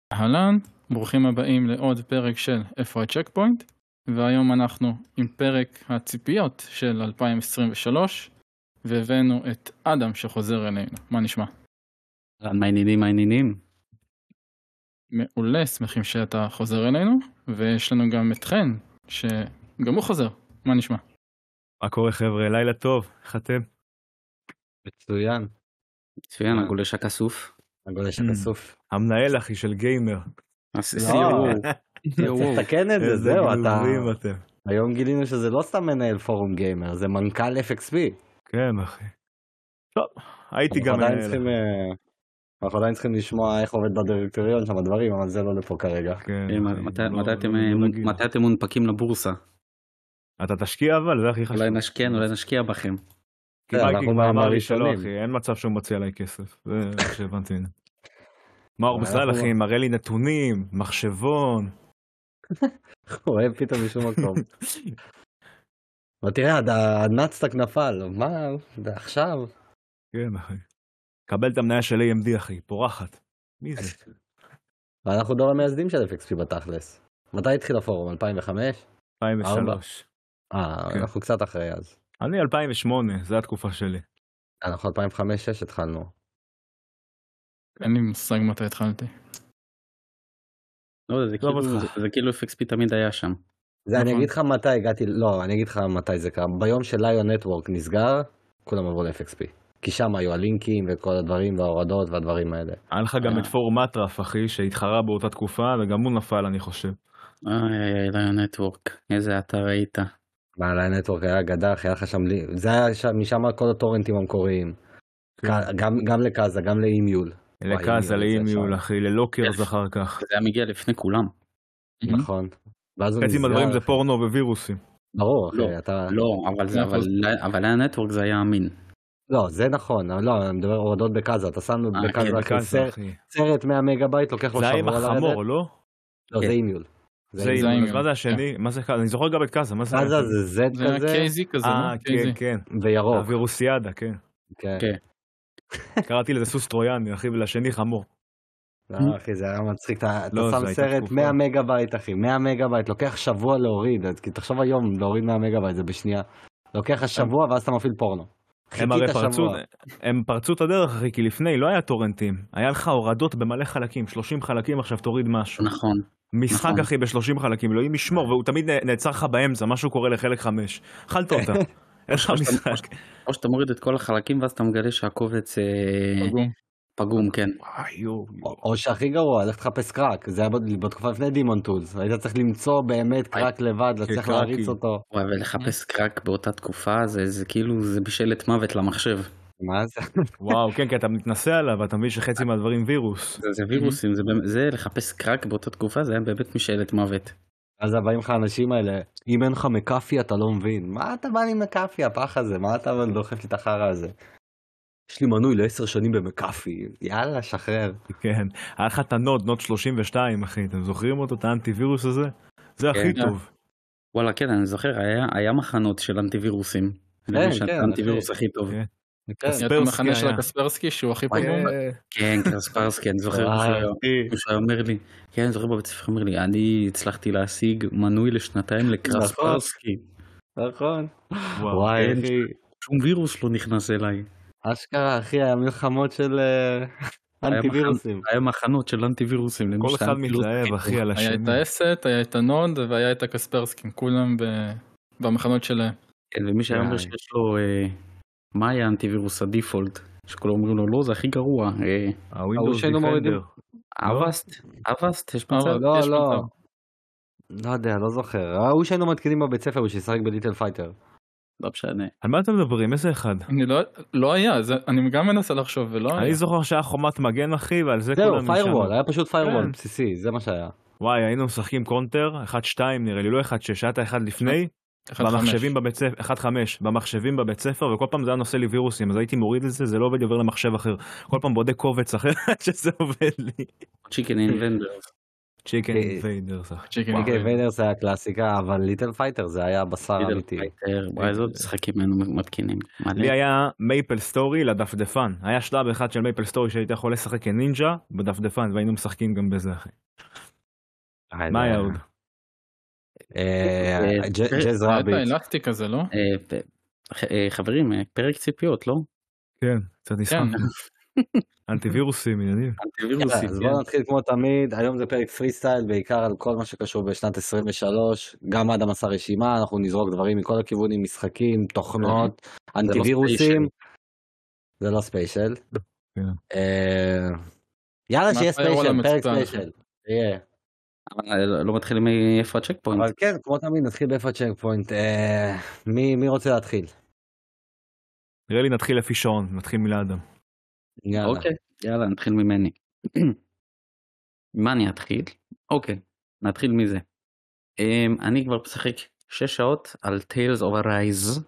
אהלן, ברוכים הבאים לעוד פרק של איפה הצ'ק פוינט, והיום אנחנו עם פרק הציפיות של 2023, והבאנו את אדם שחוזר אלינו. מה נשמע? מה העניינים? מעולה, שמחים שאתה חוזר אלינו, ויש לנו גם את חן, שגם הוא חוזר. מה נשמע? מה קורה חבר'ה? לילה טוב, איך אתם? מצוין, הגולש הכסוף. המנהל אחי של גיימר. צריך לתקן את זה, איזה זהו, גנובים אתם. היום גילינו שזה לא סתם מנהל פורום גיימר, זה מנכ"ל FXP. כן אחי. טוב, הייתי גם מנהל. אנחנו עדיין צריכים לשמוע איך עובד בדירקטוריון שם הדברים, אבל זה לא לפה כרגע. מתי אתם מונפקים לבורסה? אתה תשקיע אבל, זה הכי חשוב. אולי נשקיע בכם. כי מייקי כבר אמר לי שלא אחי, אין מצב שהוא מוציא עליי כסף, זה מה שהבנתי. מה הוא בכלל אחי, מראה לי נתונים, מחשבון. הוא אוהב פתאום משום מקום. ותראה, הנאצטק נפל, מה, עכשיו? כן אחי. קבל את המניה של AMD אחי, פורחת. מי זה? אנחנו דור המייסדים של FXP בתכלס. מתי התחיל הפורום? 2005? 2003. אנחנו קצת אחרי אז. אני 2008, זו התקופה שלי. אנחנו 2005-2006 התחלנו. אין לי מושג מתי התחלתי. לא, זה כאילו FXP תמיד היה שם. אני אגיד לך מתי הגעתי, לא, אני אגיד לך מתי זה קרה. ביום של ליון נטוורק נסגר, כולם עברו ל-FXP. כי שם היו הלינקים וכל הדברים וההורדות והדברים האלה. היה לך גם את פורום מטרף אחי, שהתחרה באותה תקופה, וגם הוא נפל אני חושב. ליון נטוורק, איזה אתר היית? ליון נטוורק היה גדח, היה לך שם, זה היה משם כל הטורנטים המקוריים. גם לקאזה, גם לאימיול. לקאזה, לאימיול אחי, ללוקרס אחר כך. זה היה מגיע לפני כולם. נכון. חצי מהדברים זה פורנו ווירוסים. ברור אחי, אתה... לא, אבל ליון נטוורק זה היה אמין. לא, זה נכון, לא, אני מדבר הורדות בקאזה, אתה שם בקאזה סרט 100 מגה-בייט, לוקח לו שבוע לרדת. זה היה עם החמור, לא? לא, זה אימיול. זה אימיול, מה זה השני? מה זה קאזה? אני זוכר גם את קאזה, מה זה? קאזה זה זד כזה. זה קייזי כזה, כן, כן. וירוק. הווירוסיאדה, כן. כן. קראתי לזה סוס טרויאני, אחי, ולשני חמור. לא, אחי, זה היה מצחיק, אתה שם סרט 100 מגה-בייט, אחי, 100 מגה-בייט, לוקח שבוע להוריד, כי תחשוב היום, להוריד 100 מגה-בייט, זה בשנייה. לוקח שבוע ואז אתה מפעיל פורנו. הם פרצו את הדרך אחי, כי לפני לא היה טורנטים, היה לך הורדות במלא חלקים, 30 חלקים עכשיו תוריד משהו. נכון. משחק אחי ב-30 חלקים, לא יהיה משמור, והוא תמיד נעצר לך באמצע, משהו קורה לחלק 5. אכלת אותה. איך המשחק? או שאתה מוריד את כל החלקים ואז אתה מגלה שהקובץ פגום, כן. או שהכי גרוע, לך תחפש קראק, זה היה בתקופה לפני דימון טולס, היית צריך למצוא באמת קראק לבד, צריך להריץ אותו. ולחפש קראק באותה תקופה, זה כאילו, זה בשאלת מוות למחשב. מה זה? וואו, כן, כי אתה מתנסה עליו, ואתה מבין שחצי מהדברים וירוס. זה וירוסים, זה לחפש קראק באותה תקופה, זה היה באמת משאלת מוות. אז הבאים לך האנשים האלה, אם אין לך מקאפי אתה לא מבין, מה אתה בא לי מקאפי הפח הזה, מה אתה דוחף לי את החרא הזה? יש לי מנוי ל10 שנים במקאפי, יאללה שחרר. כן, היה לך את נוד 32 אחי, אתם זוכרים אותו, את האנטיווירוס הזה? זה הכי טוב. וואלה כן, אני זוכר, היה מחנות של אנטיווירוסים. כן, האנטיווירוס הכי טוב. היה את המחנה של הקספרסקי שהוא הכי פגום. כן, קספרסקי, אני זוכר שהוא אומר לי, כן, אני זוכר בבית ספר, אומר לי, אני הצלחתי להשיג מנוי לשנתיים לקספרסקי. נכון. וואי, שום וירוס לא נכנס אליי. אשכרה אחי, היה מלחמות של אנטיווירוסים. היה מחנות של אנטיווירוסים. כל אחד מתלהב אחי על השני. היה את האסט, היה את הנוד והיה את הקספרסקים, כולם במחנות שלהם. כן, ומי שהיה אומר שיש לו, מה היה האנטיווירוס הדיפולט? שכולם אומרים לו, לא, זה הכי גרוע. הווינדוס דיפנדר. אבסט? יש מצב? לא יודע, לא זוכר. הוא שהיינו מתקינים בבית ספר, הוא שישחק בליטל פייטר. לא משנה. על מה אתם מדברים? איזה אחד? לא היה, אני גם מנסה לחשוב ולא היה. אני זוכר שהיה חומת מגן אחי ועל זה זהו, פיירוול, היה פשוט פיירוול בסיסי, זה מה שהיה. וואי, היינו משחקים קונטר, 1-2 נראה לי, לא 1-6, היה את האחד לפני, במחשבים בבית ספר, 1-5, במחשבים בבית ספר, וכל פעם זה היה נושא לי וירוסים, אז הייתי מוריד את זה, זה לא עובד עובר למחשב אחר, כל פעם בודק קובץ אחר שזה עובד לי. צ'יקן אינבנדרס. צ'יקן ויידרס. צ'יקן ויידר זה הקלאסיקה, אבל ליטל פייטר זה היה בשר אמיתי. וואי, איזה משחקים מתקינים. לי היה מייפל סטורי לדפדפן. היה שלב אחד של מייפל סטורי שהיית יכול לשחק כנינג'ה בדפדפן, והיינו משחקים גם בזה, אחי. מה היה עוד? ג'אז רביט. אלקטי כזה, לא? חברים, פרק ציפיות, לא? כן, קצת נסחק. אנטיווירוסים, עניינים. אז בואו נתחיל כמו תמיד, היום זה פרק פרי סטייל, בעיקר על כל מה שקשור בשנת 23, גם אדם עשה רשימה, אנחנו נזרוק דברים מכל הכיוונים, משחקים, תוכנות, אנטיווירוסים. זה לא ספיישל. יאללה שיהיה ספיישל, פרק ספיישל. לא מתחילים מאיפה הצ'ק פוינט. אבל כן, כמו תמיד נתחיל באיפה הצ'ק פוינט. מי רוצה להתחיל? נראה לי נתחיל לפי שעון, נתחיל מלאדם. אוקיי, יאללה, נתחיל ממני. מה אני אתחיל? אוקיי, נתחיל מזה. אני כבר משחק 6 שעות על Tales of Arise.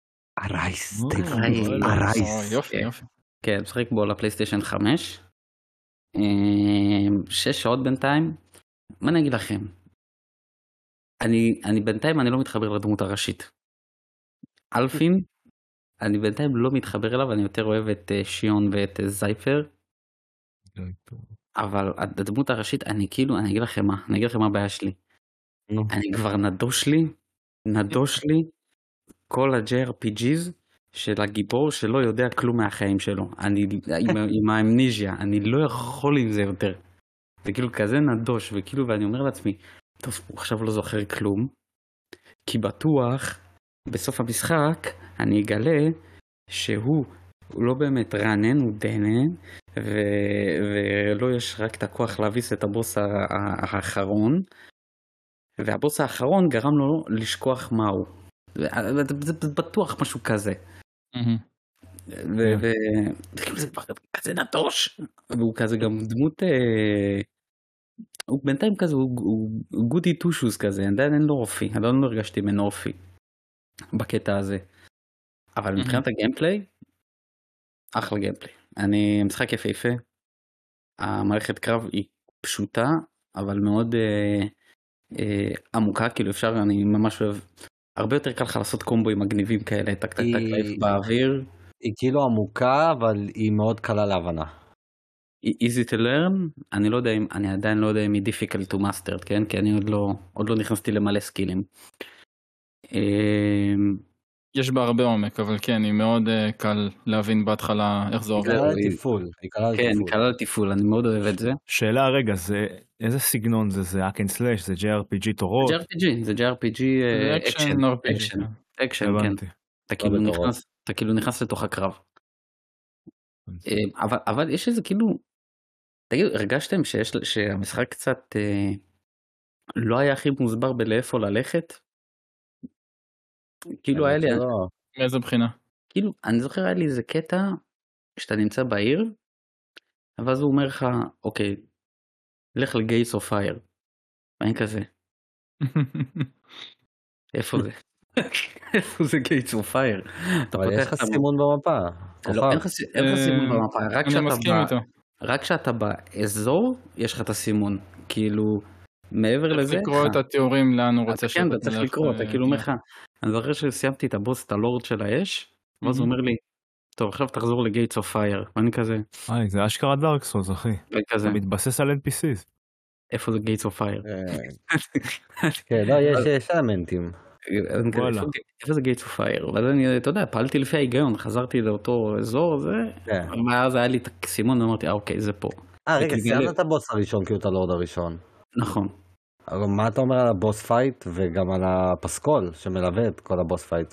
Arise. יופי. כן, משחק בו לפלייסטיישן 5. 6 שעות בינתיים. מה אני אגיד לכם? אני בינתיים אני לא מתחבר לדמות הראשית. אלפין, אני בינתיים לא מתחבר אליו, אני יותר אוהב את שיון ואת זייפר. אבל הדמות הראשית, אני אגיד לכם מה הבעיה שלי. אני כבר נדוש לי כל ה-JRPGs של הגיבור שלא יודע כלום מהחיים שלו. עם האמניזיה, אני לא יכול עם זה יותר. זה כאילו כזה נדוש, ואני אומר לעצמי, טוב, הוא עכשיו לא זוכר כלום, כי בטוח, בסוף המשחק, אני אגלה שהוא לא באמת רענן, הוא דנן, ולא יש רק את הכוח להביס את הבוס האחרון, והבוס האחרון גרם לו לשכוח מהו. זה בטוח משהו כזה. וכאילו זה כבר כזה נדוש, והוא כזה גם דמות, הוא בינתיים כזה, הוא גודי טושוס כזה, עדיין אין לו אופי, עדיין לא הרגשתי ממנו אופי בקטע הזה. אבל מבחינת הגיימפליי, אחלה גיימפליי. אני משחק יפהפה, המערכת קרב היא פשוטה, אבל מאוד עמוקה, כאילו אפשר, אני ממש אוהב, הרבה יותר קל לך לעשות קומבואים מגניבים כאלה, טק טק טק טק באוויר. היא כאילו עמוקה, אבל היא מאוד קלה להבנה. easy to learn, אני עדיין לא יודע אם היא difficult to master, כן? כי אני עוד לא נכנסתי למלא סקילים. יש בה הרבה עומק, אבל כן, היא מאוד קל להבין בהתחלה איך זה עובד. היא קלה לתפעול. כן, קלה לתפעול, אני מאוד אוהב את זה. שאלה רגע, איזה סגנון זה? זה hack and slash, זה JRPG תורות? זה JRPG אקשן, כן. אתה כאילו נכנס לתוך הקרב. אבל יש איזה כאילו, תגידו, הרגשתם שהמשחק קצת לא היה הכי מוסבר בלאיפה ללכת? כאילו היה לי, מאיזה בחינה? כאילו, אני זוכר היה לי איזה קטע שאתה נמצא בעיר, ואז הוא אומר לך, אוקיי, לך לגייטס אוף פייר. ואני כזה, איפה זה? איפה זה גייטס אוף פייר? אבל יש לך סימון במפה. לא, אין לך סימון במפה, רק כשאתה באזור, יש לך את הסימון. כאילו, מעבר לזה... צריך לקרוא את התיאורים לאן הוא רוצה שאתה... כן, אתה צריך לקרוא, אתה כאילו אומר לך, אני זוכר שסיימתי את הבוס, את הלורד של האש, ואז הוא אומר לי, טוב, עכשיו תחזור לגייטס אוף פייר, ואני כזה... זה אשכרה דארק סולס, אחי. אתה מתבסס על NPCs. איפה זה גייטס אוף פייר? כן, לא, יש אלמנטים. איפה זה גייטס אוף פייר? ואז אני, אתה יודע, פעלתי לפי ההיגיון, חזרתי לאותו אזור, ואז היה לי את הסימון, ואמרתי, אוקיי, זה פה. רגע, סיימת את הבוס הראשון, כאילו את הלורד הראשון. נכון. מה אתה אומר על הבוס פייט, וגם על הפסקול שמלווה את כל הבוס פייט?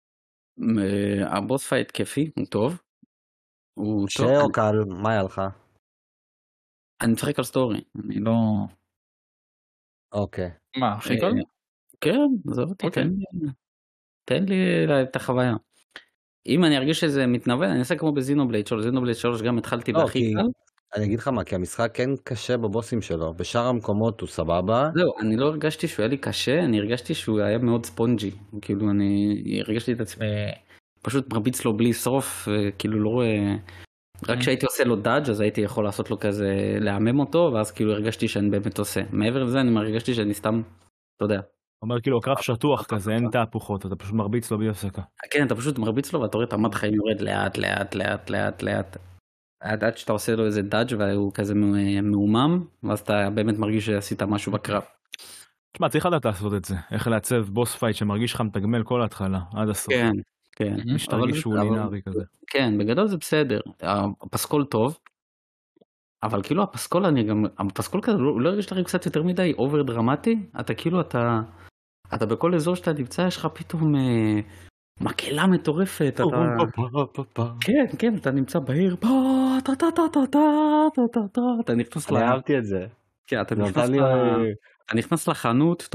הבוס פייט כיפי, הוא טוב. או קל, מה היה לך? אני משחק על סטורי, אני לא... אוקיי. מה, הכי קל? כן, עזוב אותי, תן לי את החוויה. אם אני ארגיש שזה מתנבל, אני אעשה כמו בזינובלייד 3, זינובלייד 3 גם התחלתי בהכי קל. אני אגיד לך מה, כי המשחק כן קשה בבוסים שלו, בשאר המקומות הוא סבבה. זהו, אני לא הרגשתי שהוא היה לי קשה, אני הרגשתי שהוא היה מאוד ספונג'י, כאילו אני הרגשתי את עצמי, פשוט מרביץ לו בלי שרוף, כאילו לא רואה, רק כשהייתי עושה לו דאג' אז הייתי יכול לעשות לו כזה, להמם אותו, ואז כאילו הרגשתי שאני באמת עושה. מעבר לזה אני הרגשתי שאני סתם, אתה יודע. אומר כאילו הקרב שטוח כזה, אין תהפוכות, אתה פשוט מרביץ לו בלי הפסקה. כן, אתה פשוט מרביץ לו ואתה רואה את המד חיים יורד לאט לאט לאט לאט לאט. עד שאתה עושה לו איזה דאג' והוא כזה מאומם, ואז אתה באמת מרגיש שעשית משהו בקרב. תשמע, צריך לדעת לעשות את זה, איך לעצב בוס פייט שמרגיש לך מתגמל כל ההתחלה, עד הסוף. כן, כן. שתרגיש שהוא לינארי כזה. כן, בגדול זה בסדר. הפסקול טוב, אבל כאילו הפסקול כזה, הוא לא הרגיש לך קצת יותר מדי אובר דרמטי? אתה כאילו, אתה בכל אזור שאתה נמצא, יש לך פתאום מקהלה מטורפת. כן, כן, אתה נמצא בעיר, אתה נכנס אני אהבתי את זה. כן, אתה נכנס לחנות,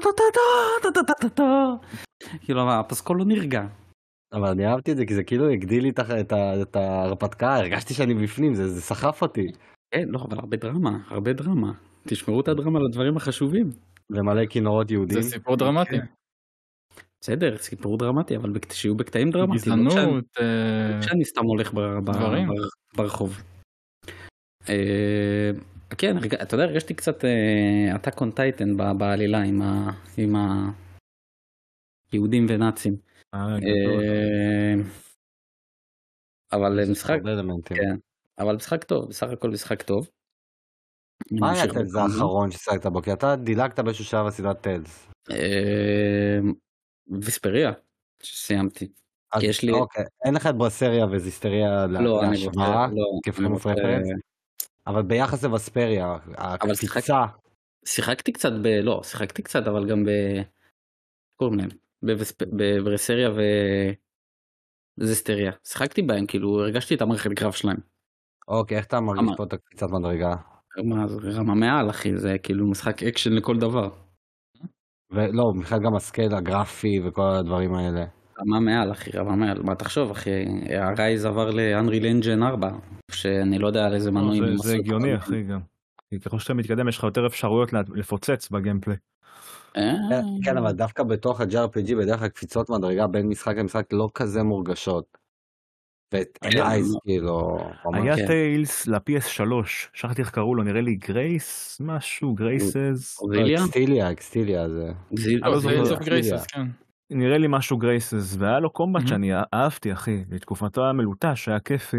כאילו הפסקול לא נרגע. אבל אני אהבתי את זה, כי זה כאילו הגדיל לי את ההרפתקה, הרגשתי שאני בפנים, זה סחף אותי. כן, לא, אבל הרבה דרמה. תשמרו את הדרמה לדברים החשובים. ומלא כינורות יהודים. זה סיפור דרמטי. בסדר, סיפור דרמטי, אבל שיהיו בקטעים דרמטיים. גזענות. כשאני סתם הולך ברחוב. כן, אתה יודע, הרגשתי קצת Attack on Titan בעלילה עם היהודים ונאצים. אבל משחק, כן, אבל משחק טוב, בסך הכל משחק טוב. מה היה הטלס האחרון ששחקת בו? כי אתה דילגת באיזשהו שעה בסדרת טלס. ויספריה, שסיימתי. אין לך את ברסריה וזיסטריה להשוואה, כפרם ופרפרנס? אבל ביחס לווספריה, הקפיצה. שיחקתי קצת, אבל גם קוראים להם, בברסריה וזיסטריה. שיחקתי בהם, כאילו הרגשתי את המערכת קרב שלהם. אוקיי, איך אתה מרגיש פה את הקפיצת מדרגה? רמה מעל, אחי, זה כאילו משחק אקשן לכל דבר. ולא, בכלל גם הסקייל הגרפי וכל הדברים האלה. רמה מעל, אחי, רמה מעל. מה תחשוב, אחי, הרייז עבר ל-Unreal Engine 4, שאני לא יודע על איזה מנועים. זה הגיוני, אחי, גם. ככל שאתה מתקדם, יש לך יותר אפשרויות לפוצץ בגיימפליי. כן, אבל דווקא בתוך ה-JRPG, בדרך כלל קפיצות מדרגה בין משחק למשחק לא כזה מורגשות. וטייס, כאילו... היה טיילס ל-PS3, שכחתי איך קראו לו, נראה לי גרייס, משהו, גרייסס. אקסטיליה זה. נראה לי משהו גרייסס, והיה לו קומבט שאני אהבתי, אחי, בתקופתו היה מלוטש, היה כיפי.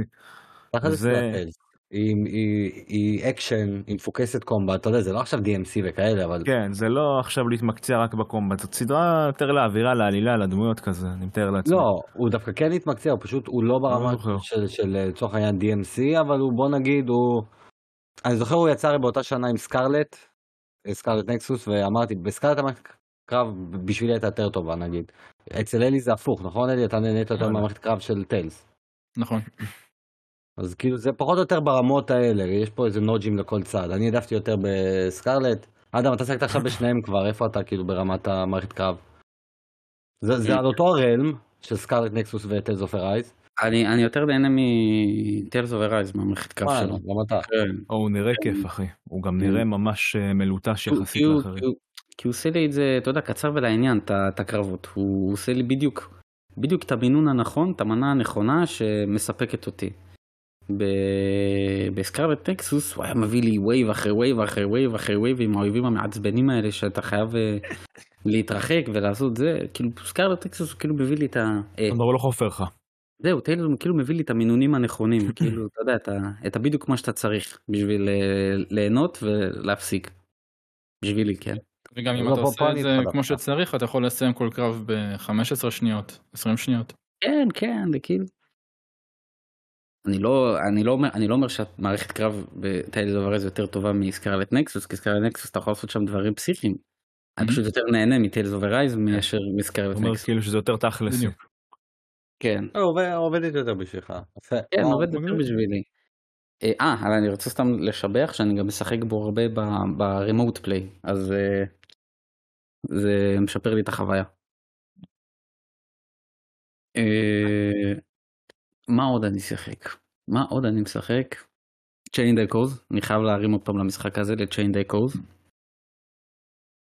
היא אקשן, היא מפוקסת קומבט, אתה יודע, זה לא עכשיו DMC וכאלה, אבל... כן, זה לא עכשיו להתמקצע רק בקומבט, זאת סדרה יותר לאווירה, לעלילה, לדמויות כזה, אני מתאר לעצמי. לא, הוא דווקא כן להתמקצע, הוא לא ברמה של לצורך העניין DMC, אבל הוא, בוא נגיד, אני זוכר הוא יצא באותה שנה עם סקרלט נקסוס, ואמרתי, בסקרלט הקרב בשבילי הייתה יותר טובה, נגיד. אצל אלי זה הפוך, נכון אלי? אתה נהנית יותר מהמערכת קרב של טיילס. נכון. אז כאילו זה פחות או יותר ברמות האלה, יש פה איזה נוג'ים לכל צד. אני העדפתי יותר בסקרלט. אדם, אתה שחקת עכשיו בשניהם כבר, איפה אתה כאילו ברמת המערכת קרב? זה על אותו הרלם של סקרלט נקסוס וטיילס אוף ארייז. אני יותר נהנה מטיילס אוף ארייז מהמערכת קרב שלו. גם אתה. הוא נראה כיף, אחי. הוא גם נראה ממש מלוטש יחסית לאחרים. כי הוא עושה לי את זה, אתה יודע, קצר ולעניין, את הקרבות. הוא עושה לי בדיוק את המינון הנכון, את המנה הנכונה שמספקת אותי. בסקרלט נקסוס הוא היה מביא לי וייב אחרי וייב אחרי וייב אחרי וייב עם האויבים המעצבנים האלה שאתה חייב להתרחק ולעשות זה. כאילו סקרלט נקסוס הוא כאילו מביא לי את הוא לא חופר לך. זהו, טיילס כאילו מביא לי את המינונים הנכונים, כאילו אתה יודע, את בדיוק מה שאתה צריך בשביל ליהנות ולהפסיק. בשבילי, כן. וגם אם אתה עושה את זה כמו שצריך, אתה יכול לסיים כל קרב ב-15 שניות, 20 שניות. כן, כן, זה כאילו. אני לא אומר שהמערכת קרב בטיילס אוף ארייז יותר טובה מסקרלט נקסוס, כי סקרלט נקסוס אתה יכול לעשות שם דברים פסיכיים. אני פשוט יותר נהנה מטיילס אוף ארייז מאשר מסקרלט נקסוס. הוא אומר כאילו שזה יותר תכלס. כן. עובדת יותר בשבילך. כן, עובדת יותר בשבילי. אבל אני רוצה סתם לשבח שאני גם משחק בו הרבה ברימוט פליי, אז זה משפר לי את החוויה. מה עוד אני משחק? Chained Echoes, אני חייב להרים עוד פעם למשחק הזה, ל-Chained Echoes.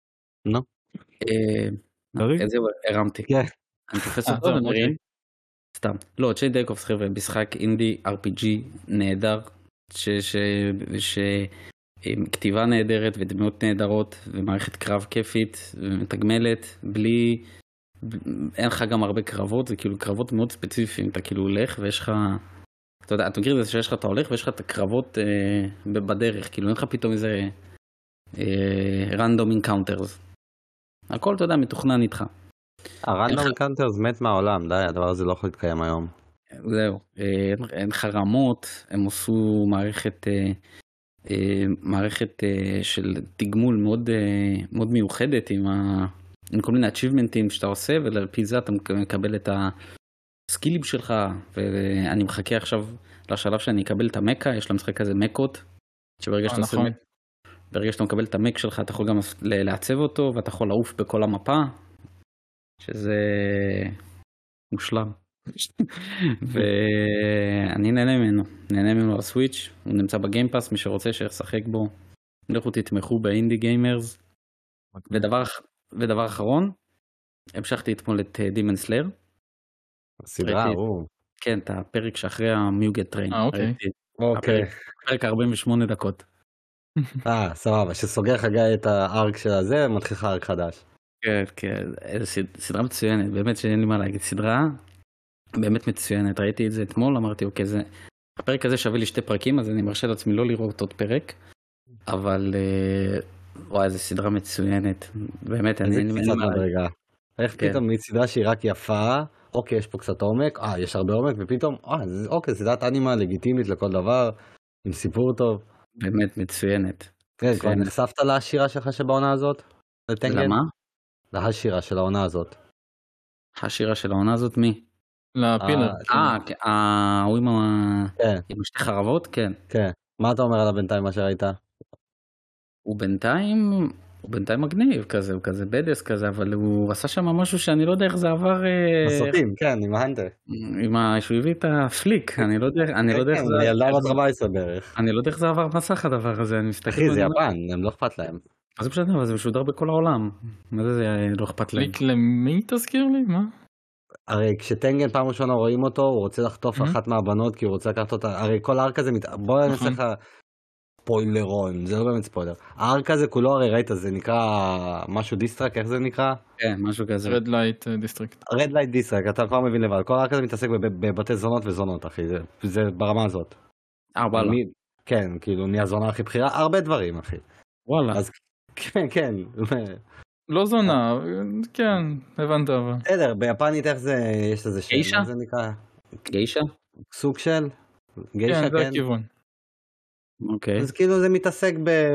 נו. איזה הרמתי. אני תופס אותו ומרים. סתם. לא, צ'יין דייקובס חבר'ה, משחק אינדי RPG נהדר, כתיבה נהדרת ודמות נהדרות ומערכת קרב כיפית ומתגמלת בלי, אין לך גם הרבה קרבות, זה כאילו קרבות מאוד ספציפיים, אתה כאילו הולך ויש לך, אתה יודע, אתה מכיר את זה שיש לך, אתה הולך ויש לך את הקרבות בדרך, כאילו אין לך פתאום איזה random encounters, הכל אתה יודע מתוכנן איתך. הרנדום encounters מת מהעולם, די, הדבר הזה לא יכול להתקיים היום. זהו, אין לך רמות, הם עשו מערכת של תגמול מאוד מיוחדת עם כל מיני achievement'ים שאתה עושה, ועל פי זה אתה מקבל את הסקילים שלך, ואני מחכה עכשיו לשלב שאני אקבל את המקה, יש למשחק כזה מקות, שברגע שאתה עושה, ברגע שאתה מקבל את המק שלך, אתה יכול גם לעצב אותו, ואתה יכול לעוף בכל המפה, שזה מושלם. ואני נהנה ממנו על סוויץ', הוא נמצא בגיימפאס, מי שרוצה שישחק בו, לכו תתמכו באינדי גיימרס. ודבר אחרון, המשכתי אתמול את דימון סלאר. הסדרה, כן, את הפרק שאחרי המיוגט טריין. אוקיי. פרק 48 דקות. סבבה, שסוגר חגי את הארק של הזה, מתחיל לך ארק חדש. כן, סדרה מצוינת, באמת שאין לי מה להגיד, סדרה באמת מצוינת, ראיתי את זה אתמול, אמרתי אוקיי, הפרק הזה שווה לי 2 פרקים, אז אני מרשה לעצמי לא לראות עוד פרק, אבל וואי, איזה סדרה מצוינת, באמת, אני אין לי מה להגיד. איך פתאום מצדרה שהיא רק יפה, אוקיי, יש פה קצת עומק, יש הרבה עומק, ופתאום, אוקיי, סדרת אנימה לגיטימית לכל דבר, עם סיפור טוב. באמת מצוינת. כבר נחשפת להשירה שלך שבעונה הזאת? למה? להשירה של העונה הזאת. השירה של העונה הזאת מי? לפילר. הוא עם 2 חרבות? כן. כן. מה אתה אומר על הבינתיים מה שראית? הוא בינתיים מגניב כזה, הוא כזה בדס כזה, אבל הוא עשה שם משהו שאני לא יודע איך זה עבר... מסוטים, כן, עם ההנטר. שהוא הביא את הפליק, אני לא יודע איך זה... ילדה בת 14 בערך. אני לא יודע איך זה עבר מסך הדבר הזה, אני מסתכל... אחי, זה יפן, הם לא אכפת להם. אז זה בסדר, אבל זה משודר בכל העולם. מה זה לא אכפת להם? פליק למי תזכיר לי? מה? הרי כשטנגן פעם ראשונה רואים אותו, הוא רוצה לחטוף אחת מהבנות, כי הוא רוצה לקחת אותה, הרי כל הארק הזה, בוא אני אעשה לך ספוילרון, זה לא באמת ספוילר. הארק הזה כולו, הרי ראית, זה נקרא משהו דיסטרק, איך זה נקרא? כן, משהו כזה. Red Light District. Red Light District, אתה כבר מבין לבד, כל הארק הזה מתעסק בבתי זונות וזונות, אחי, זה ברמה הזאת. וואלה. כן, כאילו, נהיה זונה הכי בחירה, הרבה דברים, אחי. וואלה. אז כן. לא זונה, כן, הבנת אבל. בסדר, ביפנית איך זה, יש לזה שם, גיישה? מה זה נקרא? גיישה? סוג של? גיישה, כן, זה הכיוון. אוקיי. אז כאילו זה מתעסק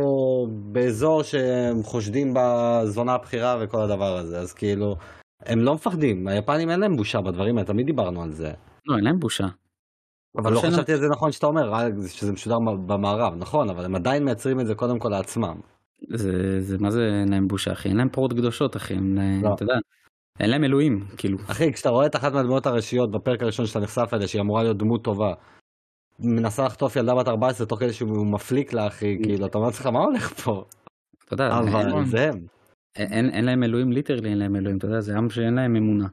באזור שהם חושדים בזונה הבחירה וכל הדבר הזה, אז כאילו, הם לא מפחדים, היפנים אין להם בושה בדברים האלה, תמיד דיברנו על זה. לא, אין להם בושה. אבל לא חשבתי על זה נכון שאתה אומר, שזה משודר במערב, נכון, אבל הם עדיין מייצרים את זה קודם כל לעצמם. מה זה אין להם בושה, אחי? אין להם פרות קדושות, אחי, אתה יודע, אין להם אלוהים, כאילו. אחי, כשאתה רואה את אחת מהדמות הראשיות בפרק הראשון שאתה נחשף אליה, שהיא אמורה להיות דמות טובה, מנסה לחטוף ילדה בת 14 תוך כדי שהוא מפליק לה, אחי, כאילו, אתה אומר לך, מה הולך פה? אתה יודע, אבל זה הם. אין להם אלוהים, ליטרלי אין להם אלוהים, אתה יודע, זה עם שאין להם אמונה.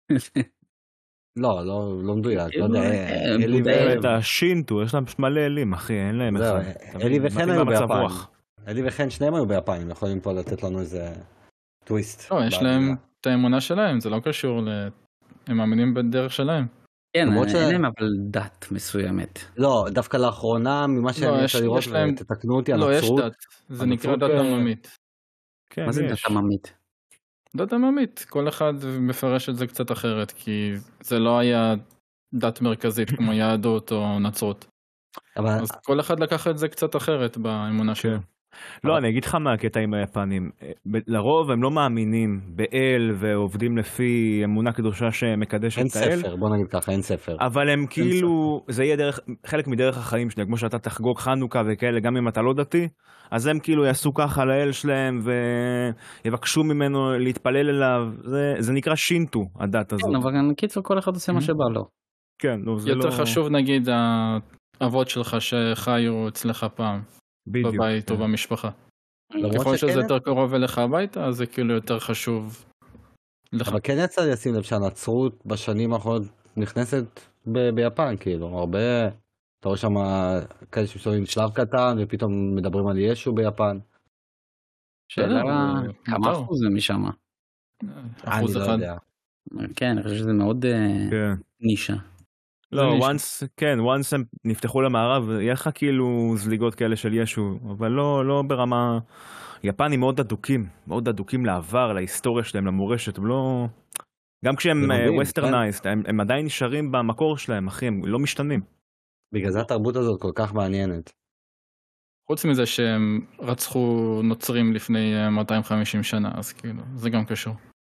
לא מדויק, לא יודע, את השינטו, יש להם מלא אלים, אחי, אין להם אחד. אלי וחן היו ביפן. אלי וחן שניהם היו ביפן, הם יכולים פה לתת לנו איזה טוויסט. לא, יש להם את האמונה שלהם, זה לא קשור הם מאמינים בדרך שלהם. כן, אין להם אבל דת מסוימת. לא, דווקא לאחרונה, ממה שאני רוצה לראות, ותתקנו אותי, לא, יש דת, זה נקרא דת עממית. מה זה דת עממית? דת עממית, כל אחד מפרש את זה קצת אחרת, כי זה לא היה דת מרכזית כמו יהדות או נצרות. אז כל אחד לקח את זה קצת אחרת באמונה שלו. לא, אני אגיד לך מה הקטע עם היפנים. לרוב הם לא מאמינים באל ועובדים לפי אמונה קדושה שמקדשת את האל. אין ספר, בוא נגיד ככה, אין ספר. אבל הם כאילו, זה יהיה חלק מדרך החיים שלהם, כמו שאתה תחגוג חנוכה וכאלה, גם אם אתה לא דתי, אז הם כאילו יעשו ככה לאל שלהם ויבקשו ממנו להתפלל אליו. זה נקרא שינטו, הדת הזאת. כן, אבל קיצור כל אחד עושה מה שבא לו. כן, זה לא... יותר חשוב נגיד האבות שלך שחיו אצלך פעם. בבית או במשפחה. ככל שזה יותר קרוב אליך הביתה, אז זה כאילו יותר חשוב לך. אבל כן יצא לי לשים לב שהנצרות בשנים האחרונות נכנסת ביפן, כאילו, הרבה, אתה רואה שם כאלה שמסתובבים שלב קטן, ופתאום מדברים על ישו ביפן. שאלה כמה אחוז זה משם? אני לא יודע. כן, אני חושב שזה מאוד נישה. לא, once הם נפתחו למערב, יהיה לך כאילו זליגות כאלה של ישו, אבל לא ברמה... יפנים מאוד אדוקים לעבר, להיסטוריה שלהם, למורשת, הם לא... גם כשהם westernized, הם עדיין נשארים במקור שלהם, אחי, הם לא משתנים. בגלל זה התרבות הזאת כל כך מעניינת. חוץ מזה שהם רצחו נוצרים לפני 250 שנה, אז כאילו, זה גם קשור.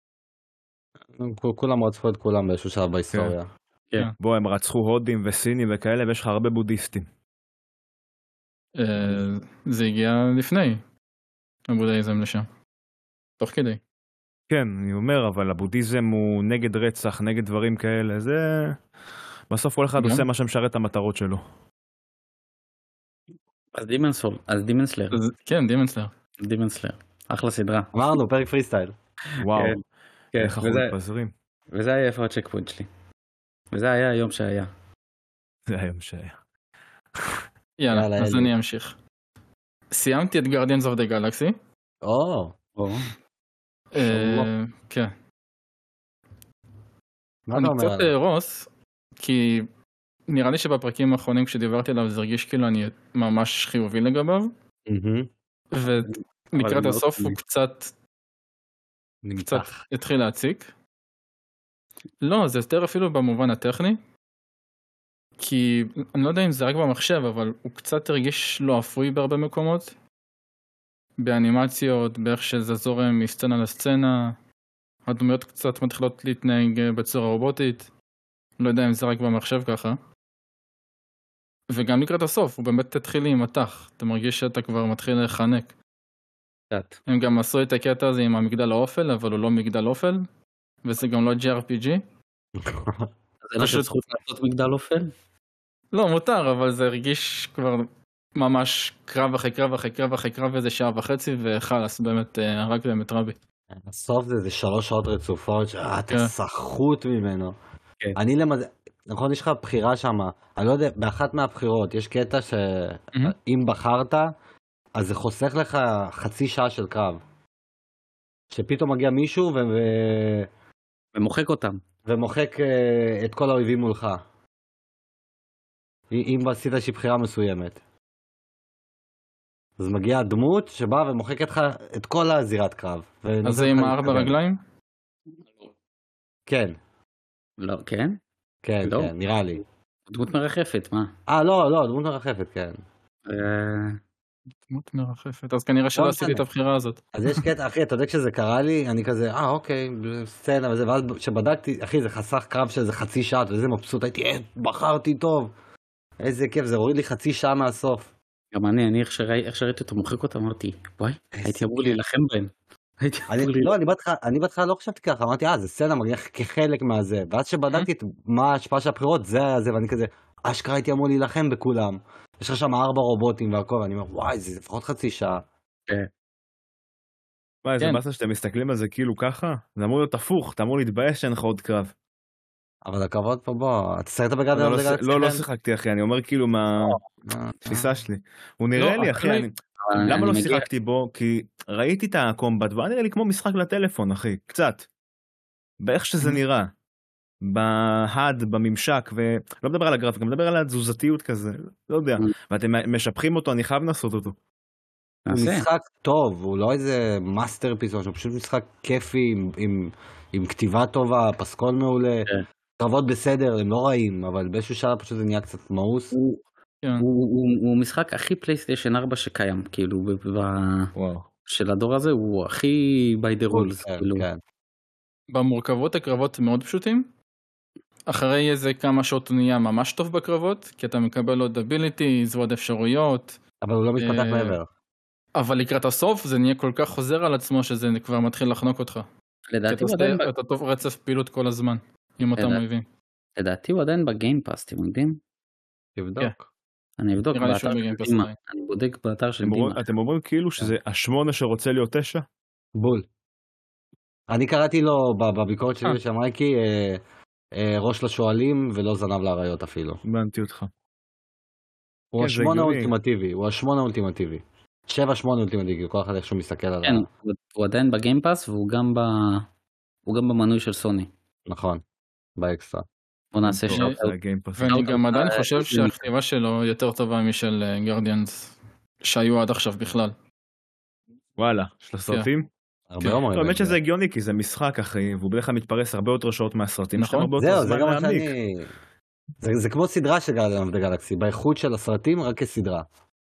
כולם רצחו את כולם באיזשהו שלב בהיסטוריה. בוא, הם רצחו הודים וסינים וכאלה, ויש לך הרבה בודהיסטים. זה הגיע לפני הבודהיזם לשם. תוך כדי. כן, אני אומר, אבל הבודהיזם הוא נגד רצח, נגד דברים כאלה, זה... בסוף כל אחד עושה מה שמשרת את המטרות שלו. אז דימנסלר. כן, דימנסלר. אחלה סדרה. אמרנו, פרק פרי סטייל. וואו, איך אנחנו מתפזרים. וזה היה איפה הצ'ק פוינט שלי. וזה היה היום שהיה. יאללה, אז אני אמשיך. סיימתי את Guardians of the Galaxy. כן. אני קצת רוס, כי נראה לי שבפרקים האחרונים כשדיברתי עליו זה הרגיש כאילו אני ממש חיובי לגביו. ולקראת הסוף הוא קצת התחיל להציק. לא, זה יותר אפילו במובן הטכני. כי אני לא יודע אם זה רק במחשב, אבל הוא קצת הרגיש לא אפוי בהרבה מקומות. באנימציות, באיך שזה זורם מסצנה לסצנה. הדמויות קצת מתחילות להתנהג בצורה רובוטית. לא יודע אם זה רק במחשב ככה. וגם לקראת הסוף, הוא באמת התחיל להימתח. אתה מרגיש שאתה כבר מתחיל לחנק. הם גם עשו את הקטע הזה עם המגדל האופל, אבל הוא לא מגדל אופל. וזה גם לא JRPG. זה לא שזכות לעשות מגדל אופל? לא, מותר, אבל זה הרגיש כבר ממש קרב אחרי קרב אחרי קרב אחרי קרב איזה שעה וחצי, וחלס, באמת, הרג באמת רבי. בסוף זה 3 שעות רצופות, אתה סחוט ממנו. נכון, יש לך בחירה שם, אני לא יודע, באחת מהבחירות, יש קטע שאם בחרת, אז זה חוסך לך חצי שעה של קרב. שפתאום מגיע מישהו ומוחק אותם. ומוחק את כל האויבים מולך. אם עשית איזושהי בחירה מסוימת. אז מגיעה דמות שבאה ומוחקת לך את כל הזירת קרב. אז זה עם 4 רגליים? כן. לא, כן? כן, לא? כן, נראה לי. דמות מרחפת, מה? לא, דמות מרחפת, כן. דמות מרחפת, אז כנראה שלא עשיתי את הבחירה הזאת. אז יש קטע, אחי, אתה יודע כשזה קרה לי, אני כזה, אוקיי, סצנה וזה, ואז כשבדקתי, אחי, זה חסך קרב של איזה חצי שעה, ואיזה מבסוט, הייתי, בחרתי טוב. איזה כיף, זה הוריד לי חצי שעה מהסוף. גם אני איך שראיתי אותו מוחק אותה, אמרתי, וואי, הייתי אמור להילחם בהם. לא, אני בהתחלה לא חשבתי ככה, אמרתי, זה סצנה מגיע כחלק מהזה, ואז שבדקתי מה ההשפעה של הבחירות, זה היה זה, ואני כזה, אשכרה הייתי אמור להילחם בכולם. יש לך שם 4 רובוטים והכל, ואני אומר, וואי, זה לפחות חצי שעה. וואי, זה מסע שאתם מסתכלים על זה כאילו ככה? זה אמור להיות הפוך, אתה אמור להתבייש שאין לך עוד קרב. אבל הקרבות פה, בוא, אתה שחקת בגרדיאן אוף דה גלקסי? לא שיחקתי, אחי, אני אומר כאילו מהתפיסה שלי. הוא נראה לי, אחי, למה לא שיחקתי בו? כי ראיתי את הקומבט, והוא נראה לי כמו משחק לטלפון, אחי, קצת. באיך שזה נראה. בהד, בממשק, ולא מדבר על הגרפיקה, מדבר על התזוזתיות כזה, לא יודע. ואתם משפחים אותו, אני חייב לנסות אותו. הוא משחק טוב, הוא לא איזה מאסטרפיס, הוא פשוט משחק כיפי, עם כתיבה טובה, פסקול מעולה, קרבות בסדר, הם לא רעים, אבל באיזשהו שעה פשוט זה נהיה קצת מאוס. הוא משחק הכי פלייסטיישן 4 שקיים, כאילו, של הדור הזה, הוא הכי by the rules. במורכבות הקרבות מאוד פשוטים. אחרי איזה כמה שעות הוא נהיה ממש טוב בקרבות, כי אתה מקבל עוד abilities ועוד אפשרויות. אבל הוא לא מתפתח מעבר. אבל לקראת הסוף זה נהיה כל כך חוזר על עצמו שזה כבר מתחיל לחנוק אותך. לדעתי הוא עדיין... אתה טוב רצף פעילות כל הזמן, עם אותם אויבים. לדעתי הוא עדיין בגיימפאס, אתם יודעים? תבדוק. אני אבדוק באתר של דימה. אני בודק באתר של דימה. אתם אומרים כאילו שזה 8 שרוצה להיות 9? בול. אני קראתי לו בביקורת שלי שם רייקי, ראש לשואלים ולא זנב לאריות אפילו. הבנתי אותך. הוא השמונה האולטימטיבי, הוא השמונה האולטימטיבי. 7-8 אולטימטיבי, כל אחד איך שהוא מסתכל עליו. כן, הוא עדיין בגיימפאס והוא גם במנוי של סוני. נכון, באקסטרה. בוא נעשה ואני גם עדיין חושב שהכתיבה שלו יותר טובה משל גרדיאנס שהיו עד עכשיו בכלל. וואלה, של הסרטים? האמת שזה הגיוני כי זה משחק אחי, והוא בדרך כלל מתפרס הרבה יותר שעות מהסרטים. נכון, זהו, זה גם מה שאני... זה כמו סדרה של גרדיאנס אוף דה גלקסי, באיכות של הסרטים רק כסדרה.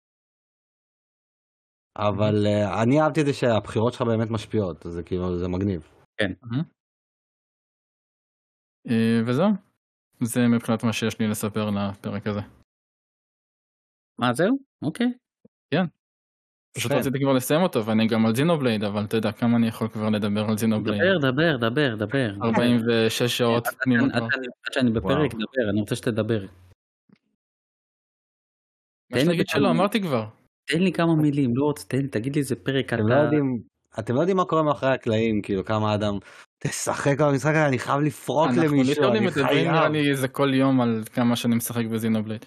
אבל אני אהבתי את זה שהבחירות שלך באמת משפיעות, זה כאילו, זה מגניב. כן. וזהו. זה מבחינת מה שיש לי לספר לפרק הזה. מה זהו? אוקיי. כן. פשוט רציתי כבר לסיים אותו, ואני גם על זינובלייד, אבל אתה יודע כמה אני יכול כבר לדבר על זינובלייד. דבר. 46 שעות פנימה כבר. עד שאני בפרק, דבר, אני רוצה שתדבר. מה שנגיד שלא, אמרתי כבר. תן לי כמה מילים, לא רוצה, תגיד לי איזה פרק. אתם לא יודעים מה קורה מאחורי הקלעים, כאילו כמה אדם, תשחק במשחק הזה, אני חייב לפרוק למישהו, אני חייב. נראה לי זה כל יום על כמה שאני משחק בזינובלייד.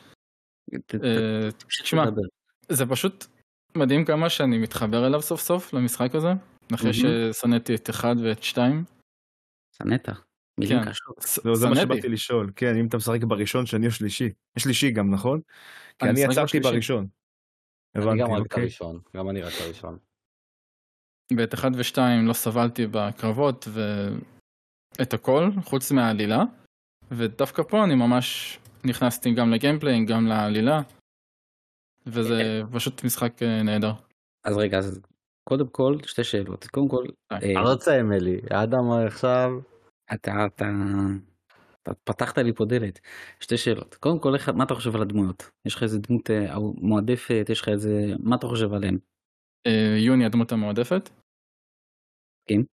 תשמע, זה פשוט מדהים כמה שאני מתחבר אליו סוף סוף למשחק הזה, אחרי ששנאתי את 1 ואת 2. שנאת? מילים קשות. זה מה שבאתי לשאול, כן, אם אתה משחק בראשון שאני או שלישי. יש שלישי גם, נכון? כי אני יצרתי בראשון. אני גם רק הראשון, גם אני רק הראשון. ואת 1 ו2 לא סבלתי בקרבות ואת הכל, חוץ מהעלילה, ודווקא פה אני ממש נכנסתי גם לגיימפליי, גם לעלילה, וזה פשוט משחק נהדר. אז רגע, אז קודם כל, שתי שאלות. קודם כל... אני לא צאם אלי, האדם עכשיו... אתה פתחת לי פה דלת. שתי שאלות. קודם כל, מה אתה חושב על הדמויות? יש לך איזה דמות מועדפת? יש לך איזה... מה אתה חושב עליהן? יוני הדמות המועדפת? כן.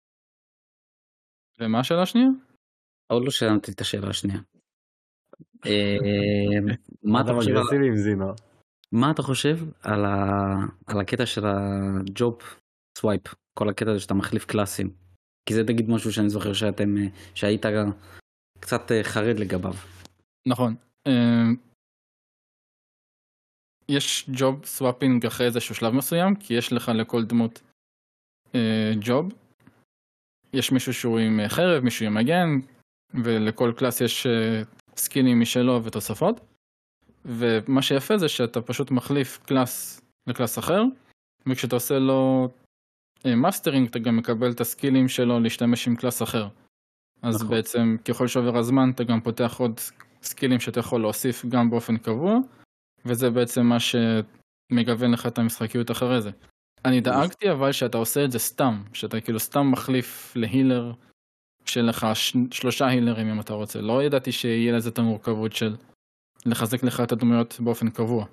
ומה השאלה השנייה? עוד לא שאלתי את השאלה השנייה. מה אתה חושב על הקטע של הג'וב סווייפ? כל הקטע הזה שאתה מחליף קלאסים. כי זה תגיד משהו שאני זוכר שהיית קצת חרד לגביו. נכון. יש ג'וב סוואפינג אחרי איזשהו שלב מסוים, כי יש לך לכל דמות ג'וב. יש מישהו שהוא עם חרב, מישהו עם מגן, ולכל קלאס יש סקילים משלו ותוספות. ומה שיפה זה שאתה פשוט מחליף קלאס לקלאס אחר, וכשאתה עושה לו מאסטרינג אתה גם מקבל את הסקילים שלו להשתמש עם קלאס אחר. אז נכון. בעצם ככל שעובר הזמן אתה גם פותח עוד סקילים שאתה יכול להוסיף גם באופן קבוע, וזה בעצם מה שמגוון לך את המשחקיות אחרי זה. אני דאגתי אבל שאתה עושה את זה סתם, שאתה כאילו סתם מחליף להילר שלך 3 הילרים אם אתה רוצה. לא ידעתי שיהיה לזה את המורכבות של לחזק לך את הדמויות באופן קבוע.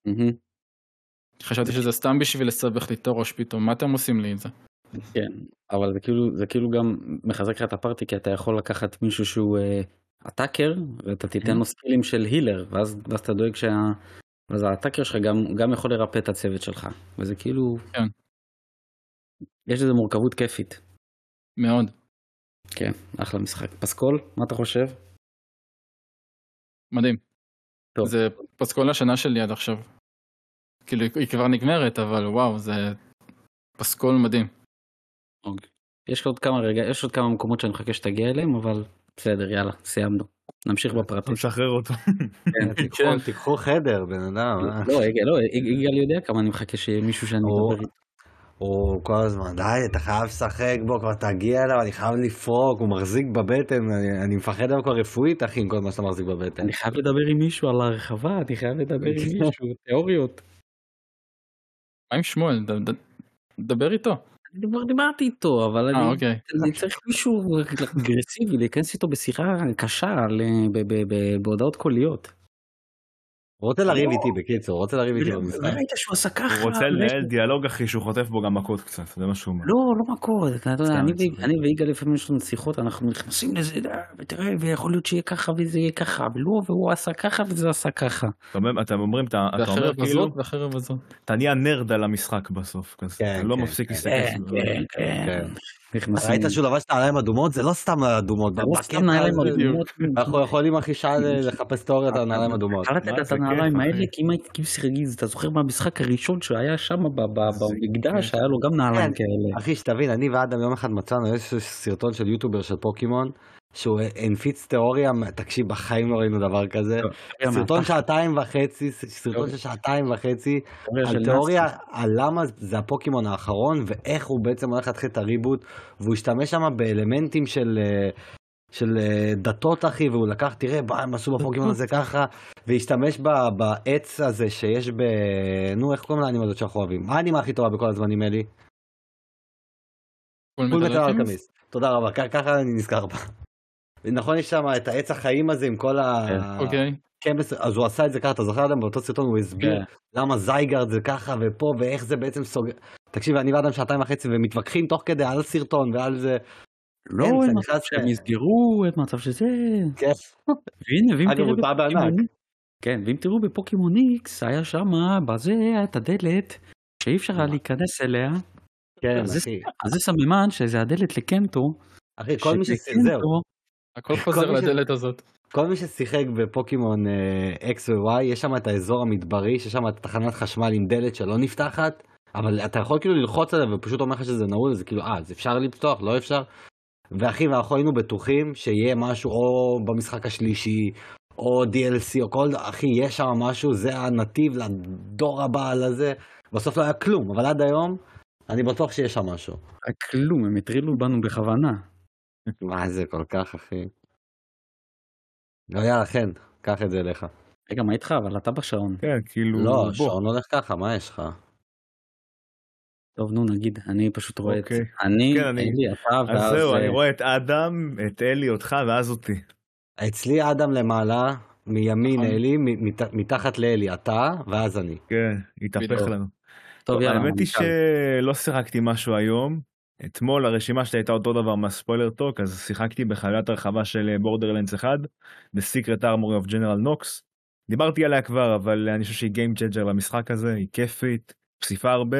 חשבתי שזה סתם בשביל לסבך לי את הראש פתאום. מה אתם עושים לי את זה? כן, אבל זה כאילו גם מחזק לך את הפארטי, כי אתה יכול לקחת מישהו שהוא אטאקר, ואתה תיתן לו סקילים של הילר, ואז אתה דואג אז האטאקר שלך גם יכול לרפא את הצוות שלך. וזה כאילו... כן. יש איזו מורכבות כיפית. מאוד. כן, אחלה משחק. פסקול, מה אתה חושב? מדהים. טוב. זה פסקול השנה שלי עד עכשיו. כאילו היא כבר נגמרת, אבל וואו, זה פסקול מדהים. אוקיי. יש עוד כמה מקומות שאני מחכה שתגיע אליהם, אבל בסדר, יאללה, סיימנו. נמשיך בפרטים. נשחרר אותו. תיקחו חדר, בן אדם. לא, יגאל יודע כמה אני מחכה שמישהו שאני מדבר איתו. הוא כל הזמן, די, אתה חייב לשחק בו, כבר תגיע אליו, אני חייב לפרוק, הוא מחזיק בבטן, אני מפחד עליו כבר רפואית, אחי, עם כל מה שאתה מחזיק בבטן. אני חייב לדבר עם מישהו על הרחבה, אני חייב לדבר עם מישהו, תיאוריות. מה עם שמואל? דבר איתו. אני כבר דיברתי איתו, אבל אני צריך מישהו אגרסיבי, להיכנס איתו בשיחה קשה, בהודעות קוליות. הוא רוצה לריב איתי בקיצור, הוא רוצה לריב איתי במשחק. ראית שהוא עשה ככה. הוא רוצה לנהל דיאלוג אחי שהוא חוטף בו גם מכות קצת, זה מה שהוא אומר. לא מכות, אתה יודע, אני ויגאל לפעמים יש לנו שיחות, אנחנו נכנסים לזה, ותראה, ויכול להיות שיהיה ככה וזה יהיה ככה, ולא, והוא עשה ככה וזה עשה ככה. אתם אומרים, אתה אומר כאילו, אתה נהיה נרד על המשחק בסוף, אתה לא מפסיק להסתכל. כן. ראית שהוא לבש נעליים אדומות? זה לא סתם אדומות. זה לא סתם נעליים אדומות. אנחנו יכולים אחי שעה לחפש תיאוריות על נעליים אדומות. אפשר לתת את הנעליים האלה כמעט סרגיז. אתה זוכר במשחק הראשון שהיה שם במקדש, היה לו גם נעליים כאלה. אחי, שתבין, אני ואדם יום אחד מצאנו איזשהו סרטון של יוטובר של פוקימון, שהוא הנפיץ תיאוריה, תקשיב, בחיים לא ראינו דבר כזה, סרטון 2.5, סרטון של 2.5, על תיאוריה על למה זה הפוקימון האחרון, ואיך הוא בעצם הולך להתחיל את הריבוט, והוא השתמש שם באלמנטים של דתות אחי, והוא לקח, תראה, הם עשו בפוקימון הזה ככה, והשתמש בעץ הזה שיש נו, איך קוראים לאנימה הזאת שאנחנו אוהבים? מה האנימה הכי טובה בכל הזמנים, אלי? פול מטל אלכמיסט. תודה רבה, ככה אני נזכר בה. נכון, יש שם את העץ החיים הזה עם כל הקמס, אז הוא עשה את זה ככה, אתה זוכר אדם באותו סרטון, הוא הסביר למה זייגרד זה ככה ופה, ואיך זה בעצם סוגר. תקשיב, אני ואדם 2.5 ומתווכחים תוך כדי על סרטון ועל זה. לא, אין מצב שהם יסגרו, אין מצב שזה... כן. ואם תראו בפוקימון איקס, היה שם, בזה היה את הדלת, שאי אפשר להיכנס אליה. כן, אז זה סממן שזה הדלת לקנטו. אחי, כל מי שזהו. הכל חוזר לדלת הזאת. כל מי ששיחק בפוקימון X ו-Y, יש שם את האזור המדברי, שיש שם את תחנת חשמל עם דלת שלא נפתחת, אבל אתה יכול כאילו ללחוץ עליה ופשוט אומר לך שזה נעול, זה כאילו, אז אפשר לפתוח, לא אפשר. ואחי, ואנחנו היינו בטוחים שיהיה משהו או במשחק השלישי, או DLC, או כל, אחי, יש שם משהו, זה הנתיב לדור הבא על הזה. בסוף לא היה כלום, אבל עד היום, אני בטוח שיש שם משהו. כלום, הם הטרילו בנו בכוונה. מה זה כל כך, אחי? לא, יאללה, כן, קח את זה אליך. רגע, מה איתך? אבל אתה בשעון. כן, כאילו... לא, שעון הולך ככה, מה יש לך? טוב, נו, נגיד, אני פשוט רואה את... אני, אלי, אתה, ואז... אז זהו, אני רואה את אדם, את אלי, אותך, ואז אותי. אצלי אדם למעלה, מימין אלי, מתחת לאלי, אתה, ואז אני. כן, התהפך לנו. טוב, האמת היא שלא שיחקתי משהו היום. אתמול הרשימה שלי הייתה אותו דבר מהספוילר טוק, אז שיחקתי בחוויית הרחבה של בורדרלנדס 1, בסיקרט ארמורי אוף ג'נרל נוקס. דיברתי עליה כבר, אבל אני חושב שהיא גיים צ'יינג'ר למשחק הזה, היא כיפית, פסיפה הרבה.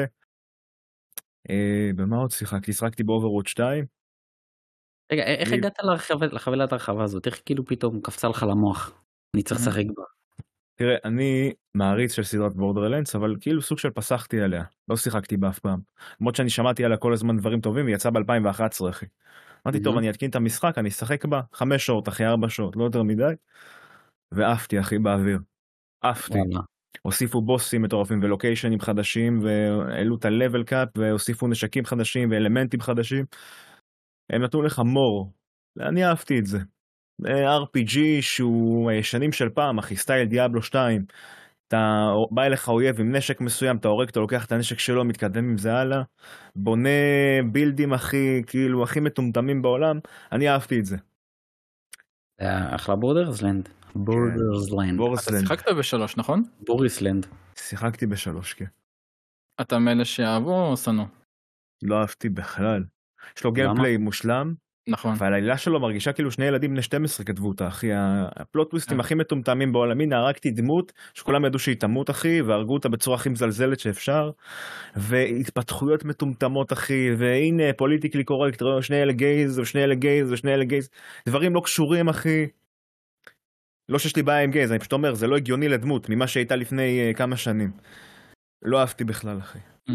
במה עוד שיחקתי? שיחקתי באוברוואץ' 2. רגע, איך הגעת לחבילת הרחבה הזאת? איך כאילו פתאום קפצה לך למוח? אני צריך לשחק בה. תראה, אני מעריץ של סדרת בורדרלנדס, אבל כאילו סוג של פסחתי עליה. לא שיחקתי בה אף פעם. למרות שאני שמעתי עליה כל הזמן דברים טובים, והיא יצאה ב-2011, אחי. אמרתי, טוב, אני אתקין את המשחק, אני אשחק בה 5 שעות, אחי, 4 שעות, לא יותר מדי. ועפתי, אחי, באוויר. עפתי. הוסיפו בוסים מטורפים ולוקיישנים חדשים, והעלו את ה-level cap, והוסיפו נשקים חדשים ואלמנטים חדשים. הם נתנו לך מור. אני אהבתי את זה. RPG שהוא שנים של פעם, אחי, סטייל דיאבלו 2. אתה בא אליך אויב עם נשק מסוים, אתה הורג, אתה לוקח את הנשק שלו, מתקדם עם זה הלאה, בונה בילדים הכי, כאילו, הכי מטומטמים בעולם. אני אהבתי את זה. אחלה בורדרסלנד. אתה שיחקת ב3, נכון? בוריסלנד. שיחקתי ב3, כן. אתה מאלה שאהבו או סנו? לא אהבתי בכלל. יש לו גיימפליי מושלם. נכון. והעלילה שלו מרגישה כאילו שני ילדים בני 12 כתבו אותה, אחי. הפלוט טוויסטים הכי מטומטמים בעולמי, הרגתי דמות שכולם ידעו שהיא תמות, אחי, והרגו אותה בצורה הכי מזלזלת שאפשר, והתפתחויות מטומטמות, אחי, והנה פוליטיקלי קורקט, שני אלה גייז, ושני אלה גייז, ושני אלה גייז, דברים לא קשורים, אחי. לא שיש לי בעיה עם גייז, אני פשוט אומר, זה לא הגיוני לדמות, ממה שהייתה לפני כמה שנים. לא אהבתי בכלל, אחי.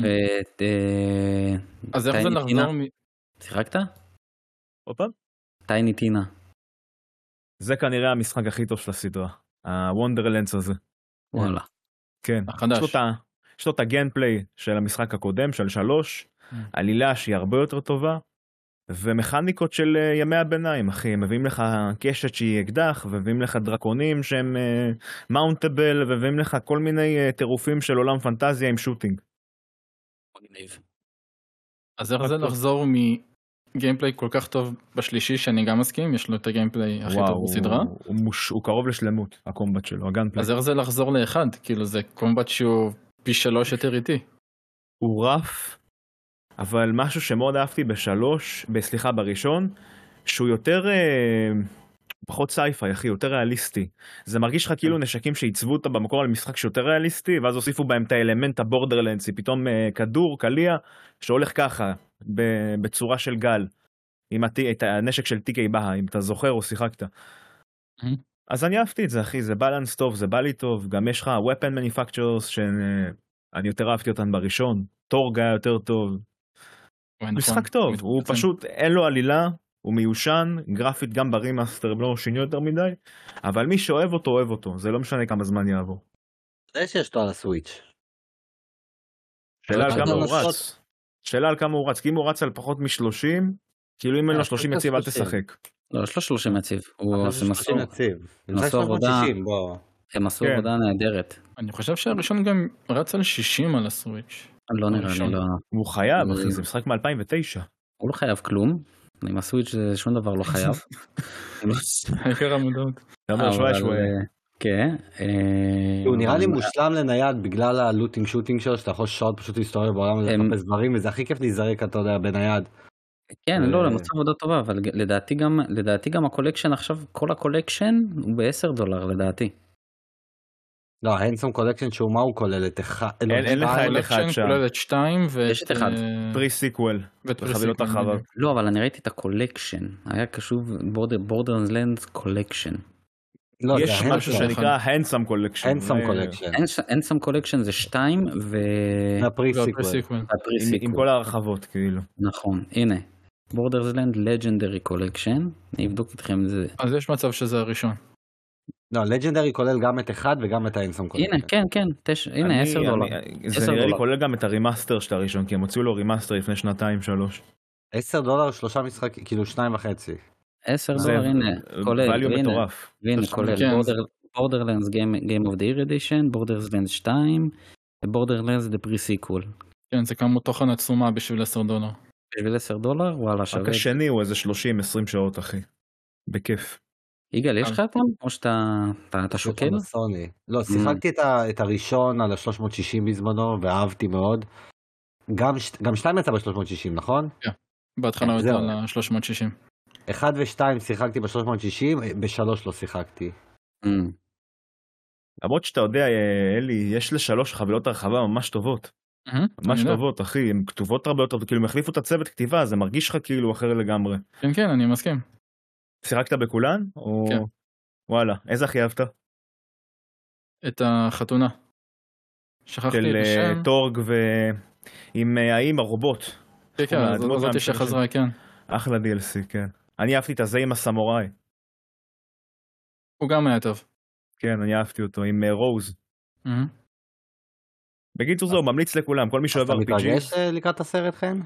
אז איך זה לחזור שיחקת? עוד פעם? טייני טינה. זה כנראה המשחק הכי טוב של הסדרה. הוונדרלנדס הזה. וואלה. כן. יש לו את הגיימפליי של המשחק הקודם, של 3, עלילה שהיא הרבה יותר טובה, ומכניקות של ימי הביניים, אחי. הם מביאים לך קשת שהיא אקדח, ומביאים לך דרקונים שהם מאונטבל, ומביאים לך כל מיני טירופים של עולם פנטזיה עם שוטינג. אז איך זה לחזור גיימפליי כל כך טוב בשלישי, שאני גם מסכים, יש לו את הגיימפליי הכי טוב בסדרה. הוא קרוב לשלמות, הקומבט שלו, הגיימפליי. אז איך זה לחזור לאחד? כאילו זה קומבט שהוא פי 3 יותר איטי. הוא רף, אבל משהו שמאוד אהבתי בראשון, שהוא יותר, פחות סייפיי, אחי, יותר ריאליסטי. זה מרגיש לך כאילו נשקים שעיצבו אותה במקור על משחק שיותר ריאליסטי, ואז הוסיפו בהם את האלמנט הבורדרלנדסי, פתאום כדור, קליע, שהולך ככה, בצורה של גל, עם את הנשק של טיקי בהה, אם אתה זוכר או שיחקת. אז אני אהבתי את זה, אחי, זה בלנס טוב, זה בא לי טוב, גם יש לך weapon manufacturers, שאני יותר אהבתי אותן בראשון, טורג היה יותר טוב. משחק טוב, הוא פשוט, אין לו עלילה, הוא מיושן, גרפית גם ברימאסטר, לא שינו יותר מדי, אבל מי שאוהב אותו, אוהב אותו, זה לא משנה כמה זמן יעבור. זה שיש לו על הסוויץ'. שאלה על כמה הוא רץ. שאלה על כמה הוא רץ, כי אם הוא רץ על פחות מ-30, כאילו אם אין לו 30 יציב, אל תשחק. לא, יש לו 30 יציב. הוא עשו עבודה נהדרת. אני חושב שהראשון גם רץ על 60 על הסוויץ'. לא נראה לי, לא. הוא חייב, אחי, זה משחק מ-2009. הוא לא חייב כלום. עם הסוויץ' זה שום דבר לא חייב. העיקר המודעות. כן. הוא נראה לי מושלם לנייד בגלל הלוטינג שוטינג שלו, שאתה יכול שעות פשוט להסתובב בעולם ולחפש דברים, וזה הכי כיף להיזרק, אתה יודע, בנייד. כן, לא, למצב עבודה טובה, אבל לדעתי גם הקולקשן עכשיו, כל הקולקשן הוא $10 לדעתי. לא, ההנסום קולקשן שהוא מה הוא כולל? את אחד. אין לך את אחד שם. כולל את 2 יש את אחד. פרי סיקוול. וחבילות הרחבה. לא, אבל אני ראיתי את הקולקשן. היה קשוב Borderlands קולקשן. יש משהו שנקרא הנסום קולקשן. הנסום קולקשן. הנסום קולקשן זה 2 הפרי סיקוול. עם כל ההרחבות כאילו. נכון, הנה. Borderlands Legendary קולקשן. אני אבדוק איתכם את זה. אז יש מצב שזה הראשון. לא, לג'נדרי כולל גם את אחד וגם את האינסום קולקשן. הנה, כן, הנה $10. זה נראה לי כולל גם את הרימאסטר של הראשון, כי הם הוציאו לו רימאסטר לפני 2-3. $10, 3 משחקים, כאילו 2.5. $10, הנה, כולל, והנה, כולל, Borderlands Game of the Year Edition, Borderlands 2, Borderlands The Pre-Sequel. כן, זה כמות תוכן עצומה בשביל $10. בשביל $10, וואלה, שווה. רק השני הוא איזה 30-20 שעות, אחי. בכיף. יגאל, יש לך אותם? או שאתה שוקל? לא, שיחקתי את הראשון על ה-360 בזמנו, ואהבתי מאוד. גם 2 יצא ב-360, נכון? כן, בהתחלה יצא על ה-360. 1 ו-2 שיחקתי ב-360, ב-3 לא שיחקתי. למרות שאתה יודע, אלי, יש ל3 חבילות הרחבה ממש טובות. ממש טובות, אחי, הן כתובות הרבה יותר, כאילו הם החליפו את הצוות כתיבה, זה מרגיש לך כאילו אחר לגמרי. כן, כן, אני מסכים. שיחקת בכולן? כן. וואלה, איזה הכי אהבת? את החתונה. שכחתי של טורג עם האם הרובוט. כן, כן, זאת שחזרה, כן. אחלה DLC, כן. אני אהבתי את הזה עם הסמוראי. הוא גם היה טוב. כן, אני אהבתי אותו, עם רוז. בקיצור זהו, ממליץ לכולם, כל מי שאוהב RPG. אתה מתרגש לקראת הסרט, חן?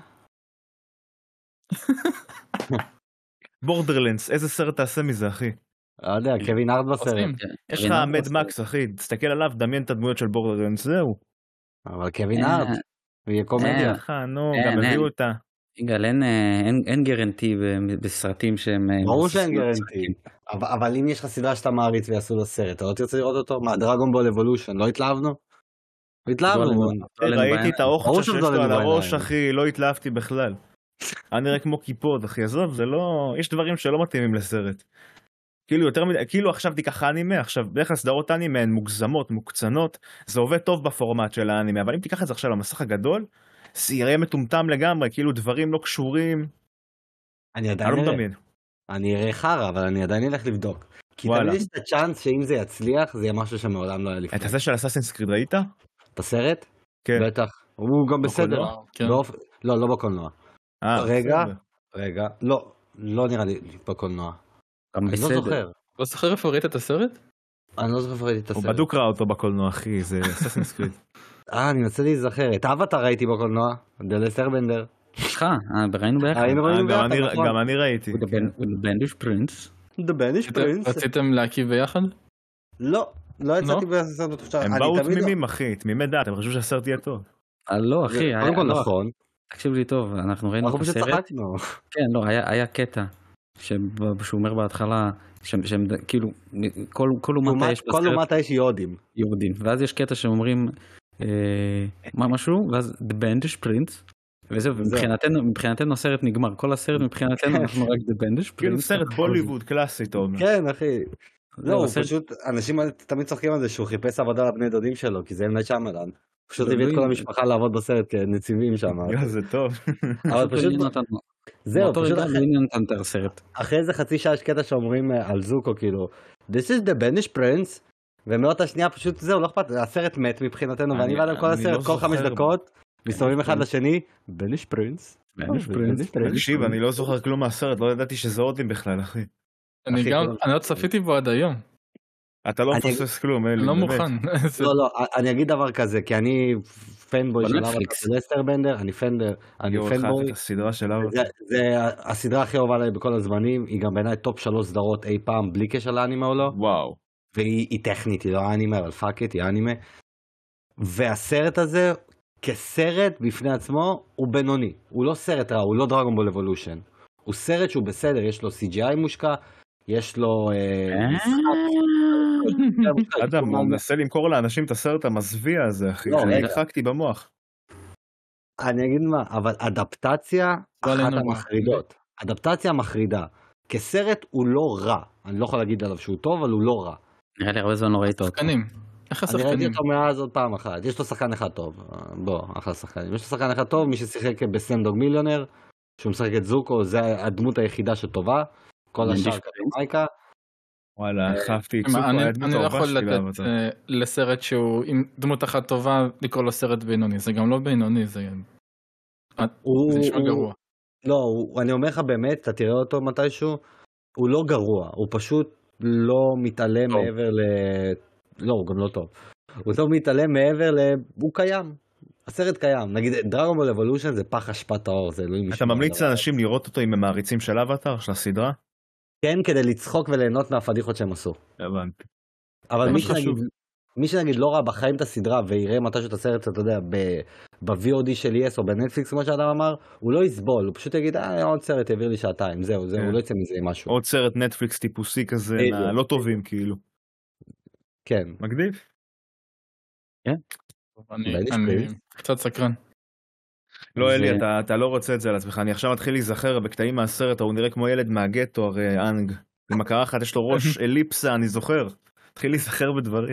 בורדרלנדס, איזה סרט תעשה מזה, אחי? לא יודע, קווין הארט בסרט. יש לך מד מקס, אחי, תסתכל עליו, דמיין את הדמויות של בורדרלנדס, זהו. אבל קווין הארט, הוא יהיה קומדיה. נו, גם הביאו אותה. יגאל, אין גרנטי בסרטים שהם... ברור שאין גרנטי. אבל אם יש לך סדרה שאתה מעריץ ויעשו לו סרט, אתה לא תרצה לראות אותו? מה, דרגון בול אבולושן, לא התלהבנו? התלהבנו. ראיתי את האוכל שיש לו על הראש, אחי, לא התלהבתי בכלל. אני נראה כמו קיפוד, אחי, עזוב, זה לא... יש דברים שלא מתאימים לסרט. כאילו יותר מדי, כאילו עכשיו תיקח אנימה, עכשיו בדרך כלל סדרות אנימה הן מוגזמות, מוקצנות, זה עובד טוב בפורמט של האנימה, אבל אם תיקח את זה עכשיו למסך הגדול, זה יראה מטומטם לגמרי, כאילו דברים לא קשורים. אני עדיין אני אראה חרא, אבל אני עדיין אלך לבדוק. כי תמיד יש את הצ'אנס שאם זה יצליח, זה יהיה משהו שמעולם לא היה לפני. את הזה של אסאסינס קריד ראית? את הסרט? כן. בטח. הוא גם בסדר. לא בקולנוע. רגע, לא נראה לי בקולנוע. אני לא זוכר. לא זוכר איפה ראית את הסרט? אני לא זוכר איפה ראיתי את הסרט. הוא בדוק ראה אותו בקולנוע, אחי, זה אסאסינס קריד. אני מנסה להיזכר. את אבטאר ראיתי בקולנוע, דלס ארבנדר. ראינו ביחד. גם אני ראיתי. The Bandish Prince. The Bandish Prince. רציתם להקיב ביחד? לא יצאתי בסרט בתחושה. הם באו תמימים, אחי, תמימי דעת, הם חושבים שהסרט יהיה טוב. לא, אחי. נכון. תקשיב לי טוב, אנחנו ראינו את הסרט. כן, לא, היה קטע. שהוא אומר בהתחלה שהם כאילו כל אומת האש יהודים, ואז יש קטע שאומרים משהו, ואז The Bandish Prince, וזהו, מבחינתנו הסרט נגמר, כל הסרט מבחינתנו אנחנו רק The Banished Prince. כאילו סרט בוליווד קלאסי, טוב. כן, אחי. לא, פשוט, אנשים תמיד צוחקים על זה שהוא חיפש עבודה לבני דודים שלו, כי זה M. Night Shyamalan. פשוט הביא את כל המשפחה לעבוד בסרט כנציבים שם. זה טוב. אבל פשוט, זהו, פשוט אחרי איזה חצי שעה יש קטע שאומרים על זוקו, כאילו, This is the Banished Prince, ומאות השנייה פשוט זהו, לא אכפת, הסרט מת מבחינתנו, ואני ועד כל הסרט, כל 5 דקות, מסתובבים אחד לשני, Banished Prince. תקשיב, אני לא זוכר כלום מהסרט, לא ידעתי שזה עוד לי בכלל, אחי. אני עוד צפיתי בו עד היום. אתה לא מפסס כלום, אלי. לא מוכן. לא, אני אגיד דבר כזה, כי אני פנבוי של לסטר בנדר, אני פנבוי. הסדרה של אבא. זה הסדרה הכי אוהבה עליי בכל הזמנים, היא גם בעיניי טופ 3 סדרות אי פעם, בלי קשר לאנימה או לא. וואו. והיא טכנית, היא לא אנימה, אבל פאק איט, היא אנימה. והסרט הזה, כסרט בפני עצמו, הוא בינוני. הוא לא סרט רע, הוא לא דרגון בול אבולושן. הוא סרט שהוא בסדר, יש לו CGI מושקע, יש לו אדם, הוא מנסה למכור לאנשים את הסרט המזוויע הזה, אחי, נדחקתי במוח. אני אגיד מה, אבל אדפטציה אחת המחרידות. אדפטציה מחרידה. כסרט הוא לא רע. אני לא יכול להגיד עליו שהוא טוב, אבל הוא לא רע. נראה לי הרבה זמן לא ראית אותו. איך השחקנים? אני ראיתי אותו מאז עוד פעם אחת. יש לו שחקן אחד טוב. בוא, אחלה שחקנים. יש לו שחקן אחד טוב, מי ששיחק בסלאמדוג מיליונר, שהוא משחק את זוקו, זה הדמות היחידה שטובה. כל השאר כדומייקה. וואלה, חפתי, צוקו היה דמות אני לא הרבה יכול שלי לתת לסרט שהוא עם דמות אחת טובה לקרוא לו סרט בינוני, זה גם לא בינוני, זה נשמע גרוע. לא, אני אומר לך באמת, אתה תראה אותו מתישהו, הוא לא גרוע, הוא פשוט לא מתעלם מעבר לא, הוא גם לא טוב. הוא לא מתעלם מעבר הוא קיים. הסרט קיים. נגיד, דרגון בול אבולושן זה פח אשפת האור, זה אלוהים. אתה ממליץ לאנשים לראות אותו עם המעריצים של אבטאר, של הסדרה? כן, כדי לצחוק וליהנות מהפדיחות שהם עשו. הבנתי. אבל מי שנגיד לא ראה בחיים את הסדרה ויראה מתישהו את הסרט, אתה יודע, ב-VOD של יס או בנטפליקס, כמו שאדם אמר, הוא לא יסבול, הוא פשוט יגיד, עוד סרט העביר לי שעתיים, זהו, הוא לא יצא מזה משהו. עוד סרט נטפליקס טיפוסי כזה, לא טובים כאילו. כן. מגניב? כן. אני קצת סקרן. לא אלי, אתה לא רוצה את זה על עצמך, אני עכשיו מתחיל להיזכר בקטעים מהסרט, הוא נראה כמו ילד מהגטו, הרי אנג, עם הכרה אחת יש לו ראש אליפסה, אני זוכר, התחיל להיזכר בדברים.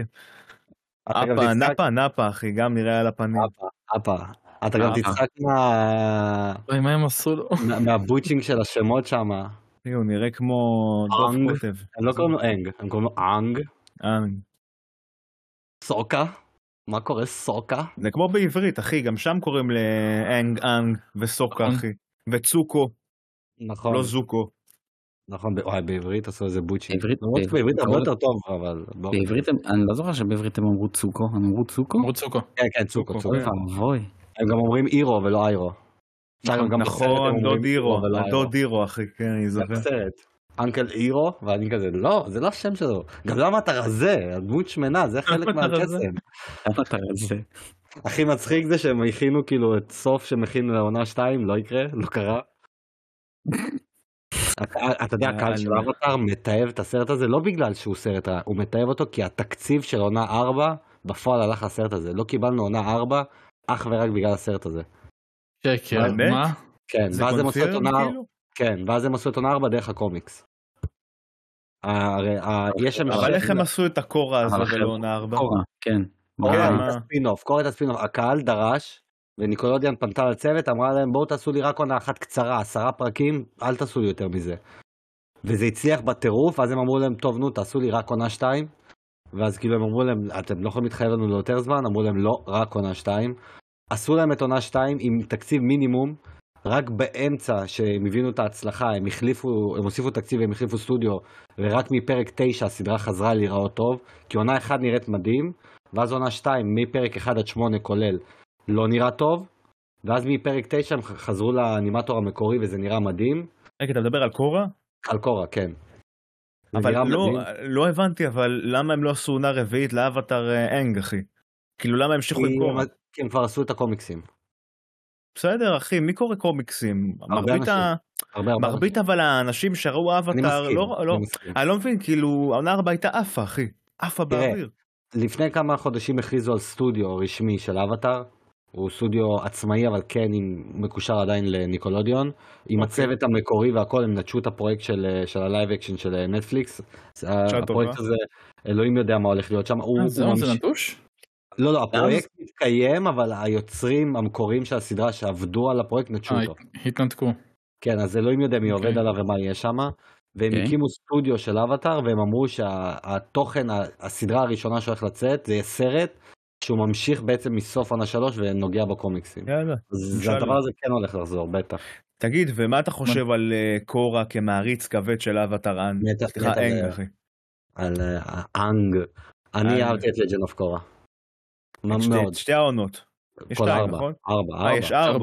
נאפה אחי, גם נראה על הפנים. אתה גם תצחק מה הם עשו לו? מהבוטשינג של השמות שם. הוא נראה כמו דוב קוטב. הם לא קוראים לו אנג, הם קוראים לו אנג. סוקה? מה קורה סוקה? זה כמו בעברית אחי, גם שם קוראים לאנג וסוקה אחי. וצוקו. נכון. לא זוקו. נכון, בעברית עשו איזה בוטשינג. בעברית הרבה יותר טוב, אבל... בעברית, אני לא זוכר שבעברית הם אמרו צוקו, הם אמרו צוקו? אמרו צוקו. כן, צוקו. אבוי. הם גם אומרים אירו ולא איירו. נכון, דוד אירו אחי, כן, אני זוכר. בסרט. אנקל אירו, ואני כזה, לא, זה לא השם שלו. גם למה אתה רזה? הדמות שמנה, זה חלק מהקסם. למה אתה רזה? הכי מצחיק זה שהם הכינו כאילו את סוף שמכין לעונה 2, לא יקרה, לא קרה. אתה יודע, הקהל של אבטאר מתאהב את הסרט הזה, לא בגלל שהוא סרט רע, הוא מתאהב אותו כי התקציב של עונה 4 בפועל הלך לסרט הזה. לא קיבלנו עונה 4 אך ורק בגלל הסרט הזה. שקר, מה? כן, ואז הם עשו את עונה 4. כן, ואז הם עשו את עונה 4 דרך הקומיקס. אבל איך הם עשו את הקורה הזה בעונה 4? כן. קורא את הספינוף. הקהל דרש, וניקולודיאן פנתה לצוות, אמרה להם בואו תעשו לי רק עונה אחת קצרה, 10 פרקים, אל תעשו לי יותר מזה. וזה הצליח בטירוף, אז הם אמרו להם טוב נו תעשו לי רק עונה 2, ואז כאילו הם אמרו להם אתם לא יכולים להתחייב לנו ליותר זמן, אמרו להם לא, רק עונה 2. עשו להם את עונה 2 עם תקציב מינימום, רק באמצע שהם הבינו את ההצלחה, הם הוסיפו תקציב והם החליפו סטודיו, ורק מפרק 9 הסדרה חזרה להיראות טוב, כי עונה 1 נראית מדהים, ואז עונה 2 מפרק 1 עד 8 כולל לא נראה טוב, ואז מפרק 9 הם חזרו לאנימטור המקורי וזה נראה מדהים. רגע, אתה מדבר על קורה? על קורה, כן. אבל לא הבנתי, אבל למה הם לא עשו עונה רביעית לאבטאר אנג, אחי? כאילו למה הם המשיכו עם קורה? כי הם כבר עשו את הקומיקסים. בסדר, אחי, מי קורא קומיקסים? מרבית אבל האנשים שראו אבטאר, אני לא מבין, כאילו, העונה 4 הייתה אפה, אחי. אפה באוויר. לפני כמה חודשים הכריזו על סטודיו רשמי של אבטאר, הוא סטודיו עצמאי, אבל כן מקושר עדיין לניקולודיון. עם הצוות המקורי והכל, הם נטשו את הפרויקט של הלייב אקשן של נטפליקס. הפרויקט הזה, אלוהים יודע מה הולך להיות שם. זה נטוש? לא, הפרויקט מתקיים, אבל היוצרים המקוריים של הסדרה שעבדו על הפרויקט נטשו אותו. התנתקו. כן, אז אלוהים יודע מי עובד עליו ומה יהיה שם. והם הקימו סטודיו של אבטאר, והם אמרו שהתוכן, הסדרה הראשונה שהולך לצאת, זה יהיה סרט, שהוא ממשיך בעצם מסוף עונה 3 ונוגע בקומיקסים. אז הדבר הזה כן הולך לחזור, בטח. תגיד, ומה אתה חושב על קורה כמעריץ כבד של אבטאר אנג? סליחה, אנג, אחי. על אנג. אני אהבתי את לג'נד אוף קורה. שתי העונות. יש 2, נכון? 4. יש 4,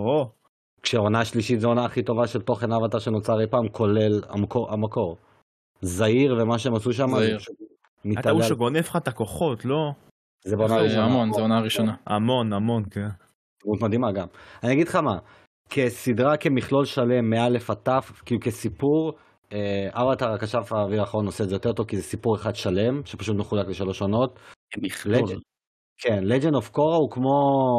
כשהעונה השלישית זו העונה הכי טובה של תוכן אבטאר שנוצר אי פעם, כולל המקור. זהיר ומה שהם עשו שם. אתה הוא שגונב לך את הכוחות, לא? זה בעונה הראשונה. המון, זה עונה הראשונה. המון, כן. דמות מדהימה גם. אני אגיד לך מה, כסדרה, כמכלול שלם, מאלף עד תף, כאילו כסיפור, אבטאר הכשף האוויר האחרון עושה את זה יותר טוב, כי זה סיפור אחד שלם, שפשוט מחולק ל3 עונות. מכלול. כן, Legend of Korra הוא כמו,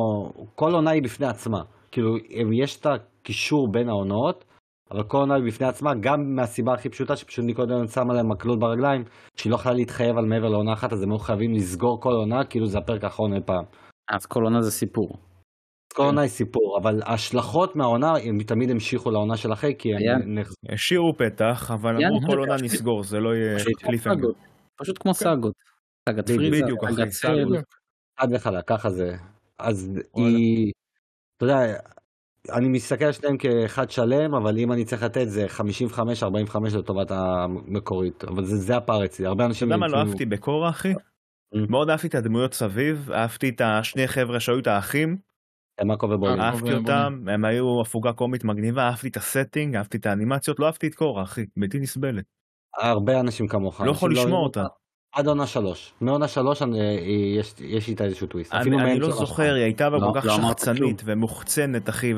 כל עונה היא בפני עצמה. כאילו, יש את הקישור בין העונות, אבל כל עונה היא בפני עצמה, גם מהסיבה הכי פשוטה, שפשוט ניקולודיון שמה להם מקלות ברגליים, שהיא לא יכולה להתחייב על מעבר לעונה אחת, אז הם חייבים לסגור כל עונה, כאילו זה הפרק האחרון אי פעם. אז כל עונה זה סיפור. כל עונה היא סיפור, אבל ההשלכות מהעונה, הם תמיד המשיכו לעונה של אחרי, כי הם השאירו פתח, אבל אמרו כל עונה נסגור, זה לא יהיה קליפהנגר. פשוט כמו סאגות. סאגת פריזה, סאגת צל. עד וחלה, ככה זה. אז היא, אתה יודע, אני מסתכל על שניהם כאחד שלם, אבל אם אני צריך לתת זה 55-45 לטובת המקורית, אבל זה הפער אצלי, הרבה אנשים... אתה יודע מה לא אהבתי בקורה, אחי? מאוד אהבתי את הדמויות סביב, אהבתי את השני חבר'ה שהיו את האחים, מאקו ובוני. אהבתי אותם, הם היו הפוגה קומית מגניבה, אהבתי את הסטינג, אהבתי את האנימציות, לא אהבתי את קורה, אחי, בלתי נסבלת. הרבה אנשים כמוך. לא יכול לשמוע אותה. עד עונה 3. מעונה 3 יש איתה איזשהו טוויסט. אני לא זוכר, היא הייתה כל כך שחצנית ומוחצנת, אחי,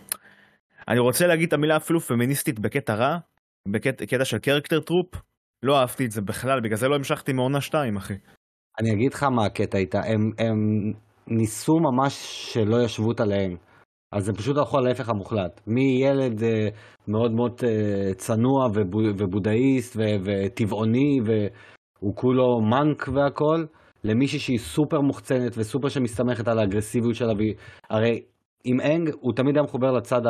אני רוצה להגיד את המילה אפילו פמיניסטית בקטע רע, בקטע של קרקטר טרופ, לא אהבתי את זה בכלל, בגלל זה לא המשכתי מעונה 2, אחי. אני אגיד לך מה הקטע איתה, הם ניסו ממש שלא ישוות עליהם, אז הם פשוט הלכו על ההפך המוחלט. מילד מאוד מאוד צנוע ובודהיסט וטבעוני הוא כולו מנק והכל, למישהי שהיא סופר מוחצנת וסופר שמסתמכת על האגרסיביות שלה. הרי עם אנג הוא תמיד היה מחובר לצד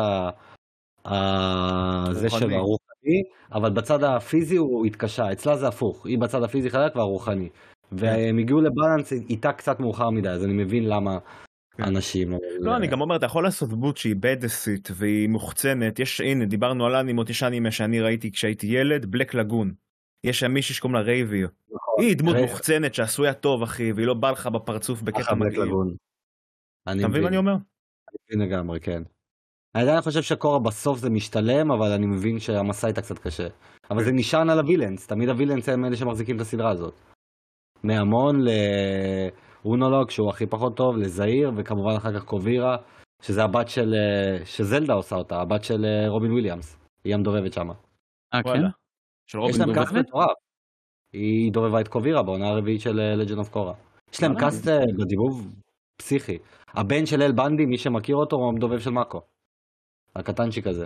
הזה של הרוחני, אבל בצד הפיזי הוא התקשה. אצלה זה הפוך, היא בצד הפיזי חלק והרוחני. והם הגיעו לבלנס איתה קצת מאוחר מדי, אז אני מבין למה אנשים... לא, אני גם אומר, אתה יכול לעשות דמות שהיא בדסית והיא מוחצנת. הנה, דיברנו על אנימות, יש אנימה שאני ראיתי כשהייתי ילד, בלק לגון. יש שם מישהי שקוראים לה רייביר. היא דמות מוחצנת שעשויה טוב, אחי, והיא לא בא לך בפרצוף בקטע מגעיל. אתה מבין מה אני אומר? אני מבין לגמרי, כן. אני עדיין חושב שקורה בסוף זה משתלם, אבל אני מבין שהמסע הייתה קצת קשה. אבל זה נשען על הווילנס, תמיד הווילנס הם אלה שמחזיקים את הסדרה הזאת. מהמון לאונולוג, שהוא הכי פחות טוב, לזהיר, וכמובן אחר כך קובירה, שזה הבת של... שזלדה עושה אותה, הבת של רובין וויליאמס. היא המדובבת שמה. כן? יש להם קאסט מטורף. היא דובבה את קובירה בעונה הרביעית של Legend of Korra. יש להם קאסט בדיבוב פסיכי. הבן של אל בנדי, מי שמכיר אותו, הוא המדובב של מאקו. הקטנצ'יק הזה.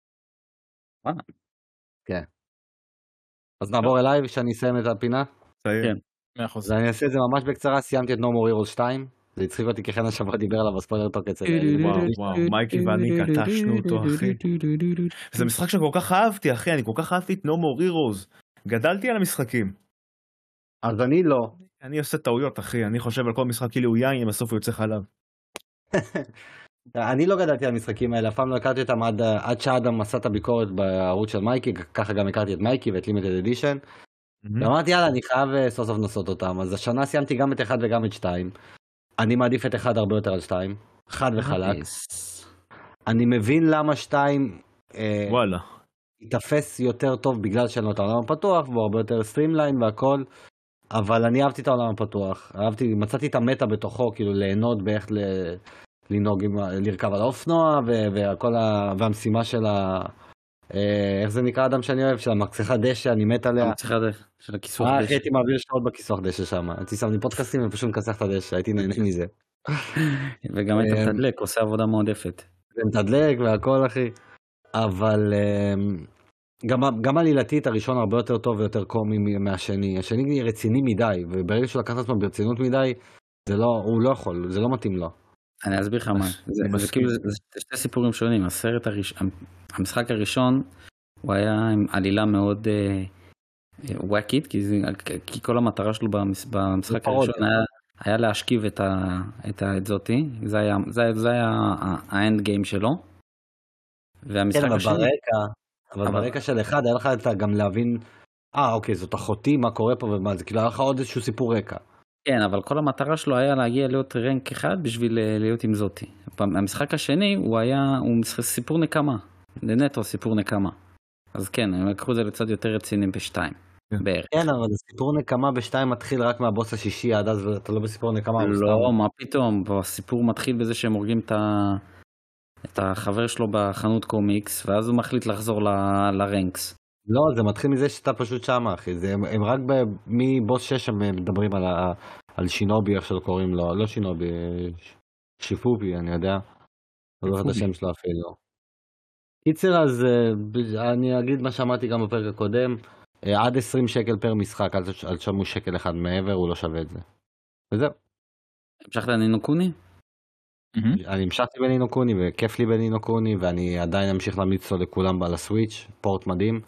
כן. אז נעבור אליי שאני אסיים את הפינה. כן. אז אני אעשה את זה ממש בקצרה. סיימתי את No More Heroes 2. זה הצחיק אותי ככן השבוע דיבר עליו בספוילר טוק אצל... וואו, מייקי ואני קטשנו אותו, אחי. זה משחק שכל כך אהבתי, אחי, אני כל כך אהבתי את No More Heroes. גדלתי על המשחקים. אז אני לא. אני עושה טעויות, אחי, אני חושב על כל משחק כאילו הוא יין, בסוף הוא יוצא חלב. אני לא גדלתי על המשחקים האלה, אף פעם לא הכרתי אותם עד שאדם עשה את הביקורת בערוץ של מייקי, ככה גם הכרתי את מייקי ואת לימיטד אדישן. ואמרתי יאללה, אני חייב סוף סוף לנסות אותם, אז השנה סיימתי גם את 1 וגם את 2. אני מעדיף את 1 הרבה יותר על 2, חד וחלק. אני מבין למה 2 וואלה יתפס יותר טוב בגלל שאין לו את העולם הפתוח, והוא הרבה יותר סטרימליין והכל, אבל אני אהבתי את העולם הפתוח, מצאתי את המטה בתוכו, כאילו ליהנות באיך לנהוג, לרכב על האופנוע, והמשימה של איך זה נקרא אדם שאני אוהב? של המקצחה דשא, אני מת עליה. המקצחה דשא, של הכיסוח דשא. הייתי מעביר שעות בכיסוח דשא שם. הייתי שם לי פודקאסטים ופשוט מקצח את הדשא, הייתי נהנה מזה. וגם את המתדלק, עושה עבודה מועדפת. זה מתדלק והכל, אחי. אבל גם עלילתית הראשון הרבה יותר טוב ויותר קומי מהשני. השני רציני מדי, וברגע שהוא לקח את עצמו ברצינות מדי, הוא לא יכול, זה לא מתאים לו. אני אסביר לך מה, זה כאילו, זה שתי סיפורים שונים. המשחק הראשון, הוא היה עם עלילה מאוד וואקית, כי כל המטרה שלו במשחק הראשון היה להשכיב את זאתי, זה היה האנד גיים שלו. כן, אבל ברקע של אחד היה לך גם להבין, אוקיי, זאת אחותי, מה קורה פה ומה זה, כאילו היה לך עוד איזשהו סיפור רקע. כן, אבל כל המטרה שלו היה להגיע להיות רנק אחד בשביל להיות עם זאתי. המשחק השני הוא סיפור נקמה, זה נטו סיפור נקמה. אז כן, הם לקחו את זה לצד יותר רציני בשתיים, בערך. כן, אבל סיפור נקמה בשתיים מתחיל רק מהבוס השישי, עד אז אתה לא בסיפור נקמה. לא, מה פתאום, הסיפור מתחיל בזה שהם הורגים את החבר שלו בחנות קומיקס, ואז הוא מחליט לחזור לרנקס. לא, זה מתחיל מזה שאתה פשוט שם, אחי. הם רק מבוס 6 הם מדברים על שינובי, איך שלא קוראים לו. לא שינובי, שיפובי, אני יודע. לא זוכר את השם שלו אפילו. קיצר, אז אני אגיד מה שאמרתי גם בפרק הקודם, עד 20 שקל פר משחק, אל תשלמו שקל אחד מעבר, הוא לא שווה את זה. וזהו. המשכת לנינו קוני? אני המשכתי בנינו קוני, וכיף לי בנינו קוני, ואני עדיין אמשיך להמליץ לו לכולם על הסוויץ', פורט מדהים.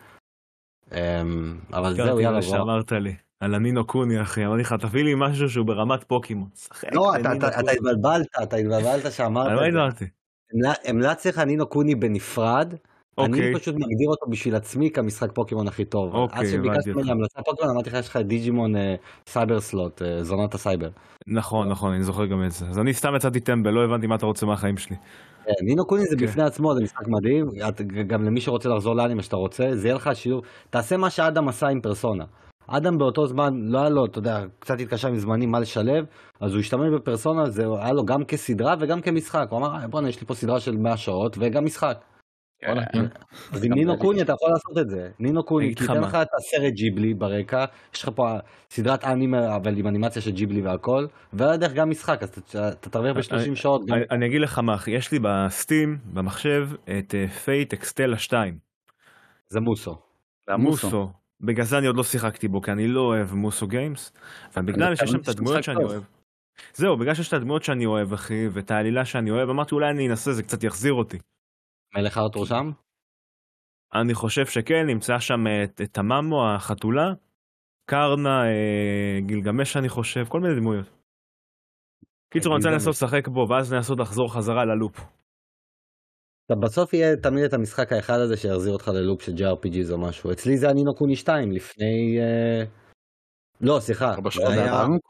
אבל זהו, יאללה. שאמרת לי, על הנינו קוני, אחי, אמרתי לך, תביא לי משהו שהוא ברמת פוקימון. לא, אתה התבלבלת שאמרת. על מה התבלבלתי? המלץ לך נינו קוני בנפרד, אני פשוט מגדיר אותו בשביל עצמי כמשחק פוקימון הכי טוב. אז שביקשתי ממני המלצה פוקימון, אמרתי לך, יש לך דיג'ימון סייבר סלוט, זונת הסייבר. נכון, אני זוכר גם את זה. אז אני סתם יצאתי טמבל, לא הבנתי מה אתה רוצה מהחיים שלי. נינו קוני זה בפני עצמו, זה משחק מדהים, גם למי שרוצה לחזור לאנימה שאתה רוצה, זה יהיה לך שיעור, תעשה מה שאדם עשה עם פרסונה. אדם באותו זמן לא היה לו, אתה יודע, קצת התקשה עם זמנים מה לשלב, אז הוא השתמש בפרסונה, זה היה לו גם כסדרה וגם כמשחק. הוא אמר, בוא'נה, יש לי פה סדרה של 100 שעות וגם משחק. אז עם נינו קוני אתה יכול לעשות את זה. נינו קוני, כי תן לך את הסרט ג'יבלי ברקע, יש לך פה סדרת אנימה, אבל עם אנימציה של ג'יבלי והכל, ועל הדרך גם משחק, אז אתה תרוויח ב-30 שעות. אני אגיד לך מה, אחי, יש לי בסטים, במחשב, את פייט אקסטלה 2. זה מוסו. מוסו. בגלל זה אני עוד לא שיחקתי בו, כי אני לא אוהב מוסו גיימס, ובגלל שיש שם את הדמויות שאני אוהב. זהו, בגלל שיש את הדמויות שאני אוהב, אחי, ואת העלילה שאני אוהב, אמרתי אולי אני אנסה, זה קצת יחזיר אותי. מלך ארתור שם? אני חושב שכן, נמצא שם את הממו, החתולה, קרנה, גילגמש אני חושב, כל מיני דמויות. קיצור, אני רוצה לנסות לשחק בו, ואז לנסות לחזור חזרה ללופ. בסוף יהיה תמיד את המשחק האחד הזה שיחזיר אותך ללופ של JRPGs או משהו. אצלי זה הנינו קוני 2 לפני... לא, סליחה. דרגון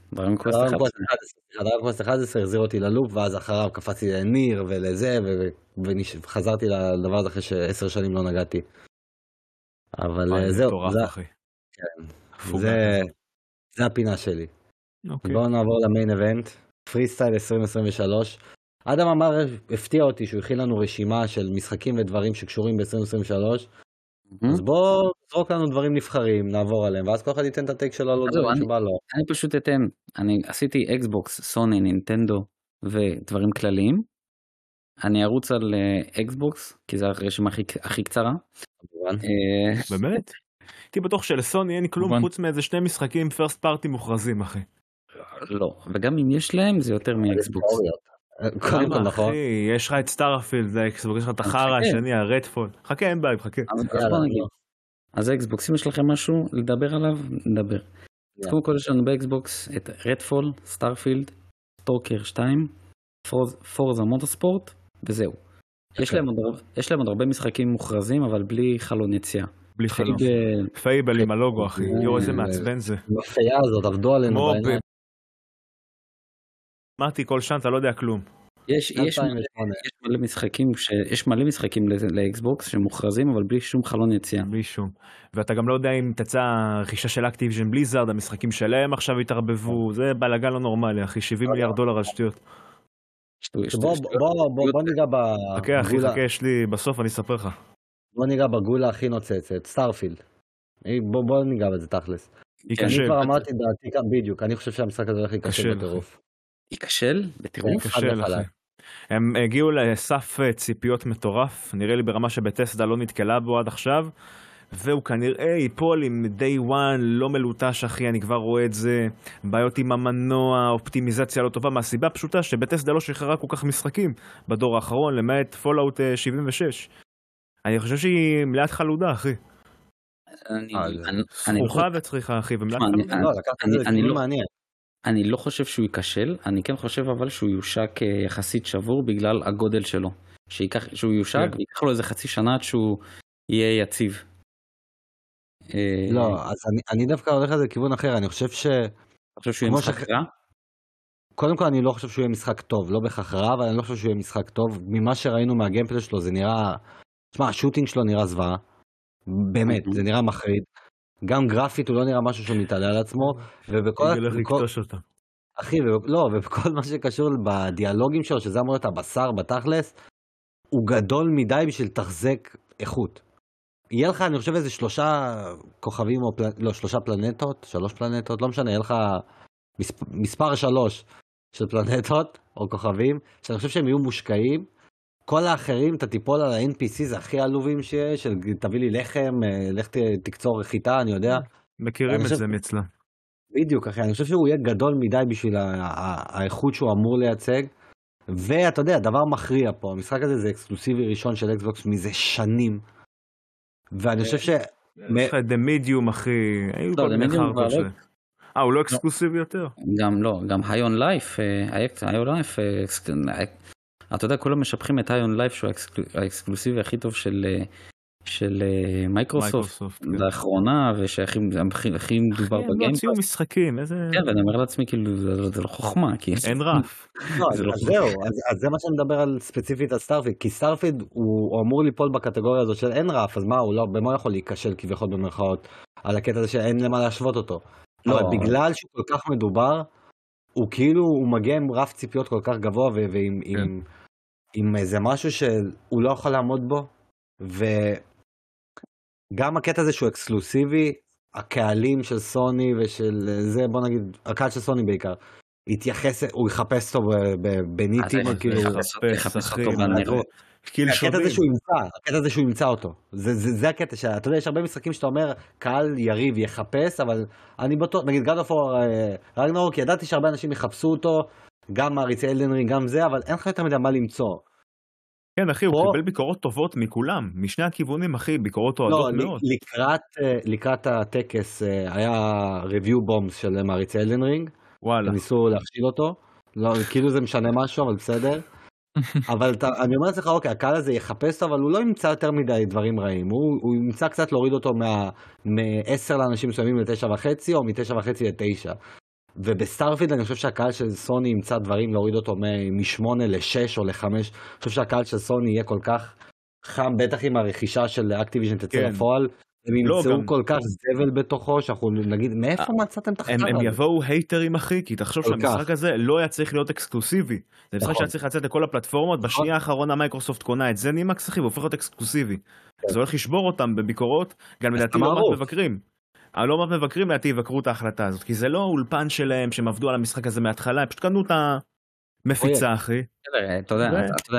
קווסט 11 החזיר אותי ללופ, ואז אחריו קפצתי לניר ולזה, וחזרתי לדבר הזה אחרי ש10 שנים לא נגעתי. אבל זהו. זה הפינה שלי. בואו נעבור למיין איבנט. פרי סטייל 2023. אדם אמר, הפתיע אותי שהוא הכין לנו רשימה של משחקים ודברים שקשורים ב-2023, אז בוא זרוק לנו דברים נבחרים, נעבור עליהם, ואז כל אחד ייתן את הטייק שלו על עוד דברים שבא לו. אני פשוט אתן, אני עשיתי אקסבוקס, סוני, נינטנדו ודברים כלליים, אני ארוץ על אקסבוקס, כי זו הרשימה הכי קצרה. באמת? הייתי בטוח שלסוני אין כלום חוץ מאיזה 2 משחקים פרסט פארטי מוכרזים, אחי. לא, וגם אם יש להם זה יותר מאקסבוקס. אחי, יש לך את סטארפילד, זה אקסבוקס, יש לך את החרה השני, הרדפול. חכה, אין בעיה, חכה. אז האקסבוקס, אם יש לכם משהו לדבר עליו, נדבר. אז קודם כל יש לנו באקסבוקס את רדפול, סטארפילד, סטוקר 2, פורזה מוטוספורט, וזהו. יש להם עוד הרבה משחקים מוכרזים, אבל בלי חלון יציאה. בלי חלון. פייבל עם הלוגו, אחי. יו, איזה מעצבן זה. מפתיעה הזאת, עבדו עלינו בעיניים. אמרתי כל שנה, אתה לא יודע כלום. יש מלא משחקים לאקסבוקס שמוכרזים, אבל בלי שום חלון יציאה. בלי שום. ואתה גם לא יודע אם תצא רכישה של אקטיביז'ן בליזארד, המשחקים שלהם עכשיו התערבבו, זה בלגן לא נורמלי, אחי, $70 מיליארד על שטויות. בוא ניגע בגולה. חכה, יש לי, בסוף אני אספר לך. בוא ניגע בגולה הכי נוצצת, סטארפילד. בוא ניגע בזה תכלס. היא קשה. אני כבר אמרתי דעתי כאן בדיוק, אני חושב שהמשחק הזה הולך להיקשה בטירוף. ייכשל בטירוף. ייכשל, אחי. הם הגיעו לסף ציפיות מטורף, נראה לי ברמה שבטסדה לא נתקלה בו עד עכשיו, והוא כנראה ייפול עם day one לא מלוטש, אחי, אני כבר רואה את זה, בעיות עם המנוע, אופטימיזציה לא טובה, מהסיבה פשוטה שבטסדה לא שחררה כל כך משחקים בדור האחרון, למעט פולאוט 76. אני חושב שהיא מלאת חלודה, אחי. סחוחה וצריכה, אחי, ומלאת חלודה. לא, לקחת את זה כאילו מעניין. אני לא חושב שהוא ייכשל, אני כן חושב אבל שהוא יושק יחסית שבור בגלל הגודל שלו. שהוא יושק ויקח לו איזה חצי שנה עד שהוא יהיה יציב. לא, אז אני דווקא הולך על זה לכיוון אחר, אני חושב אתה חושב שהוא יהיה משחק רע? קודם כל אני לא חושב שהוא יהיה משחק טוב, לא בהכרח רע, אבל אני לא חושב שהוא יהיה משחק טוב. ממה שראינו מהגיימפליי שלו זה נראה, תשמע, השוטינג שלו נראה זוועה, באמת, זה נראה מחריד. גם גרפית הוא לא נראה משהו שהוא מתעלה על עצמו, אחי, ובכל מה שקשור בדיאלוגים שלו, שזה אמור להיות הבשר בתכלס, הוא גדול מדי בשביל תחזק איכות. יהיה לך, אני חושב, איזה 3 כוכבים, לא, 3 פלנטות, 3 פלנטות, לא משנה, יהיה לך מספר 3 של פלנטות או כוכבים, שאני חושב שהם יהיו מושקעים. כל האחרים, אתה תיפול על ה-NPC, זה הכי עלובים שיש, של תביא לי לחם, לך תקצור חיטה, אני יודע. מכירים את זה מצלה. בדיוק, אחי, אני חושב שהוא יהיה גדול מדי בשביל האיכות שהוא אמור לייצג, ואתה יודע, דבר מכריע פה, המשחק הזה זה אקסקלוסיבי ראשון של אקסבוקס מזה שנים, ואני חושב ש... יש לך את המדיום, אחי, היו כל מיני חרטות שלהם. הוא לא אקסקלוסיבי יותר? גם לא, גם היון לייף, אתה יודע, כולם משפחים את היון לייף שהוא האקסקלוסיבי הכי טוב של מייקרוסופט לאחרונה, ושהכי מדובר בגיימפאס. הם הוציאו משחקים, איזה... כן, ואני אומר לעצמי, כאילו, זה לא חוכמה. אין רף. אז זהו, אז זה מה שאני מדבר על ספציפית על סטארפיד, כי סטארפיד הוא אמור ליפול בקטגוריה הזאת של אין רף, אז מה, הוא לא, במה יכול להיכשל כביכול במרכאות, על הקטע הזה שאין למה להשוות אותו. אבל בגלל שהוא כל כך מדובר, הוא כאילו, הוא מגיע עם רף ציפיות כל כך גבוה, ועם איזה משהו שהוא לא יכול לעמוד בו, וגם הקטע הזה שהוא אקסקלוסיבי, הקהלים של סוני ושל זה, בוא נגיד, הקהל של סוני בעיקר, הוא יחפש אותו בניטים, כאילו, יחפש אותו בנרות. הקטע הזה שהוא ימצא אותו, זה הקטע שאתה יודע, יש הרבה משחקים שאתה אומר, קהל יריב יחפש, אבל אני בטוח, נגיד God of War Ragnarok, ידעתי שהרבה אנשים יחפשו אותו, גם מעריצי אלדן רינג, גם זה, אבל אין לך יותר מדי מה למצוא. כן, אחי, הוא קיבל ביקורות טובות מכולם, משני הכיוונים, אחי, ביקורות אוהדות מאוד. לקראת הטקס היה ריוויו בומס של מעריצי אלדן רינג, ניסו להכשיל אותו, כאילו זה משנה משהו, אבל בסדר. אבל אני אומר לך, אוקיי, הקהל הזה יחפש, אבל הוא לא ימצא יותר מדי דברים רעים, הוא ימצא קצת להוריד אותו מ-10 לאנשים מסוימים ל-9.5, או מ-9.5 ל-9. ובסטארפילד אני חושב שהקהל של סוני ימצא דברים להוריד אותו מ-8 ל-6 או ל-5. אני חושב שהקהל של סוני יהיה כל כך חם, בטח עם הרכישה של אקטיביז'ן תצא לפועל, הם ימצאו כל כך זבל בתוכו, שאנחנו נגיד, מאיפה מצאתם את החזרה? הם יבואו הייטרים, אחי, כי תחשוב שהמשחק הזה לא היה צריך להיות אקסקלוסיבי. זה משחק שהיה צריך לצאת לכל הפלטפורמות, בשנייה האחרונה מייקרוסופט קונה את זה נימקס, אחי, והופך להיות אקסקלוסיבי. זה הולך לשבור אותם בביקורות, גם לדעתי לא מעט מבקרים. לא מעט מבקרים לדעתי יבקרו את ההחלטה הזאת, כי זה לא אולפן שלהם שהם עבדו על המשחק הזה מההתחלה, הם פשוט קנו את המפיצה, אחי. אתה יודע,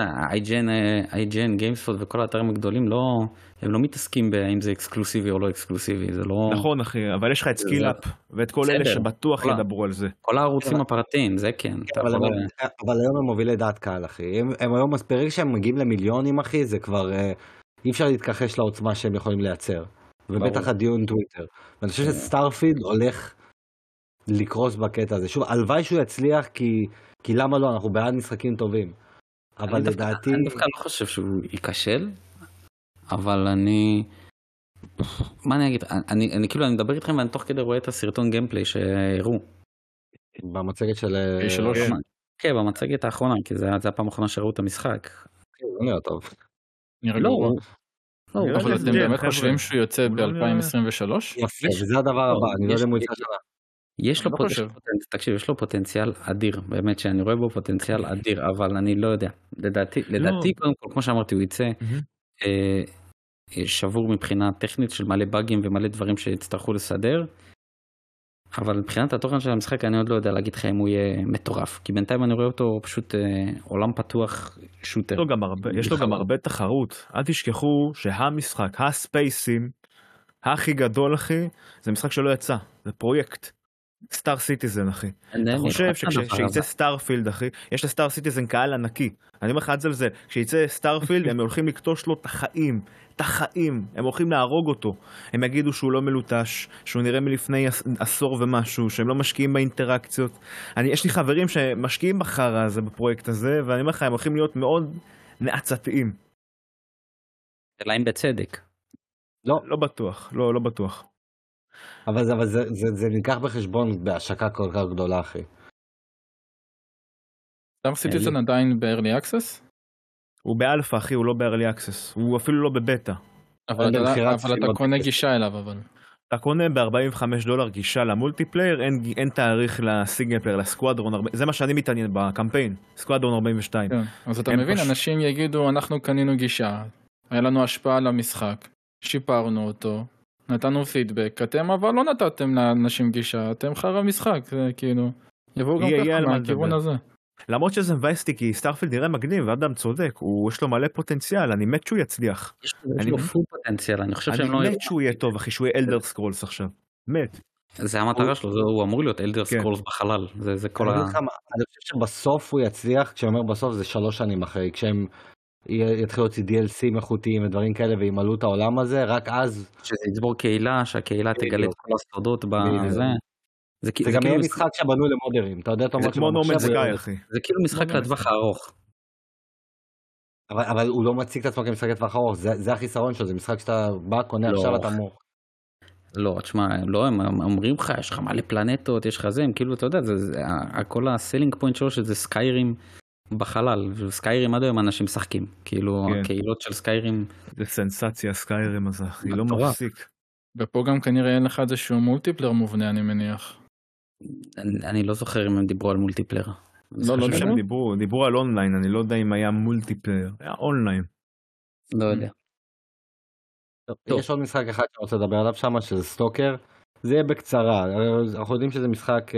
IGN, GameSpot וכל האתרים הגדולים, הם לא מתעסקים באם זה אקסקלוסיבי או לא אקסקלוסיבי, זה לא... נכון, אחי, אבל יש לך את סקילאפ, ואת כל אלה שבטוח ידברו על זה. כל הערוצים הפרטיים, זה כן. אבל היום הם מובילי דעת קהל, אחי. הם היום מספירים שהם מגיעים למיליונים, אחי, זה כבר אי אפשר להתכחש לעוצמה שהם יכולים לייצר. ובטח הדיון טוויטר. ואני חושב שסטארפילד הולך לקרוס בקטע הזה. שוב, הלוואי שהוא יצליח, כי למה לא? אנחנו בעד משחקים טובים. אבל לדעתי... אני דווקא לא חושב שהוא ייכשל, אבל מה אני אגיד? אני מדבר איתכם ואני תוך כדי רואה את הסרטון גיימפליי שהראו. במצגת של... כן, במצגת האחרונה, כי זה הפעם האחרונה שראו את המשחק. לא נראה טוב. נראה גרוע. אבל אתם באמת חושבים שהוא יוצא ב-2023? יפה, וזה הדבר הבא, אני לא יודע אם הוא יצא שנה. יש לו פוטנציאל אדיר, באמת שאני רואה בו פוטנציאל אדיר, אבל אני לא יודע. לדעתי, קודם כל, כמו שאמרתי, הוא יצא שבור מבחינה טכנית של מלא באגים ומלא דברים שיצטרכו לסדר, אבל מבחינת התוכן של המשחק אני עוד לא יודע להגיד לך אם הוא יהיה מטורף, כי בינתיים אני רואה אותו פשוט עולם פתוח שוטר. יש לו גם הרבה תחרות, אל תשכחו שהמשחק, הספייסים, הכי גדול אחי, זה משחק שלא יצא, זה פרויקט. סטאר סיטיזן אחי. אתה חושב שכשיצא סטארפילד אחי, יש לסטאר סיטיזן קהל ענקי. אני אומר לך את זה, כשיצא סטארפילד הם הולכים לקטוש לו את החיים, הם הולכים להרוג אותו. הם יגידו שהוא לא מלוטש, שהוא נראה מלפני עשור ומשהו, שהם לא משקיעים באינטראקציות. יש לי חברים שמשקיעים בחרה הזה בפרויקט הזה, ואני אומר לך הם הולכים להיות מאוד נעצתיים. אלא אם בצדק. לא בטוח, לא בטוח. אבל זה ניקח בחשבון בהשקה כל כך גדולה, אחי. סטאר סיטיזן עדיין ב-early access? הוא באלפא, אחי, הוא לא ב-early access. הוא אפילו לא בבטא. אבל אתה קונה גישה אליו, אבל. אתה קונה $45 גישה למולטיפלייר, אין תאריך לסינגל פלייר, לסקואדרון, זה מה שאני מתעניין בקמפיין, סקואדרון 42. אז אתה מבין, אנשים יגידו, אנחנו קנינו גישה, היה לנו השפעה על המשחק, שיפרנו אותו, נתנו פידבק, אתם אבל לא נתתם לאנשים גישה, אתם חרא משחק, זה כאילו, יבואו גם ככה מהכיוון הזה. למרות שזה מבאס אותי, כי סטארפילד נראה מגניב, ואדם צודק, יש לו מלא פוטנציאל, אני מת שהוא יצליח. יש לו פול פוטנציאל, אני חושב שהם לא... אני מת שהוא יהיה טוב, אחי, שהוא יהיה אלדר סקרולס עכשיו. מת. זה המטרה שלו, הוא אמור להיות אלדר סקרולס בחלל, זה כל אני חושב שבסוף הוא יצליח, כשאומר בסוף זה 3 שנים אחרי, כשהם יתחילו להוציא DLC איכותיים ודברים כאלה וימלאו את העולם הזה, רק אז... שזה יצבור קהילה, שהקהילה תגלה את כל הסודות בזה. זה גם יהיה משחק שבנו למודרים, אתה יודע, זה כמו נורמן סקאי, אחי. זה כאילו משחק לטווח הארוך. אבל הוא לא מציג את עצמו כמשחק לטווח הארוך, זה החיסרון שלו, זה משחק שאתה בא, קונה עכשיו אתה מור. לא, תשמע, לא, הם אומרים לך, יש לך מלא פלנטות, יש לך זה, הם כאילו, אתה יודע, כל הסלינג פוינט שלו שזה סקיירים בחלל, וסקיירים עד היום אנשים משחקים, כאילו הקהילות של סקיירים. זה סנסציה סקיירים הזה, אחי, לא מפסיק. ופה גם כנראה אין לך איזשהו מולטיפלר מובנה, אני מניח. אני לא זוכר אם הם דיברו על מולטיפלר. לא דיברו על אונליין, אני לא יודע אם היה מולטיפלר, היה אונליין. לא יודע. יש עוד משחק אחד שאני רוצה לדבר עליו שם, שזה סטוקר. זה יהיה בקצרה, אנחנו יודעים שזה משחק...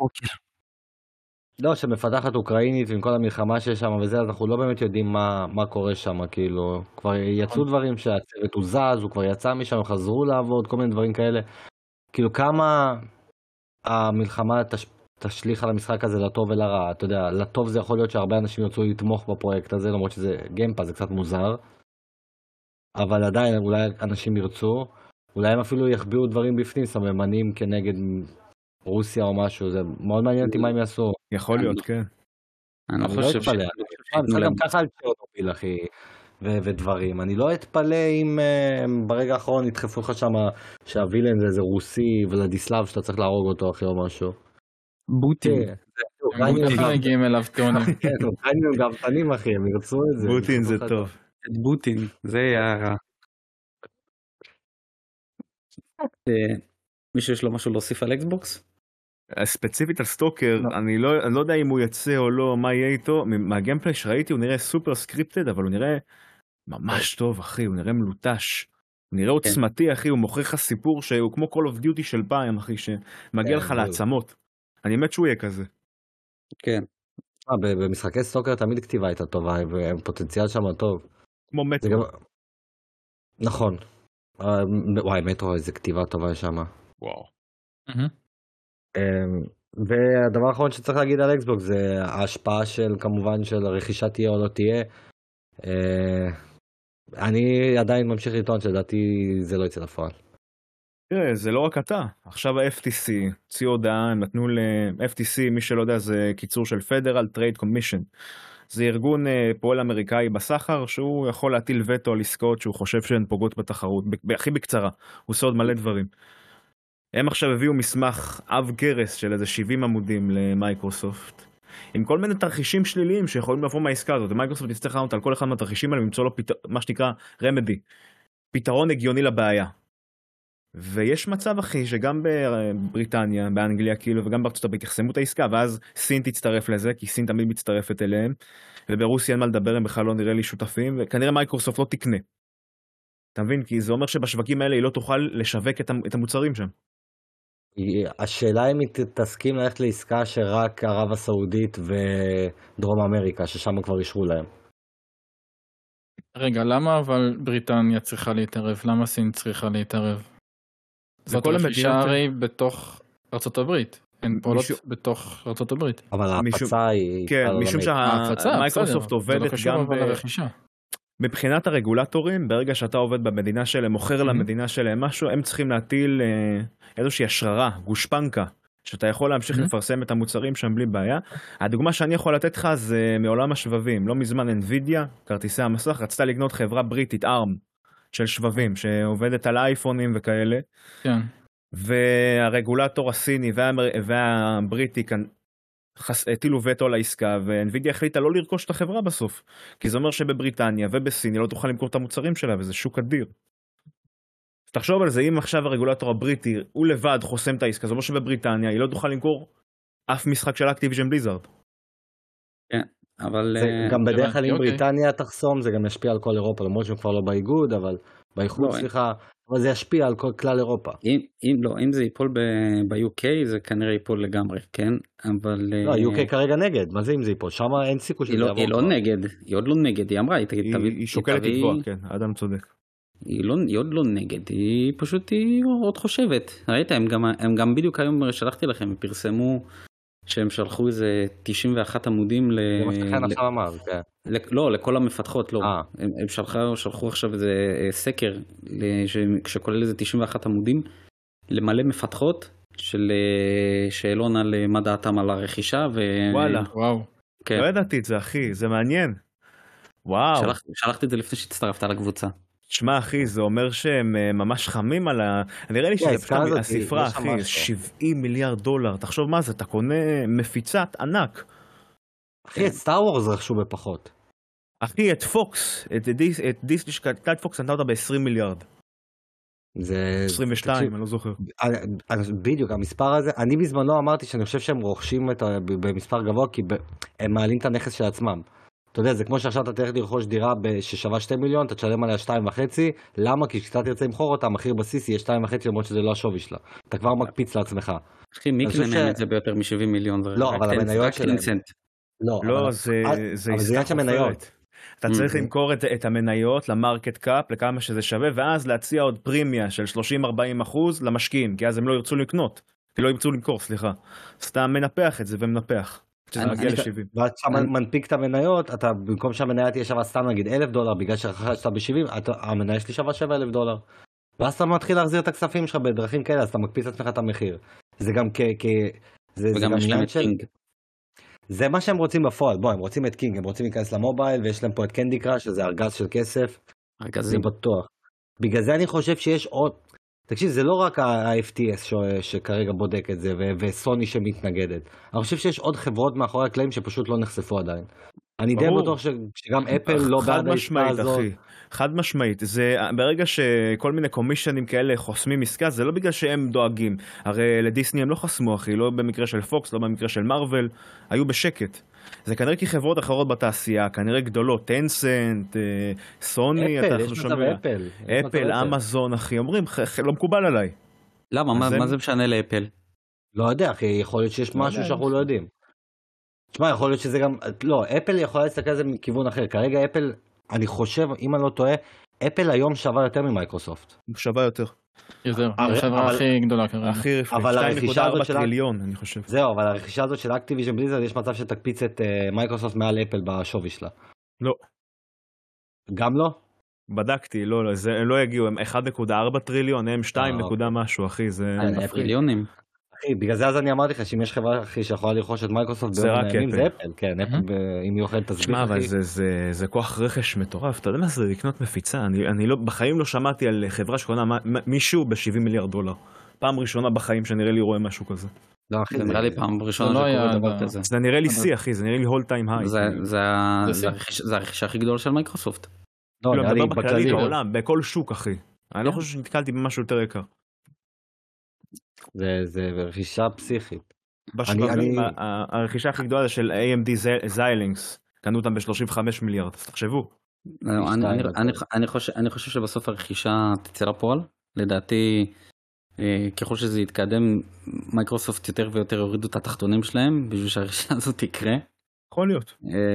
לא, שמפתחת אוקראינית ועם כל המלחמה שיש שם וזה, אז אנחנו לא באמת יודעים מה קורה שם, כאילו, כבר יצאו דברים שהצוות הוא זז, הוא כבר יצא משם, חזרו לעבוד, כל מיני דברים כאלה. כאילו, כמה המלחמה תשליך על המשחק הזה לטוב ולרע, אתה יודע, לטוב זה יכול להיות שהרבה אנשים ירצו לתמוך בפרויקט הזה, למרות שזה גיימפאס, זה קצת מוזר, אבל עדיין אולי אנשים ירצו, אולי הם אפילו יחביאו דברים בפנים, סממנים כנגד רוסיה או משהו, זה מאוד מעניין אותי מה הם יעשו. יכול להיות, כן. אני לא חושב ש... זה גם ככה על צ'רנוביל, אחי, ודברים. אני לא אתפלא אם ברגע האחרון ידחפו לך שם שהווילן זה איזה רוסי ולדיסלב שאתה צריך להרוג אותו, אחי, או משהו. בוטין. בוטין מגיעים אליו טונים. כן, אוקראינים גאוותנים, אחי, הם ירצו את זה. בוטין זה טוב. בוטין, זה היה... מישהו יש לו משהו להוסיף על אקסבוקס? ספציפית על סטוקר, אני לא יודע אם הוא יצא או לא, מה יהיה איתו. מהגיימפליי שראיתי הוא נראה סופר סקריפטד, אבל הוא נראה ממש טוב, אחי, הוא נראה מלוטש. הוא נראה עוצמתי, אחי, הוא מוכר לך סיפור שהוא כמו Call of Duty של פעם, אחי, שמגיע לך לעצמות. אני מת שהוא יהיה כזה. כן. במשחקי סטוקר תמיד כתיבה הייתה טובה, והפוטנציאל שם טוב. כמו מטרו. נכון. וואי, מטרו, איזה כתיבה טובה שם. וואו. והדבר האחרון שצריך להגיד על אקסבוקס זה ההשפעה של, כמובן, של רכישת תהיה או לא תהיה. אני עדיין ממשיך לטעון שלדעתי זה לא יצא לפועל. תראה, זה לא רק אתה. עכשיו ה-FTC הוציאו הודעה, הם נתנו ל-FTC, מי שלא יודע, זה קיצור של Federal Trade Commission. זה ארגון פועל אמריקאי בסחר, שהוא יכול להטיל וטו על עסקאות שהוא חושב שהן פוגעות בתחרות. הכי בקצרה, הוא עושה עוד מלא דברים. הם עכשיו הביאו מסמך אב גרס של איזה 70 עמודים למייקרוסופט, עם כל מיני תרחישים שליליים שיכולים לבוא מהעסקה הזאת. ומייקרוסופט יצטרך לענות על כל אחד מהתרחישים האלה, למצוא לו מה שנקרא רמדי, פתרון הגיוני לבעיה. ויש מצב, אחי, שגם בבריטניה, באנגליה כאילו, וגם בארצות הברית יחסמו את העסקה, ואז סין תצטרף לזה, כי סין תמיד מצטרפת אליהם, וברוסיה אין מה לדבר, הם בכלל לא נראה לי שותפים, וכנראה מייקרוסופט לא תקנה. אתה מבין? כי זה אומר שבשווקים האלה היא לא תוכל לשווק את המוצרים שם. השאלה אם היא תסכים ללכת לעסקה שרק ערב הסעודית ודרום אמריקה, ששם כבר אישרו להם. רגע, למה אבל בריטניה צריכה להתערב? למה סין צריכה להתערב? זאת רכישה הרי בתוך ארצות הברית. הן פועלות בתוך ארצות הברית. אבל ההפצה היא... כן, משום שהמייקרוסופט עובדת גם מבחינת הרגולטורים, ברגע שאתה עובד במדינה שלהם, מוכר למדינה שלהם משהו, הם צריכים להטיל איזושהי השררה, גושפנקה, שאתה יכול להמשיך לפרסם את המוצרים שם בלי בעיה. הדוגמה שאני יכול לתת לך זה מעולם השבבים. לא מזמן NVIDIA, כרטיסי המסך, רצתה לקנות חברה בריטית, ARM, של שבבים, שעובדת על אייפונים וכאלה. כן. והרגולטור הסיני והבריטי כאן הטילו וטו לעסקה, ואנווידיה החליטה לא לרכוש את החברה בסוף, כי זה אומר שבבריטניה ובסין היא לא תוכל למכור את המוצרים שלה, וזה שוק אדיר. תחשוב על זה, אם עכשיו הרגולטור הבריטי הוא לבד חוסם את העסקה, זה אומר שבבריטניה היא לא תוכל למכור אף משחק של אקטיביז'ן בליזארד. כן, אבל... גם בדרך כלל אם בריטניה תחסום, זה גם ישפיע על כל אירופה, למרות שהם כבר לא באיגוד, אבל באיחוד, סליחה, אבל זה ישפיע על כל כלל אירופה. אם זה ייפול ב-UK, זה כנראה ייפול לגמרי, כן? אבל... לא, UK כרגע נגד, מה זה אם זה ייפול? שם אין סיכוי שזה יעבור. היא לא נגד, היא עוד לא נגד, היא אמרה, היא שוקלת לתבוע, כן, אדם צודק. היא עוד לא נגד, היא פשוט עוד חושבת. ראית, הם גם בדיוק היום שלחתי לכם, פרסמו שהם שלחו איזה 91 עמודים זה מה שכן עכשיו אמר, כן. לא, לכל המפתחות, לא. הם שלחו עכשיו איזה סקר, שכולל איזה 91 עמודים, למלא מפתחות של שאלון על מה דעתם על הרכישה. וואלה, וואו. לא ידעתי את זה, אחי, זה מעניין. וואו. שלחתי את זה לפני שהצטרפת לקבוצה. תשמע, אחי, זה אומר שהם ממש חמים על ה... נראה לי שזה פשוט הספרה, אחי, 70 מיליארד דולר. תחשוב מה זה, אתה קונה מפיצת ענק. אחי, את סטאר וורס רכשו בפחות. אחי, את פוקס, את דיסני שקלטה את פוקס, נתנה אותה ב-20 מיליארד. זה... 22, אני לא זוכר. בדיוק, המספר הזה, אני בזמנו אמרתי שאני חושב שהם רוכשים במספר גבוה, כי הם מעלים את הנכס של עצמם. אתה יודע, זה כמו שעכשיו אתה תלך לרכוש דירה ששווה 2 מיליון, אתה תשלם עליה 2.5, למה? כי כשאתה תרצה למכור אותה, המחיר בסיס יהיה 2.5, למרות שזה לא השווי שלה. אתה כבר מקפיץ לעצמך. אחי, מי קנה את זה ביותר מ-70 מיליון? לא, אבל המניות שלהם. לא, זה עסקה חופרת. אתה צריך למכור את המניות למרקט קאפ, לכמה שזה שווה, ואז להציע עוד פרימיה של 30-40% למשקיעים, כי אז הם לא ירצו לקנות, כי לא ירצו למכור, סליחה. סתם מנפח את זה ומנפח. ואז שם מנפיק את המניות, אתה במקום שהמניה תהיה שווה סתם נגיד $1,000, בגלל שרכשת ב-70, המניה שלי שווה $7,000. ואז אתה מתחיל להחזיר את הכספים שלך בדרכים כאלה, אז אתה מקפיץ לעצמך את המחיר. זה גם וגם יש להם את קינג. זה מה שהם רוצים בפועל. בוא, הם רוצים את קינג, הם רוצים להיכנס למובייל, ויש להם פה את קנדי קראש, שזה ארגז של כסף. זה בטוח. בגלל זה אני חושב שיש עוד... תקשיב, זה לא רק ה-FTS שכרגע בודק את זה, וסוני שמתנגדת. אני חושב שיש עוד חברות מאחורי הקלעים שפשוט לא נחשפו עדיין. אני די בטוח שגם אפל לא בעד העסקה הזאת. חד משמעית, זה ברגע שכל מיני קומישנים כאלה חוסמים עסקה, זה לא בגלל שהם דואגים. הרי לדיסני הם לא חסמו, אחי, לא במקרה של פוקס, לא במקרה של מרוול, היו בשקט. זה כנראה כי חברות אחרות בתעשייה, כנראה גדולות, טנסנט, סוני, אפל, יש מצב אפל, אמזון, אחי, אומרים, לא מקובל עליי. למה? מה זה משנה לאפל? לא יודע, אחי, יכול להיות שיש משהו שאנחנו לא יודעים. תשמע, יכול להיות שזה גם, לא, אפל יכולה להסתכל על זה מכיוון אחר. כרגע אפל, אני חושב, אם אני לא טועה, אפל היום שווה יותר ממייקרוסופט. שווה יותר. יותר, החברה הכי גדולה כרגע. הכי רפואית, 2.4 טריליון, אני חושב. זהו, אבל הרכישה הזאת של אקטיביז'ן בליזארד, יש מצב שתקפיץ את מייקרוסופט מעל אפל בשווי שלה. לא. גם לא? בדקתי, לא, זה לא יגיעו, הם 1.4 טריליון, הם 2 נקודה משהו, אחי, זה... טריליונים. אחי, בגלל זה אז אני אמרתי לך שאם יש חברה אחי שיכולה לרכוש את מייקרוסופט זה רק אפל. זה אפל, כן, אפל, אם היא אוכלת תסביך. שמע, אבל זה כוח רכש מטורף, אתה יודע מה זה לקנות מפיצה, אני בחיים לא שמעתי על חברה שקונה מישהו ב-70 מיליארד דולר. פעם ראשונה בחיים שנראה לי רואה משהו כזה. לא, אחי, זה נראה לי פעם ראשונה שקורה דבר כזה. זה נראה לי שיא, אחי, זה נראה לי הול טיים היי. זה הרכישה הכי גדולה של מייקרוסופט. לא, נראה לי בכללי בעולם, בכל שוק, אחי. אני לא חושב שנתקלתי במשהו יותר יקר. זה רכישה פסיכית. הרכישה הכי גדולה של AMD זיילינגס, קנו אותם ב-35 מיליארד, אז תחשבו. אני חושב שבסוף הרכישה תצא לפועל, לדעתי ככל שזה יתקדם, מייקרוסופט יותר ויותר יורידו את התחתונים שלהם, בשביל שהרכישה הזאת תקרה. יכול להיות.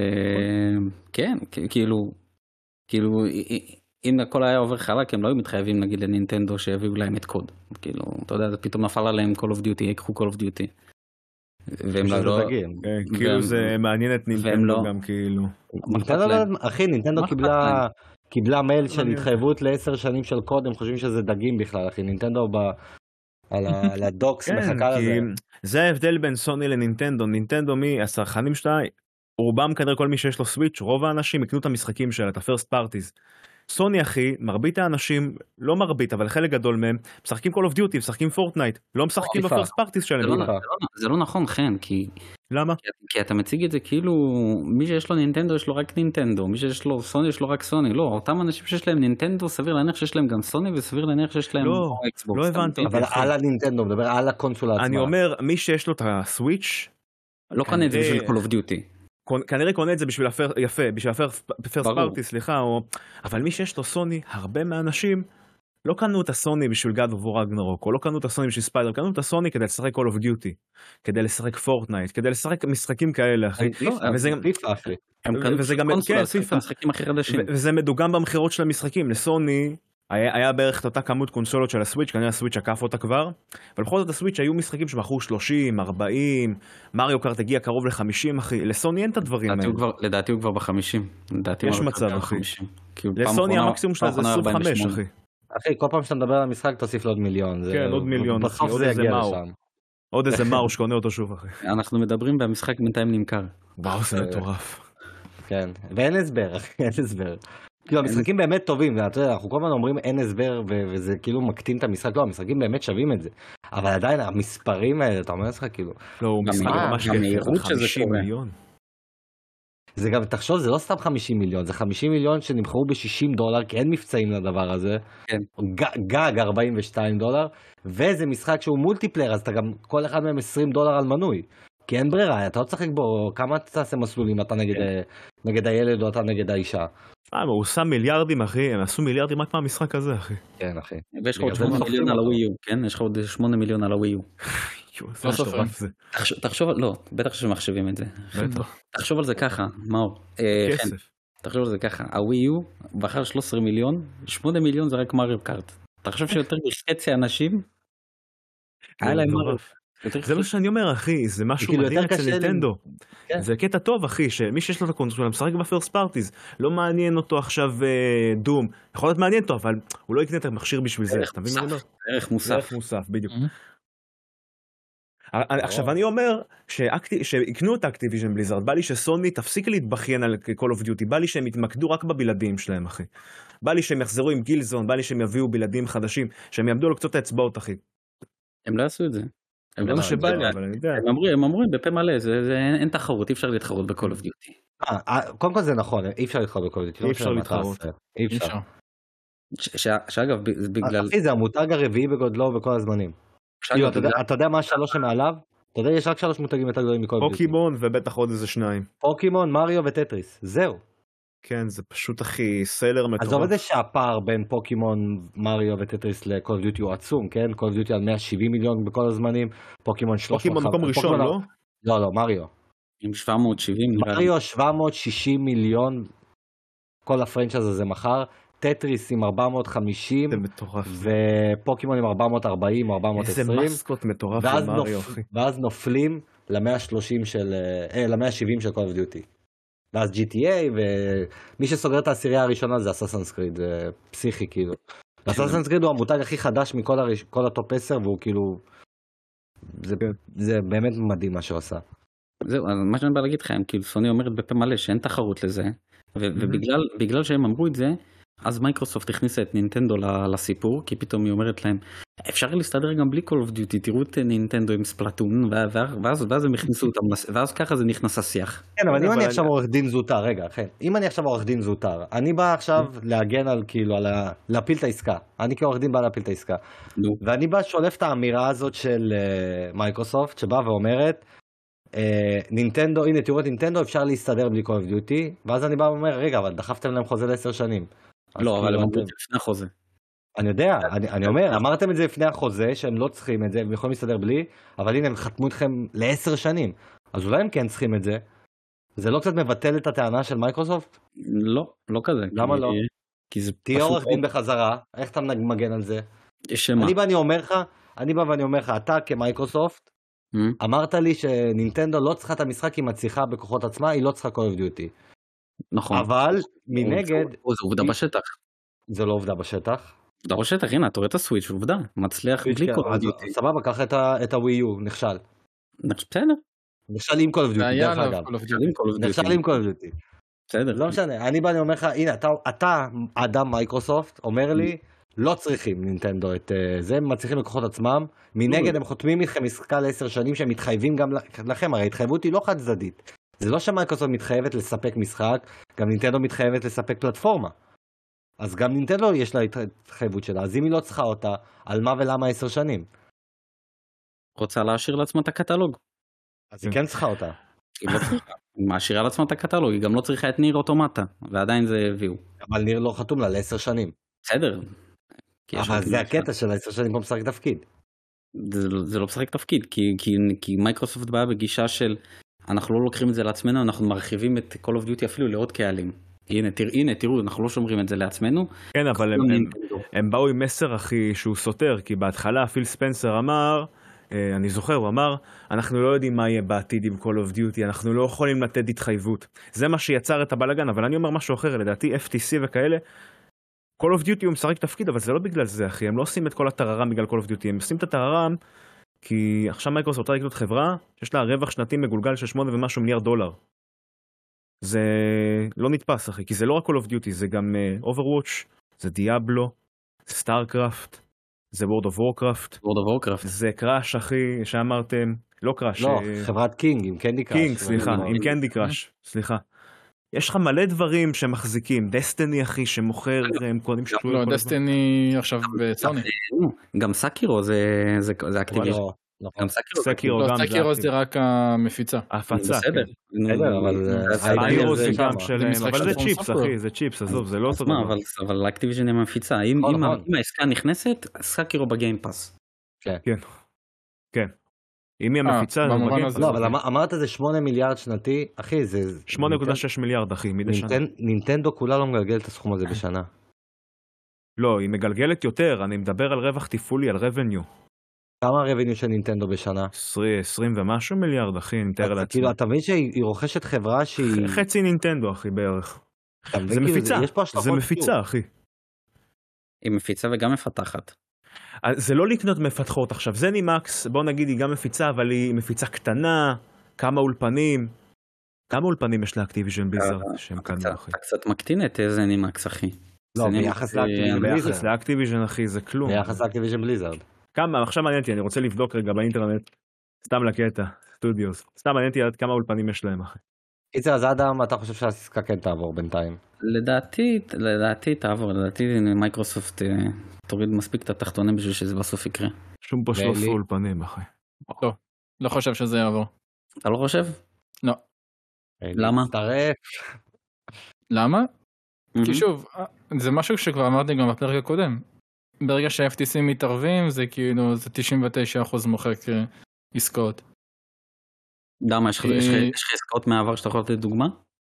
כן, כאילו, אם הכל היה עובר חלק, הם לא היו מתחייבים, נגיד, לנינטנדו שיביאו להם את קוד. כאילו, אתה יודע, פתאום נפל עליהם Call of Duty, יקחו Call of Duty. והם לא... כאילו זה מעניין את נינטנדו גם, כאילו. אחי, נינטנדו קיבלה מייל של התחייבות ל10 שנים של קוד, הם חושבים שזה דגים בכלל, אחי. נינטנדו על הדוקס מחכה לזה. זה ההבדל בין סוני לנינטנדו. נינטנדו מהצרכנים שלה, רובם כנראה כל מי שיש לו סוויץ', רוב האנשים יקנו את המשחקים שלה, את ה-first parties. סוני אחי, מרבית האנשים, לא מרבית, אבל חלק גדול מהם, משחקים Call of Duty, משחקים פורטנייט, לא משחקים ב-first parties שלהם. זה לא נכון, חן, כי... למה? כי אתה מציג את זה כאילו, מי שיש לו נינטנדו יש לו רק נינטנדו, מי שיש לו סוני יש לו רק סוני, לא, אותם אנשים שיש להם נינטנדו, סביר להניח שיש להם גם סוני, וסביר להניח שיש להם אקסבוקס. לא הבנתי. אבל על הנינטנדו, מדבר על הקונסולה עצמה. אני אומר, מי שיש לו את הסוויץ' לא קנה את זה בשביל Call of Duty. כנראה קונה את זה בשביל ה-first party, סליחה, אבל מי שיש לו סוני, הרבה מהאנשים לא קנו את הסוני בשביל God of War Ragnarok, או לא קנו את הסוני בשביל ספיידר, קנו את הסוני כדי לשחק Call of Duty, כדי לשחק פורטנייט, כדי לשחק משחקים כאלה, אחי. וזה גם פיפה, אחי. וזה גם משחקים הכי חדשים. וזה מדוגם במחירות של המשחקים. לסוני היה בערך את אותה כמות קונסולות של הסוויץ', כנראה הסוויץ' עקף אותה כבר, אבל בכל זאת הסוויץ' היו משחקים שמכרו 30, 40, מריו קארט הגיע קרוב ל-50, אחי. לסוני אין את הדברים האלה. לדעתי הוא כבר ב-50. יש מצב, אחי. לסוני המקסימום שלה זה 25, אחי. אחי, כל פעם שאתה מדבר על המשחק תוסיף לו עוד מיליון. כן, עוד מיליון. בסוף זה יגיע לשם. עוד איזה מאו שקונה אותו שוב, אחי. אנחנו מדברים והמשחק בינתיים נמכר. וואו, זה מטורף. כן, ואין הסבר, אחי, אין הסבר. כאילו, המשחקים באמת טובים, ואתה יודע, אנחנו כל הזמן אומרים אין הסבר, וזה כאילו מקטין את המשחק, לא, המשחקים באמת שווים את זה. אבל עדיין, המספרים האלה, אתה אומר לך, כאילו... לא, הוא משחק ממש כיף, 50 מיליון. זה גם, תחשוב, זה לא סתם 50 מיליון, זה 50 מיליון שנמכרו ב$60, כי אין מבצעים לדבר הזה. כן. גג $42, וזה משחק שהוא מולטיפלייר, אז אתה גם, כל אחד מהם $20 על מנוי. כי אין ברירה, אתה לא תשחק בו, כמה תעשה מסלולים, אתה נגד הילד או אתה נגד האישה. הוא שם מיליארדים, אחי, הם עשו מיליארדים רק מהמשחק הזה, אחי. כן, אחי. ויש לך עוד 8 מיליון על הווי יו, כן? יש לך עוד 8 מיליון על הווי יו. תחשוב, לא, בטח שמחשבים את זה. תחשוב על זה ככה, מאור. כסף. תחשוב על זה ככה, הווי יו בחר 13 מיליון, 8 מיליון זה רק מריו קארט. תחשוב שיותר מחצי אנשים, היה להם מריו. זה מה שאני אומר, אחי, זה משהו מדהים אצל נינטנדו. זה קטע טוב, אחי, שמי שיש לו את הקונסולה משחק בפרסט פארטיז, לא מעניין אותו עכשיו דום, יכול להיות מעניין אותו, אבל הוא לא יקנה את המכשיר בשביל זה. ערך מוסף. ערך מוסף, בדיוק. עכשיו אני אומר שיקנו את אקטיביז'ן בליזארד, בא לי שסוני תפסיק להתבכיין על Call of Duty, בא לי שהם יתמקדו רק בבלעדים שלהם, אחי. בא לי שהם יחזרו עם גילזון, בא לי שהם יביאו בלעדים חדשים, שהם יעמדו לו קצת האצבעות, אחי. הם לא עשו את זה. זה מה שבא לי, אבל אני יודע. הם אמרו בפה מלא, אין תחרות, אי אפשר להתחרות ב-Call of Duty. קודם כל זה נכון, אי אפשר להתחרות ב-Call of Duty. אי אפשר להתחרות. אי אפשר. שאגב, בגלל... אחי, זה המותג הרביעי בגודלו בכל הזמנים. אתה יודע מה השלוש שמעליו? אתה יודע, יש רק 3 מותגים יותר גדולים מכל... פוקימון ובטח עוד איזה 2. פוקימון, מריו וטטריס, זהו. כן, זה פשוט הכי סלר מטורף. עזוב את זה שהפער בין פוקימון, מריו וטטריס ל-Call of Duty הוא עצום, כן? Call of Duty על 170 מיליון בכל הזמנים, פוקימון 300... פוקימון מקום ראשון, לא? לא, מריו. עם 770 מיליון. מריו 760 מיליון, כל הפרנצ'ייז הזה מחר. טטריס עם 450, זה מטורף. ופוקימון עם 440 או 420. איזה מסקוט מטורף למריו, אחי. ואז נופלים ל-170 של Call of Duty. ואז GTA, ומי שסוגר את העשירייה הראשונה זה אסאסינס קריד, זה פסיכי כאילו. אסאסינס קריד הוא המותג הכי חדש מכל הטופ 10, והוא כאילו, זה באמת מדהים מה שהוא עשה. זהו, מה שאני בא להגיד לכם, כאילו סוני אומרת בפה מלא שאין תחרות לזה, ובגלל שהם אמרו את זה, אז מייקרוסופט הכניסה את נינטנדו לסיפור, כי פתאום היא אומרת להם, אפשר להסתדר גם בלי Call of Duty, תראו את נינטנדו עם ספלטון, ואז הם הכניסו אותם, ואז ככה זה נכנס השיח. כן, אבל אם אני עכשיו עורך דין זוטר, רגע, אם אני עכשיו עורך דין זוטר, אני בא עכשיו להגן על כאילו, להפיל את העסקה. אני כעורך דין בא להפיל את העסקה. ואני בא שולף את האמירה הזאת של מייקרוסופט, שבאה ואומרת, נינטנדו, הנה תראו את נינטנדו, אפשר להסתדר בלי Call of Duty, ואז אני בא ואומר, רגע, אבל דחפתם להם חוזה ל10 שנים. לא, אבל הם אמרו את זה לפני החוזה. אני יודע, אני אומר, אמרתם את זה לפני החוזה, שהם לא צריכים את זה, הם יכולים להסתדר בלי, אבל הנה הם חתמו אתכם ל10 שנים, אז אולי הם כן צריכים את זה. זה לא קצת מבטל את הטענה של מייקרוסופט? לא כזה. למה לא? כי זה תהיה עורך דין בחזרה, איך אתה מגן על זה? אני בא ואני אומר לך, אתה כמייקרוסופט, אמרת לי שנינטנדו לא צריכה את המשחק עם מצליחה בכוחות עצמה, היא לא צריכה Call of Duty. נכון. אבל מנגד... זה עובדה בשטח. זה לא עובדה בשטח. עובדה בשטח, הנה, אתה רואה את הסוויץ' עובדה. מצליח בלי Call of Duty. סבבה, קח את הווי יו, נכשל. בסדר. נכשל עם Call of Duty, דרך אגב. נכשל עם Call of Duty. בסדר. לא משנה, אני בא אני אומר לך, הנה, אתה אדם מייקרוסופט, אומר לי, לא צריכים נינטנדו את זה, הם מצליחים בכוחות עצמם, מנגד הם חותמים איתכם עסקה ל10 שנים שהם מתחייבים גם לכם, הרי ההתחייבות היא לא חד צדדית, זה לא שמייקרוסופט מתחייבת לספק משחק, גם נינטנדו מתחייבת לספק פלטפורמה, אז גם נינטנדו יש לה התחייבות שלה, אז אם היא לא צריכה אותה, על מה ולמה 10 שנים? רוצה להשאיר לעצמה את הקטלוג. אז היא כן צריכה אותה. היא לא צריכה, היא מעשירה לעצמה את הקטלוג, היא גם לא צריכה את ניר אוטומטה, ועדיין זה הביאו. אבל ניר לא חתום לה ל10 שנים. בסדר. אבל זה הקטע של 10 שנים פה משחק תפקיד. זה לא משחק תפקיד, כי מייקרוסופט באה בגישה של אנחנו לא לוקחים את זה לעצמנו, אנחנו מרחיבים את Call of Duty אפילו לעוד קהלים. הנה, תראו, אנחנו לא שומרים את זה לעצמנו. כן, אבל הם באו עם מסר הכי שהוא סותר, כי בהתחלה פיל ספנסר אמר, אני זוכר, הוא אמר, אנחנו לא יודעים מה יהיה בעתיד עם Call of Duty, אנחנו לא יכולים לתת התחייבות. זה מה שיצר את הבלגן, אבל אני אומר משהו אחר, לדעתי FTC וכאלה, Call of Duty הוא משחק תפקיד, אבל זה לא בגלל זה, אחי. הם לא עושים את כל הטררם בגלל Call of Duty, הם עושים את הטררם כי עכשיו מייקרוסופט רוצה לקנות חברה שיש לה רווח שנתי מגולגל של 8 ומשהו מיליארד דולר. זה לא נתפס, אחי, כי זה לא רק Call of Duty, זה גם Overwatch, זה Diablo, זה StarCraft, זה World of Warcraft. זה קראש, אחי, שאמרתם, לא קראש. לא, חברת קינג, עם קנדי קראש. קינג, סליחה, עם קנדי קראש, סליחה. יש לך מלא דברים שמחזיקים, דסטיני אחי שמוכר, הם קודם שטויים. לא, דסטיני עכשיו בצוני. גם סאקירו זה אקטיביז'ן. גם סאקירו זה רק המפיצה. ההפצה. בסדר. סאקירו זה גם שלהם, אבל זה צ'יפס אחי, זה צ'יפס, עזוב, זה לא אותו דבר. אבל אקטיביז'ן הם המפיצה, אם העסקה נכנסת, סאקירו בגיימפאס. כן. אם היא המפיצה, לא, אבל אמרת זה 8 מיליארד שנתי, אחי, זה 8.6 מיליארד, אחי, מדי שנה. נינטנדו כולה לא מגלגלת את הסכום הזה בשנה. לא, היא מגלגלת יותר, אני מדבר על רווח תפעולי, על רבניו. כמה הרבניו של נינטנדו בשנה? 20 ומשהו מיליארד, אחי, אני מתאר לעצמי. כאילו, אתה מבין שהיא רוכשת חברה שהיא... חצי נינטנדו, אחי, בערך. זה מפיצה, זה מפיצה, אחי. היא מפיצה וגם מפתחת. זה לא לקנות מפתחות עכשיו, זה נימקס, בוא נגיד היא גם מפיצה, אבל היא מפיצה קטנה, כמה אולפנים יש לאקטיביז'ן בליזרד שהם קנו, אחי. אתה קצת מקטין את איזה נימקס, אחי. לא, ביחס לאקטיביז'ן, אחי, זה כלום. ביחס לאקטיביז'ן בליזרד. כמה, עכשיו מעניין אותי, אני רוצה לבדוק רגע באינטרנט, סתם לקטע, סטודיוס, סתם מעניין אותי עד כמה אולפנים יש להם, אחי. איצר, אז אדם, אתה חושב שהעסקה כן תעבור בינתיים? לדעתי תעבור, לדעתי מייקרוסופט תוריד מספיק את התחתונים בשביל שזה בסוף יקרה. שום פה 13 אולפנים, אחי. לא חושב שזה יעבור. אתה לא חושב? לא. למה? למה? כי שוב, זה משהו שכבר אמרתי גם בפרק הקודם. ברגע שה-FTC מתערבים, זה כאילו, זה 99% מוחק עסקאות. למה? יש לך עסקאות מהעבר שאתה יכול לתת דוגמה?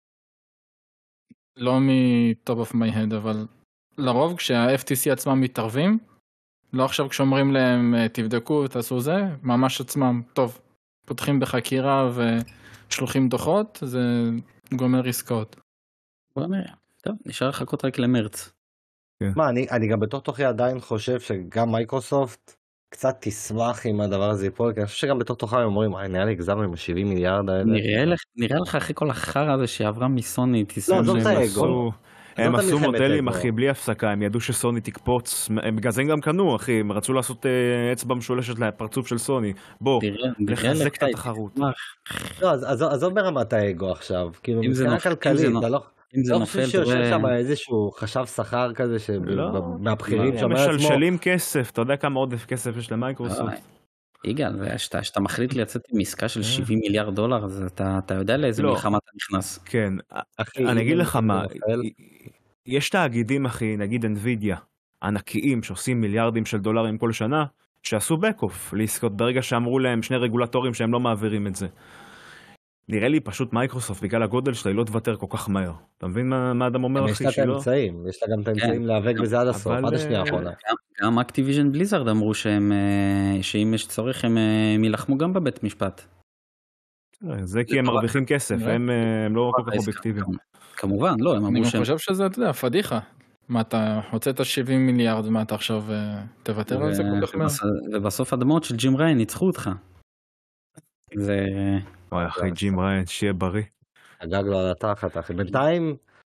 לא מ-top of my head, אבל לרוב כשה-FTC עצמם מתערבים, לא עכשיו כשאומרים להם תבדקו, תעשו זה, ממש עצמם, טוב, פותחים בחקירה ושלוחים דוחות, זה גומר עסקאות. טוב, נשאר לחכות רק למרץ. מה, אני גם בתוך תוכי עדיין חושב שגם מייקרוסופט קצת תשמח עם הדבר הזה פה, כי אני חושב שגם בתוך תוכם הם אומרים, נראה לי הגזמנו עם ה-70 מיליארד האלה. נראה לך אחרי כל החרא הזה שעברה מסוני, לא, זאת האגו. הם עשו מודלים, אחי, בלי הפסקה, הם ידעו שסוני תקפוץ, בגלל זה הם גם קנו, אחי, הם רצו לעשות אצבע משולשת לפרצוף של סוני. בוא, לחזק את התחרות. לא, אז עוד ברמת האגו עכשיו, כאילו, מבחינה כלכלית, אתה לא חושב שיושב שם איזשהו חשב שכר כזה מהבחירים הם משלשלים כסף, אתה יודע כמה עוד כסף יש למייקרוסופט? יגאל, כשאתה מחליט לצאת עם עסקה של 70 מיליארד דולר, אז אתה יודע לאיזה מלחמה אתה נכנס. כן, אני אגיד לך מה, יש תאגידים, אחי, נגיד NVIDIA, ענקיים שעושים מיליארדים של דולרים כל שנה, שעשו back-off לעסקות ברגע שאמרו להם שני רגולטורים שהם לא מעבירים את זה. נראה לי פשוט מייקרוסופט בגלל הגודל שלה היא לא תוותר כל כך מהר. אתה מבין מה אדם אומר אחי שלא? יש לה גם את האמצעים להיאבק בזה עד הסוף, עד השנייה האחרונה. גם אקטיביז'ן בליזארד אמרו שאם יש צורך הם ילחמו גם בבית משפט. זה כי הם מרוויחים כסף, הם לא כל כך אובייקטיביים. כמובן, לא, הם אמרו אני חושב שזה, אתה יודע, פדיחה. מה אתה הוצאת 70 מיליארד, מה אתה עכשיו תוותר על זה כל כך מהר? ובסוף הדמות של ג'ים ריין ניצחו אותך. זה... וואי אחי, ג'ים ריין, שיהיה בריא. הגג לו על התחת, אחי. בינתיים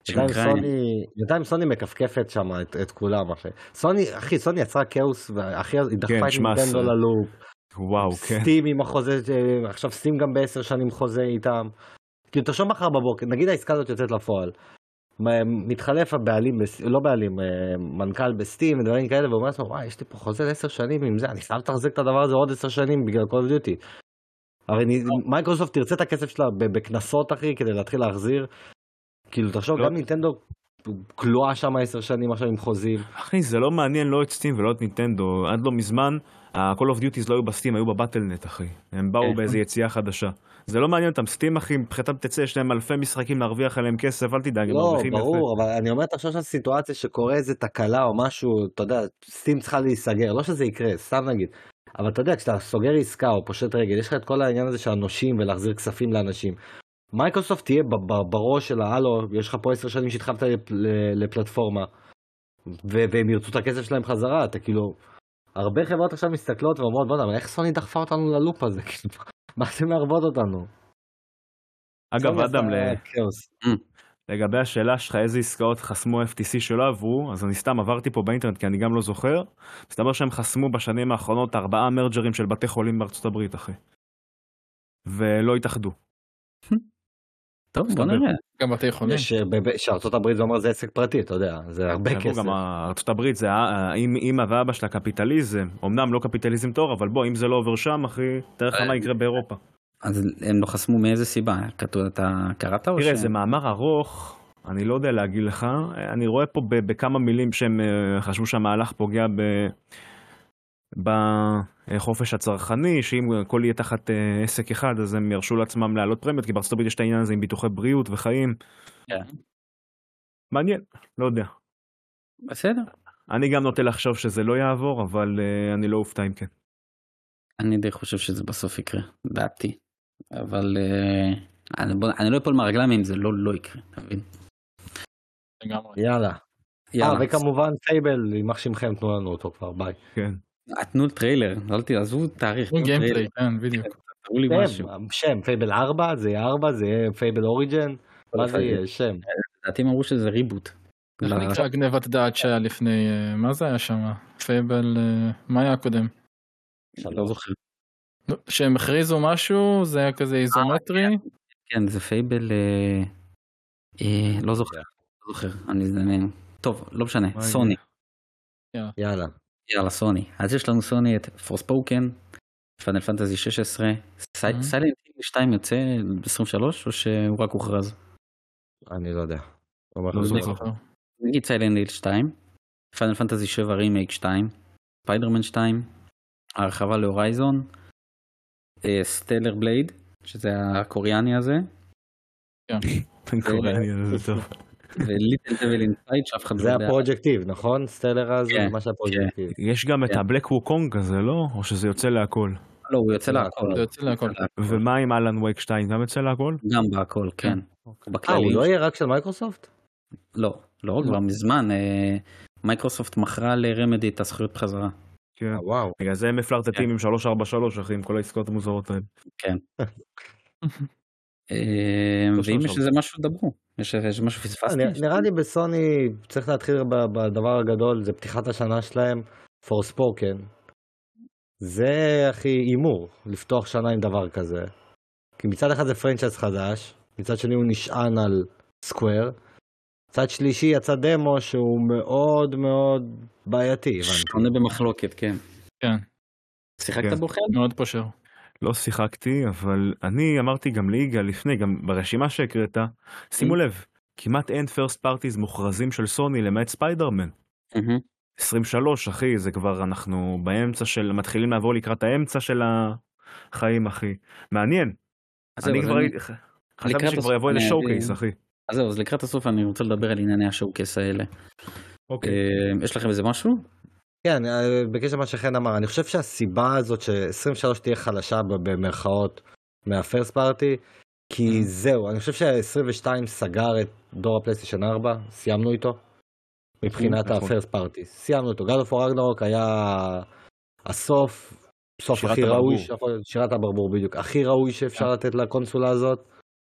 סוני מקפקפת שם את כולם, אחי. סוני יצרה כאוס, ואחי, היא דחפה את נינטנדו ללופ. וואו, כן. סטים עם החוזה, עכשיו סטים גם ב10 שנים חוזה איתם. כאילו, תרשום מחר בבוקר, נגיד העסקה הזאת יוצאת לפועל. מתחלף הבעלים, לא בעלים, מנכ"ל בסטים ודברים כאלה, ואומר לעצמו, וואי, יש לי פה חוזה ל10 שנים עם זה, אני חייב לתחזק את הדבר הזה עוד 10 שנים בגלל Call of Duty. הרי מייקרוסופט תרצה את הכסף שלה בכנסות, אחי, כדי להתחיל להחזיר. כאילו, תחשוב, גם נינטנדו כלואה שם 10 שנים עכשיו עם חוזים. אחי, זה לא מעניין לא את סטים ולא את נינטנדו. עד לא מזמן, ה-Call of Duty לא היו בסטים, היו בבטלנט, אחי. הם באו באיזו יציאה חדשה. זה לא מעניין אותם, סטים, אחי, מבחינתם תצא, יש להם אלפי משחקים להרוויח עליהם כסף, אל תדאג, הם מרוויחים יפה. לא, ברור, אבל אני אומר, תחשוב של סיטואציה שקורה איזה תקלה או משהו, אתה יודע, סטים צריכה להיסגר, לא שזה יקרה, סתם נגיד. אבל אתה יודע, כשאתה סוגר עסקה או פושט רגל, יש לך את כל העניין הזה של הנושים ולהחזיר כספים לאנשים. מייקרוסופט תהיה בראש של הלו, יש לך פה 10 שנים שהתחלת לפלטפורמה, והם ירצו את הכסף שלהם חזרה, אתה כאילו, הרבה חברות עכשיו מסתכלות ואומרות, בוא נאמר, איך סוני דחפה אותנו ללופ הזה? מה אתם מערבות אותנו? אגב, אדם, לגבי השאלה שלך, איזה עסקאות חסמו FTC שלא עברו, אז אני סתם עברתי פה באינטרנט, כי אני גם לא זוכר, מסתבר שהם חסמו בשנים האחרונות 4 מרג'רים של בתי חולים בארצות הברית, אחי. ולא התאחדו. טוב, בוא נראה. גם בתי חולים. שארצות הברית זה אומר זה עסק פרטי, אתה יודע, זה הרבה כסף. גם ארצות הברית זה אמא ואבא של הקפיטליזם, אמנם לא קפיטליזם טוב, אבל בוא, אם זה לא עובר שם, אחי, תראה לך מה יקרה באירופה. אז הם לא חסמו מאיזה סיבה? אתה קראת או תראה, זה מאמר ארוך, אני לא יודע להגיד לך, אני רואה פה בכמה מילים שהם חשבו שהמהלך פוגע בחופש הצרכני, שאם הכל יהיה תחת עסק אחד, אז הם ירשו לעצמם להעלות פרמיות, כי בארצות הברית יש את העניין הזה עם ביטוחי בריאות וחיים. מעניין, לא יודע. בסדר. אני גם נוטה לחשוב שזה לא יעבור, אבל אני לא אופתע אם כן. אני די חושב שזה בסוף יקרה, דעתי. אבל אני לא אפול מהרגליים אם זה לא יקרה, אתה מבין? יאללה. וכמובן פייבל, יימח שמכם, תנו לנו אותו כבר, ביי. כן. תנו טריילר, לא תעזבו תאריך. גיימפליי, כן, בדיוק. תראו לי משהו. שם, פייבל 4, זה יהיה 4, זה יהיה פייבל אוריג'ן, מה זה יהיה, שם? לדעתי אמרו שזה ריבוט. איך נקרא גנבת דעת שהיה לפני, מה זה היה שם? פייבל, מה היה הקודם? לא זוכר. שהם הכריזו משהו, זה היה כזה איזומטרי. כן, זה פייבל, לא זוכר. טוב, לא משנה, סוני. יאללה, סוני. אז יש לנו סוני את פורספוקן, פאנל פנטזי 16, סיילנט היל 2 יוצא ב-23 או שהוא רק הוכרז? אני לא יודע. לא זוכר. נגיד סיילנט היל 2, פאנל פנטזי 7 רימייק 2, ספיידרמן 2, הרחבה להורייזון, סטלר בלייד, שזה הקוריאני הזה. כן. קוריאני הזה טוב. וליטל דבל אינסייד שאף אחד לא יודע. זה הפרוג'קטיב, נכון? סטלר הזה, זה מה שהפרוג'קטיב. יש גם את הבלק ווקונג הזה, לא? או שזה יוצא להכל? לא, הוא יוצא להכל. ומה עם אלן וייק 2? גם יוצא להכל? גם בהכל, כן. הוא לא יהיה רק של מייקרוסופט? לא, כבר מזמן. מייקרוסופט מכרה לרמדי את הזכויות בחזרה. כן. וואו. בגלל זה הם מפלרטטים עם 343, אחי, עם כל העסקאות המוזרות האלה. כן. ואם יש לזה משהו דברו, יש משהו פספסתי. נראה לי בסוני צריך להתחיל בדבר הגדול, זה פתיחת השנה שלהם, פורספוקן. זה הכי אימור, לפתוח שנה עם דבר כזה. כי מצד אחד זה פרנצ'ייז חדש, מצד שני הוא נשען על סקוואר, מצד שלישי יצא דמו שהוא מאוד מאוד בעייתי. שונה במחלוקת, כן. כן. שיחקת בו חן? מאוד פושר. לא שיחקתי, אבל אני אמרתי גם ליגה לפני, גם ברשימה שהקראת, שימו לב, כמעט אין פרסט פארטיז מוכרזים של סוני למעט ספיידרמן. 23, אחי, זה כבר אנחנו באמצע של, מתחילים לעבור לקראת האמצע של החיים, אחי. מעניין. אני כבר חשבתי שכבר יבוא איזה שואו-קייס, אחי. אז זהו, אז לקראת הסוף אני רוצה לדבר על ענייני השואו-קייס האלה. אוקיי. יש לכם איזה משהו? כן, בקשר למה שחן אמר, אני חושב שהסיבה הזאת ש-23 תהיה חלשה במרכאות מהפרסט פארטי, כי זהו, אני חושב ש-22 סגר את דור הפלייסטיישן 4, סיימנו איתו, מבחינת הפרסט פארטי, סיימנו אותו. God of War Ragnarok היה הסוף, סוף הכי ראוי, שירת הברבור בדיוק, הכי ראוי שאפשר לתת לקונסולה הזאת,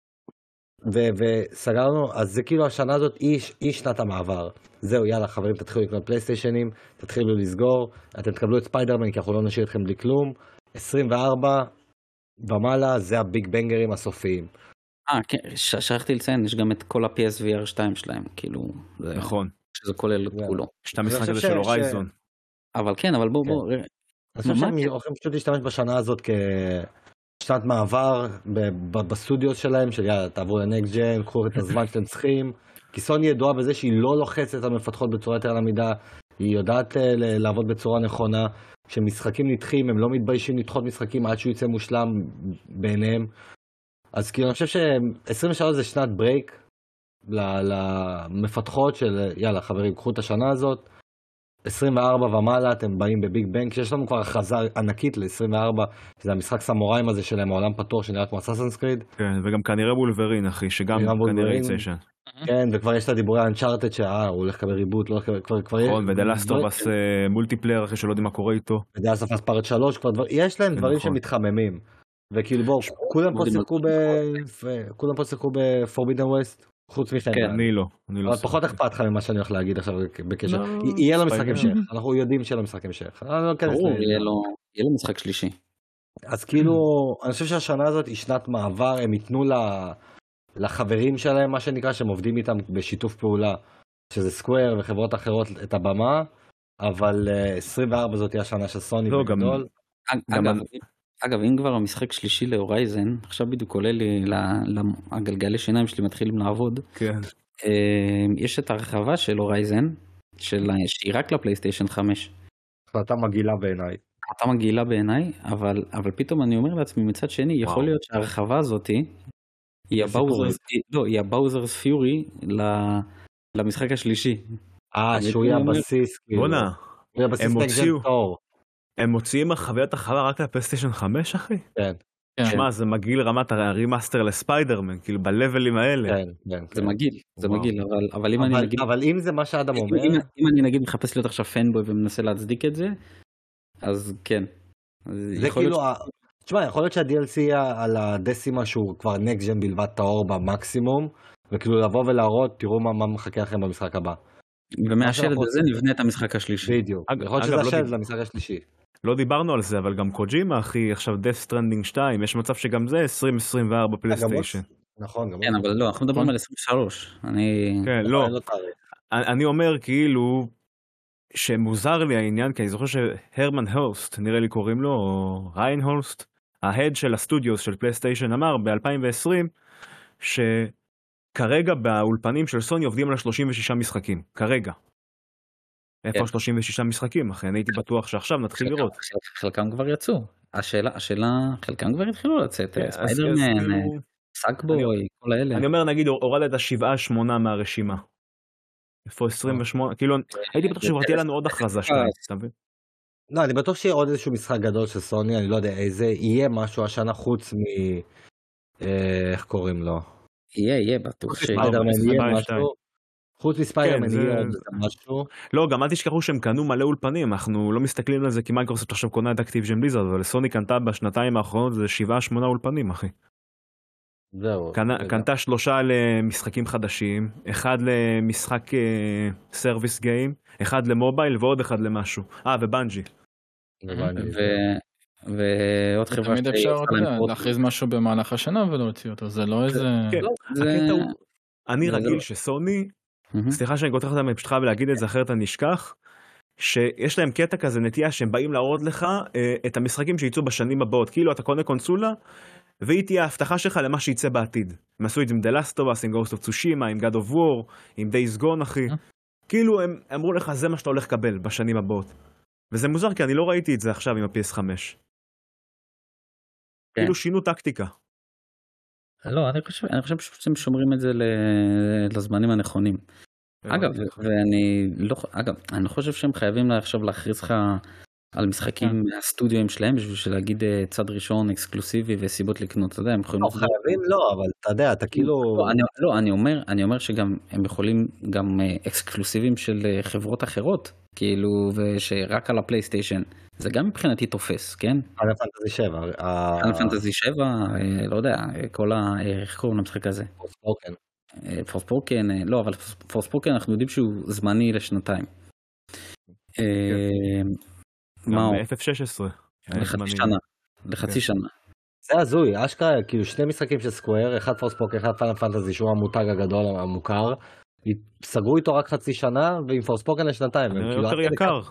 וסגרנו, אז זה כאילו השנה הזאת היא שנת המעבר. זהו, יאללה חברים, תתחילו לקנות פלייסטיישנים, תתחילו לסגור, אתם תקבלו את ספיידרמן כי אנחנו לא נשאיר אתכם בלי כלום. 24 ומעלה זה הביג בנגרים הסופיים. כן, שכחתי לציין, יש גם את כל ה-PSVR 2 שלהם, כאילו, נכון, שזה כולל כולו. יש את המשחק הזה של הורייזון. אבל כן, אבל בוא. אני חושב שהם הולכים פשוט להשתמש בשנה הזאת כשנת מעבר בסטודיוס שלהם, של יאללה, תעברו לנקסט ג'ן, קחו את הזמן שאתם צריכים, כי סוני ידועה בזה שהיא לא לוחצת על מפתחות בצורה יותר למידה, היא יודעת לעבוד בצורה נכונה, כשמשחקים נדחים, הם לא מתביישים לדחות משחקים עד שהוא יצא מושלם בעיניהם, אז כאילו אני חושב ש-23 זה שנת ברייק למפתחות של יאללה חברים, קחו את השנה הזאת, 24 ומעלה אתם באים בביג בנג, שיש לנו כבר הכרזה ענקית ל-24, שזה המשחק סמוראים הזה שלהם, העולם פתוח שנראה כמו אסאסינס קריד. כן, וגם כנראה וולברין אחי, שגם כנראה יצא שם. כן, וכבר יש את הדיבורי האנצ'ארטד הוא הולך לקבל ריבוט, לא כבר נכון, ודלסטובס מולטיפלייר אחי שלא יודעים מה קורה איתו. ודלסטובס פארט 3, יש להם דברים שמתחממים. וכאילו בואו, כולם פה שיחקו בפורבידן ווסט. חוץ מכן. כן, אני לא. אבל פחות אכפת לך ממה שאני הולך להגיד עכשיו בקשר. יהיה לו משחק המשך. אנחנו יודעים שיהיה לו משחק המשך. ברור, יהיה לו משחק שלישי. אז כאילו, אני חושב שהשנה הזאת היא שנת מעבר, הם ייתנו לחברים שלהם, מה שנקרא, שהם עובדים איתם בשיתוף פעולה, שזה סקוואר וחברות אחרות את הבמה, אבל 24 זאת היא השנה של סוני בגדול. אגב, אם כבר המשחק שלישי להורייזן, עכשיו בדיוק עולה לי, הגלגלי שיניים שלי מתחילים לעבוד. כן. יש את הרחבה של הורייזן, שהיא רק לפלייסטיישן 5. החלטה מגעילה בעיניי. החלטה מגעילה בעיניי, אבל פתאום אני אומר לעצמי מצד שני, יכול להיות שהרחבה הזאת היא הבאוזרס פיורי למשחק השלישי. שהוא יהיה הבסיס. בונה. הוא יהיה הבסיס נג'ן טור. הם מוציאים חוויית החווה רק לפלייסטיישן 5 אחי? כן. שמע, זה מגעיל רמת הרימאסטר לספיידרמן, כאילו בלבלים האלה. כן. זה מגעיל, אבל אם אני נגיד... אבל אם זה מה שאדם אומר... אם אני נגיד מחפש להיות עכשיו פנבוי ומנסה להצדיק את זה, אז כן. זה כאילו... תשמע, יכול להיות שה-DLC על הדסימה שהוא כבר נקסט ג'ן בלבד טהור במקסימום, וכאילו לבוא ולהראות, תראו מה מחכה לכם במשחק הבא. ומהשלד הזה נבנה את המשחק השלישי. בדיוק. יכול להיות שזה השלד למשחק השלישי. לא דיברנו על זה, אבל גם קוג'ימה, אחי, עכשיו Death Stranding 2, יש מצב שגם זה 2024 פלייסטיישן. נכון, כן, אבל לא, אנחנו מדברים על 23. כן, לא. אני אומר כאילו, שמוזר לי העניין, כי אני זוכר שהרמן הורסט, נראה לי קוראים לו, או ריין הורסט, ההד של הסטודיוס של פלייסטיישן אמר ב-2020, שכרגע באולפנים של סוני עובדים על 36 משחקים, כרגע. איפה 36 משחקים, אחי? אני הייתי בטוח שעכשיו נתחיל לראות. חלקם כבר יצאו. השאלה, חלקם כבר התחילו לצאת. ספיידרמן, סאקבוי, כל האלה. אני אומר, נגיד, הורדת 7-8 מהרשימה. איפה 28? כאילו, הייתי בטוח שכבר תהיה לנו עוד הכרזה שלהם, אתה מבין? לא, אני בטוח שיהיה עוד איזשהו משחק גדול של סוני, אני לא יודע איזה, יהיה משהו השנה חוץ איך קוראים לו? יהיה, בטוח ספיידרמן יהיה משהו. חוץ מספיידרמן יהיה עוד משהו. לא, גם אל תשכחו שהם קנו מלא אולפנים, אנחנו לא מסתכלים על זה כי מייקרוסופט עכשיו קונה את אקטיביז'ן בליזרד, אבל סוני קנתה בשנתיים האחרונות זה 7-8 אולפנים, אחי. זהו. קנתה 3 למשחקים חדשים, 1 למשחק סרוויס גיים, 1 למובייל ועוד 1 למשהו. ובנג'י. ועוד חברה תמיד אפשר להכריז משהו במהלך השנה ולהוציא אותו, זה לא איזה... אני רגיל שסוני, סליחה שאני גותח אותם, אני פשוט חייב להגיד את זה, אחרת אני אשכח, שיש להם קטע כזה נטייה שהם באים להראות לך את המשחקים שיצאו בשנים הבאות, כאילו אתה קונה קונסולה, והיא תהיה ההבטחה שלך למה שיצא בעתיד. הם עשו את זה עם The Last of Us, עם Ghost of Tsushima, עם God of War, עם Days Gone, אחי. כאילו הם אמרו לך, זה מה שאתה הולך לקבל בשנים הבאות. וזה מוזר, כי אני לא ראיתי את זה עכשיו עם ה-PS5. כאילו שינו טקטיקה. לא, אני חושב שהם שומרים את זה לזמנים הנכונים. אגב, אני לא חושב שהם חייבים עכשיו להכריז לך על משחקים מהסטודיו שלהם בשביל להגיד צד ראשון אקסקלוסיבי וסיבות לקנות, אתה יודע, הם יכולים... לא, חייבים לא, אבל אתה יודע, אתה כאילו... לא, אני אומר שגם הם יכולים גם אקסקלוסיבים של חברות אחרות, כאילו, ושרק על הפלייסטיישן, זה גם מבחינתי תופס, כן? פיינל פנטזי 7. פיינל פנטזי 7, לא יודע, כל איך קוראים למשחק הזה? פורספוקן. פורספוקן, לא, אבל פורספוקן אנחנו יודעים שהוא זמני לשנתיים. גם F16. לחצי שנה. זה הזוי, אשכרה, כאילו שני משחקים של סקוואר, אחד פורספוקן, אחד פיינל פנטזי, שהוא המותג הגדול המוכר, סגרו איתו רק חצי שנה, ועם פורספוקן לשנתיים. יותר יקר.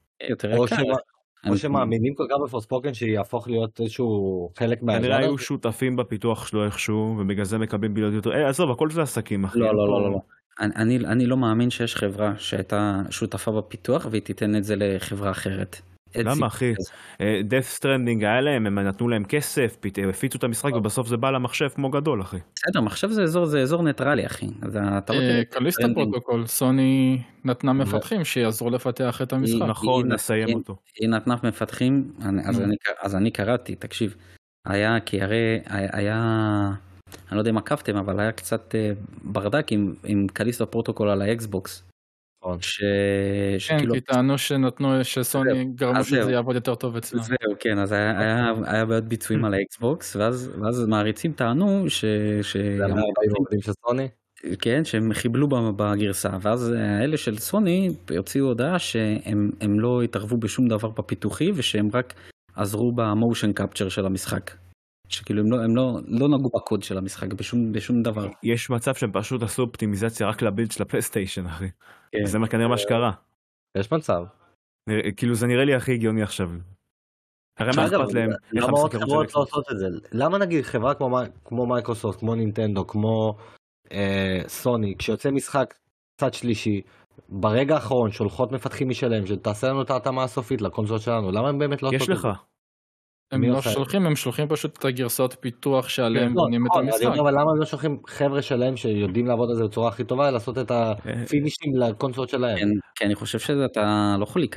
או שמאמינים כל כך בפורספוקן שיהפוך להיות איזשהו חלק מהזמן. כנראה היו שותפים בפיתוח שלו איכשהו, ובגלל זה מקבלים בלעוד יותר. עזוב, הכל זה עסקים, אחי. לא. אני לא מאמין שיש חברה שהייתה שותפה בפיתוח, והיא תיתן את זה לחברה אחרת. למה, אחי? Death Stranding היה להם, הם נתנו להם כסף, הפיצו את המשחק, ובסוף זה בא למחשב כמו גדול, אחי. בסדר, מחשב זה אזור ניטרלי, אחי. קליסטה פרוטוקול, סוני נתנה מפתחים שיעזרו לפתח את המשחק. נכון, נסיים אותו. היא נתנה מפתחים, אז אני קראתי, תקשיב, היה, כי הרי היה, אני לא יודע אם עקבתם, אבל היה קצת ברדק עם קליסטה פרוטוקול על האקסבוקס. כן, כי טענו שנתנו שסוני גרמו שזה יעבוד יותר טוב אצלם. זהו, כן, אז היה בעיות ביצועים על האקסבוקס, ואז מעריצים טענו כן, שהם חיבלו בגרסה, ואז האלה של סוני הוציאו הודעה שהם לא התערבו בשום דבר בפיתוחי, ושהם רק עזרו במושן קפצ'ר של המשחק. שכאילו הם לא נגעו בקוד של המשחק בשום דבר. יש מצב שהם פשוט עשו אופטימיזציה רק לבילד של הפלייסטיישן, אחי. זה כנראה מה שקרה. יש מצב. כאילו זה נראה לי הכי הגיוני עכשיו. הרי מה אכפת להם? למה עוד חברות לא עושות את זה? למה נגיד חברה כמו מייקרוסופט, כמו נינטנדו, כמו סוני, כשיוצא משחק צד שלישי, ברגע האחרון שולחות מפתחים משלהם, שתעשה לנו את ההתאמה הסופית לקונסולות שלנו, למה הם באמת לא עושות את זה? יש לך. הם לא שולחים, הם שולחים פשוט את הגרסאות פיתוח שעליהם בונים את המשחק. אבל למה הם לא שולחים חבר'ה שלהם שיודעים לעבוד על זה בצורה הכי טובה, לעשות את הפינישים לקונסולות שלהם? כן, אני חושב שאתה לא יכול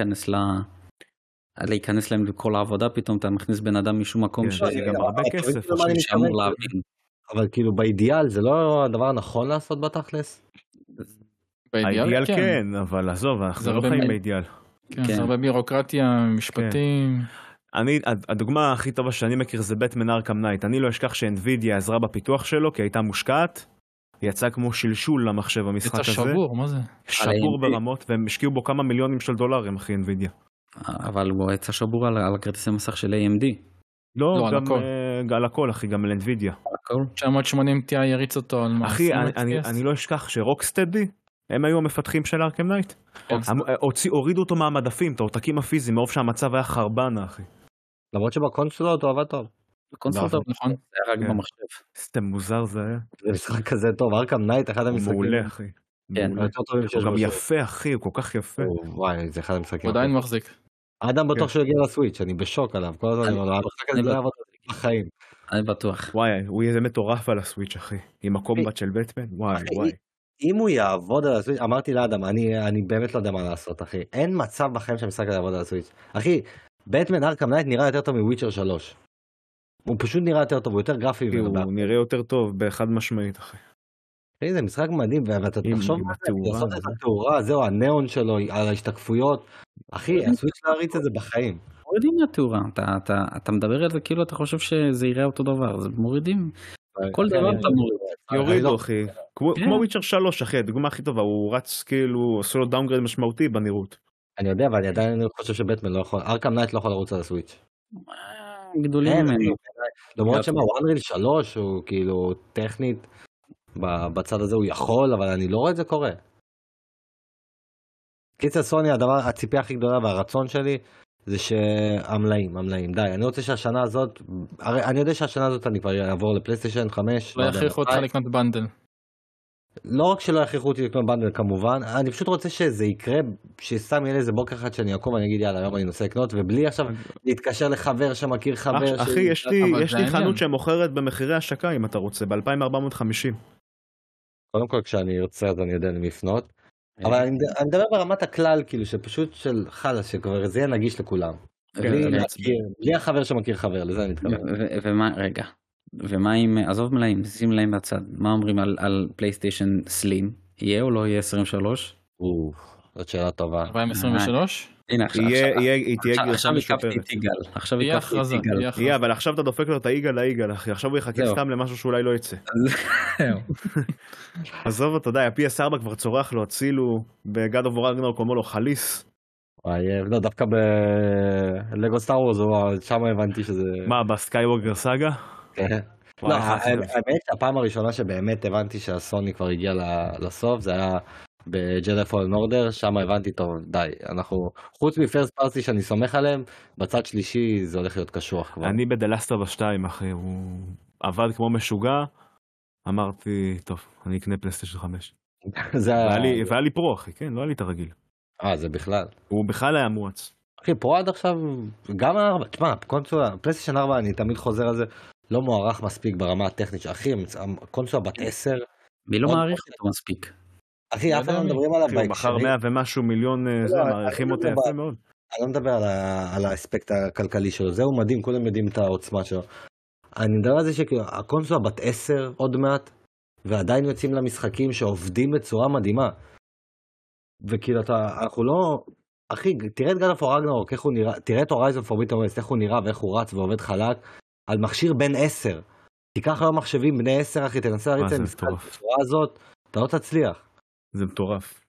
להיכנס להם לכל העבודה, פתאום אתה מכניס בן אדם משום מקום שזה גם הרבה כסף. שאמור להבין. אבל כאילו באידיאל זה לא הדבר הנכון לעשות בתכלס? באידיאל כן, אבל עזוב, אנחנו לא חיים באידיאל. כן, זה הרבה בירוקרטיה, משפטים. הדוגמה הכי טובה שאני מכיר זה בטמן ארכם נייט. אני לא אשכח שאנווידיה עזרה בפיתוח שלו, כי הייתה מושקעת, יצא כמו שלשול למחשב המשחק הזה. יצא שבור, מה זה? שבור ברמות, והם השקיעו בו כמה מיליונים של דולרים, אחי, אנווידיה. אבל הוא יצא שבור על הכרטיסי מסך של AMD. לא, גם על הכל, אחי, גם על אנווידיה. 980 Ti יריץ אותו על אחי, אני לא אשכח שרוקסטדי, הם היו המפתחים של ארכם נייט. הורידו אותו מהמדפים, את העותקים הפיזיים, מאוף שהמצב היה חרבנה, אחי. למרות שבקונסולות הוא עבד טוב. בקונסולות טוב, נכון. זה היה רק במחשב. סתם מוזר זה היה. זה משחק כזה טוב, ארכם נייט, אחד המשחקים. מעולה, אחי. הוא גם יפה, אחי, הוא כל כך יפה. וואי, זה אחד המשחקים. הוא עדיין מחזיק. אדם בטוח שהוא יגיע לסוויץ', אני בשוק עליו. כל הזמן, המשחק הזה לא יעבוד בחיים. אני בטוח. וואי, הוא יהיה מטורף על הסוויץ', אחי. עם הקומבט של בטמן, וואי. אם הוא יעבוד על הסוויץ', אמרתי לאדם, אני באמת לא יודע מה לעשות, אחי. אין מצב בחיים שהמשחק הזה יעבוד על הסוויץ'. אחי, בטמן ארכם נייט נראה יותר טוב מוויצ'ר 3. הוא פשוט נראה יותר טוב, הוא יותר גרפי. הוא נראה יותר טוב, באחד משמעית, אחי. זה משחק מדהים, ואתה תחשוב לעשות את התאורה, זהו, הניאון שלו, על ההשתקפויות. אחי, הסוויץ' להריץ את זה בחיים. מורידים מהתאורה, אתה מדבר על זה כאילו אתה חושב שזה יראה אותו דבר, זה מורידים. כל דבר אתה מוריד. יורידו, אחי. כמו וויצ'ר 3, אחי, הדוגמה הכי טובה, הוא רץ כאילו, עשו לו דאונגרד משמעותי בנראות. אני יודע, אבל אני עדיין חושב שבטמן לא יכול, ארכם נייט לא יכול לרוץ על הסוויץ'. גדולים ממנו. למרות שמה, וואנריל 3 הוא כאילו טכנית, בצד הזה הוא יכול, אבל אני לא רואה את זה קורה. קיצר סוני, הציפייה הכי גדולה והרצון שלי, זה שהמלאים, די, אני רוצה שהשנה הזאת, הרי אני יודע שהשנה הזאת אני כבר אעבור לפלייסטיישן 5. לא יכריחו אותך לקנות בנדל. לא רק שלא יכריחו אותי לקנות בנדל כמובן, אני פשוט רוצה שזה יקרה, שסתם יהיה איזה בוקר אחד שאני אקום ואני אגיד יאללה היום אני נוסע לקנות, ובלי עכשיו להתקשר לחבר שמכיר חבר. אחי, יש לי חנות שמוכרת במחירי השקה אם אתה רוצה, ב-2450. קודם כל כשאני ארצה אז אני יודע למי לפנות, אבל אני מדבר ברמת הכלל כאילו שפשוט של חלס שכבר זה יהיה נגיש לכולם. בלי החבר שמכיר חבר, לזה אני מתכוון. רגע. ומה אם, עזוב מלאים, שים להם בצד, מה אומרים על פלייסטיישן סלים? יהיה או לא יהיה 23? זאת שאלה טובה. 2023? הנה, היא תהיה עכשיו גרסה הקפתי את יגאל. עכשיו יהיה הקפתי את הכרזה. משופרת. יהיה, אבל עכשיו אתה דופק לו את היגאל, אחי. עכשיו הוא יחכה סתם למשהו שאולי לא יצא. עזוב, אתה יודע, ה-PS4 כבר צורח לו, הצילו, בגד אוף וור רגנרוק קוראים לו חליס. לא, דווקא בלגו סטאר וורס, שם הבנתי שזה... מה, בסקייווקר סאגה? כן. לא, האמת, הפעם הראשונה שבאמת הבנתי שהסוני כבר הגיע לסוף, זה היה בג'די פולן אורדר, שם הבנתי טוב, די, אנחנו, חוץ מפרסט פארטי שאני סומך עליהם, בצד שלישי זה הולך להיות קשוח כבר. אני בדלסט אוף 2, אחי, הוא עבד כמו משוגע, אמרתי, טוב, אני אקנה פלייסטיישן 5. והיה לי פרו, אחי, כן, לא היה לי את הרגיל. זה בכלל. הוא בכלל היה מואץ. אחי, פרו עד עכשיו, גם ה-4, תשמע, פלייסטיישן 4, אני תמיד חוזר על זה, לא מוערך מספיק ברמה הטכנית, אחי, הקונסולה בת 10. מי לא מעריך אותו מספיק? אחי, אף אחד לא מדברים עליו בהקשרים. הוא מחר 100 ומשהו מיליון, מעריכים אותי יפה מאוד. אני לא מדבר על האספקט הכלכלי שלו, זהו מדהים, כולם יודעים את העוצמה שלו. אני מדבר על זה שהקונסולה בת 10 עוד מעט, ועדיין יוצאים למשחקים שעובדים בצורה מדהימה. וכאילו אנחנו לא... אחי, תראה את גד אוף וור רגנרוק, איך הוא נראה, תראה את הורייזון פורבידן ווסט, איך הוא נראה ואיך הוא רץ ועובד חלק, על מכשיר בן 10. תיקח היום מחשבים בני 10, אחי, תנסה להריץ את המשחק בצורה הזאת, אתה לא תצליח. זה מטורף.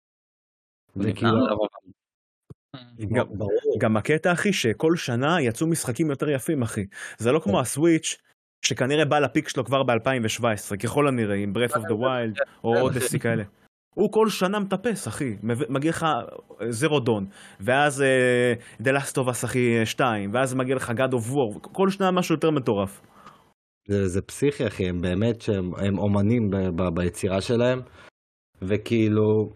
גם הקטע, אחי, שכל שנה יצאו משחקים יותר יפים, אחי. זה לא כמו הסוויץ' שכנראה בא לפיק שלו כבר ב-2017, ככל הנראה, עם Breath of the Wild או אודסי כאלה. הוא כל שנה מטפס, אחי. מגיע לך זרו דון, ואז The Last of Us, אחי, 2, ואז מגיע לך God of War. כל שנה משהו יותר מטורף. זה פסיכי, אחי. הם באמת שהם אומנים ביצירה שלהם. וכאילו...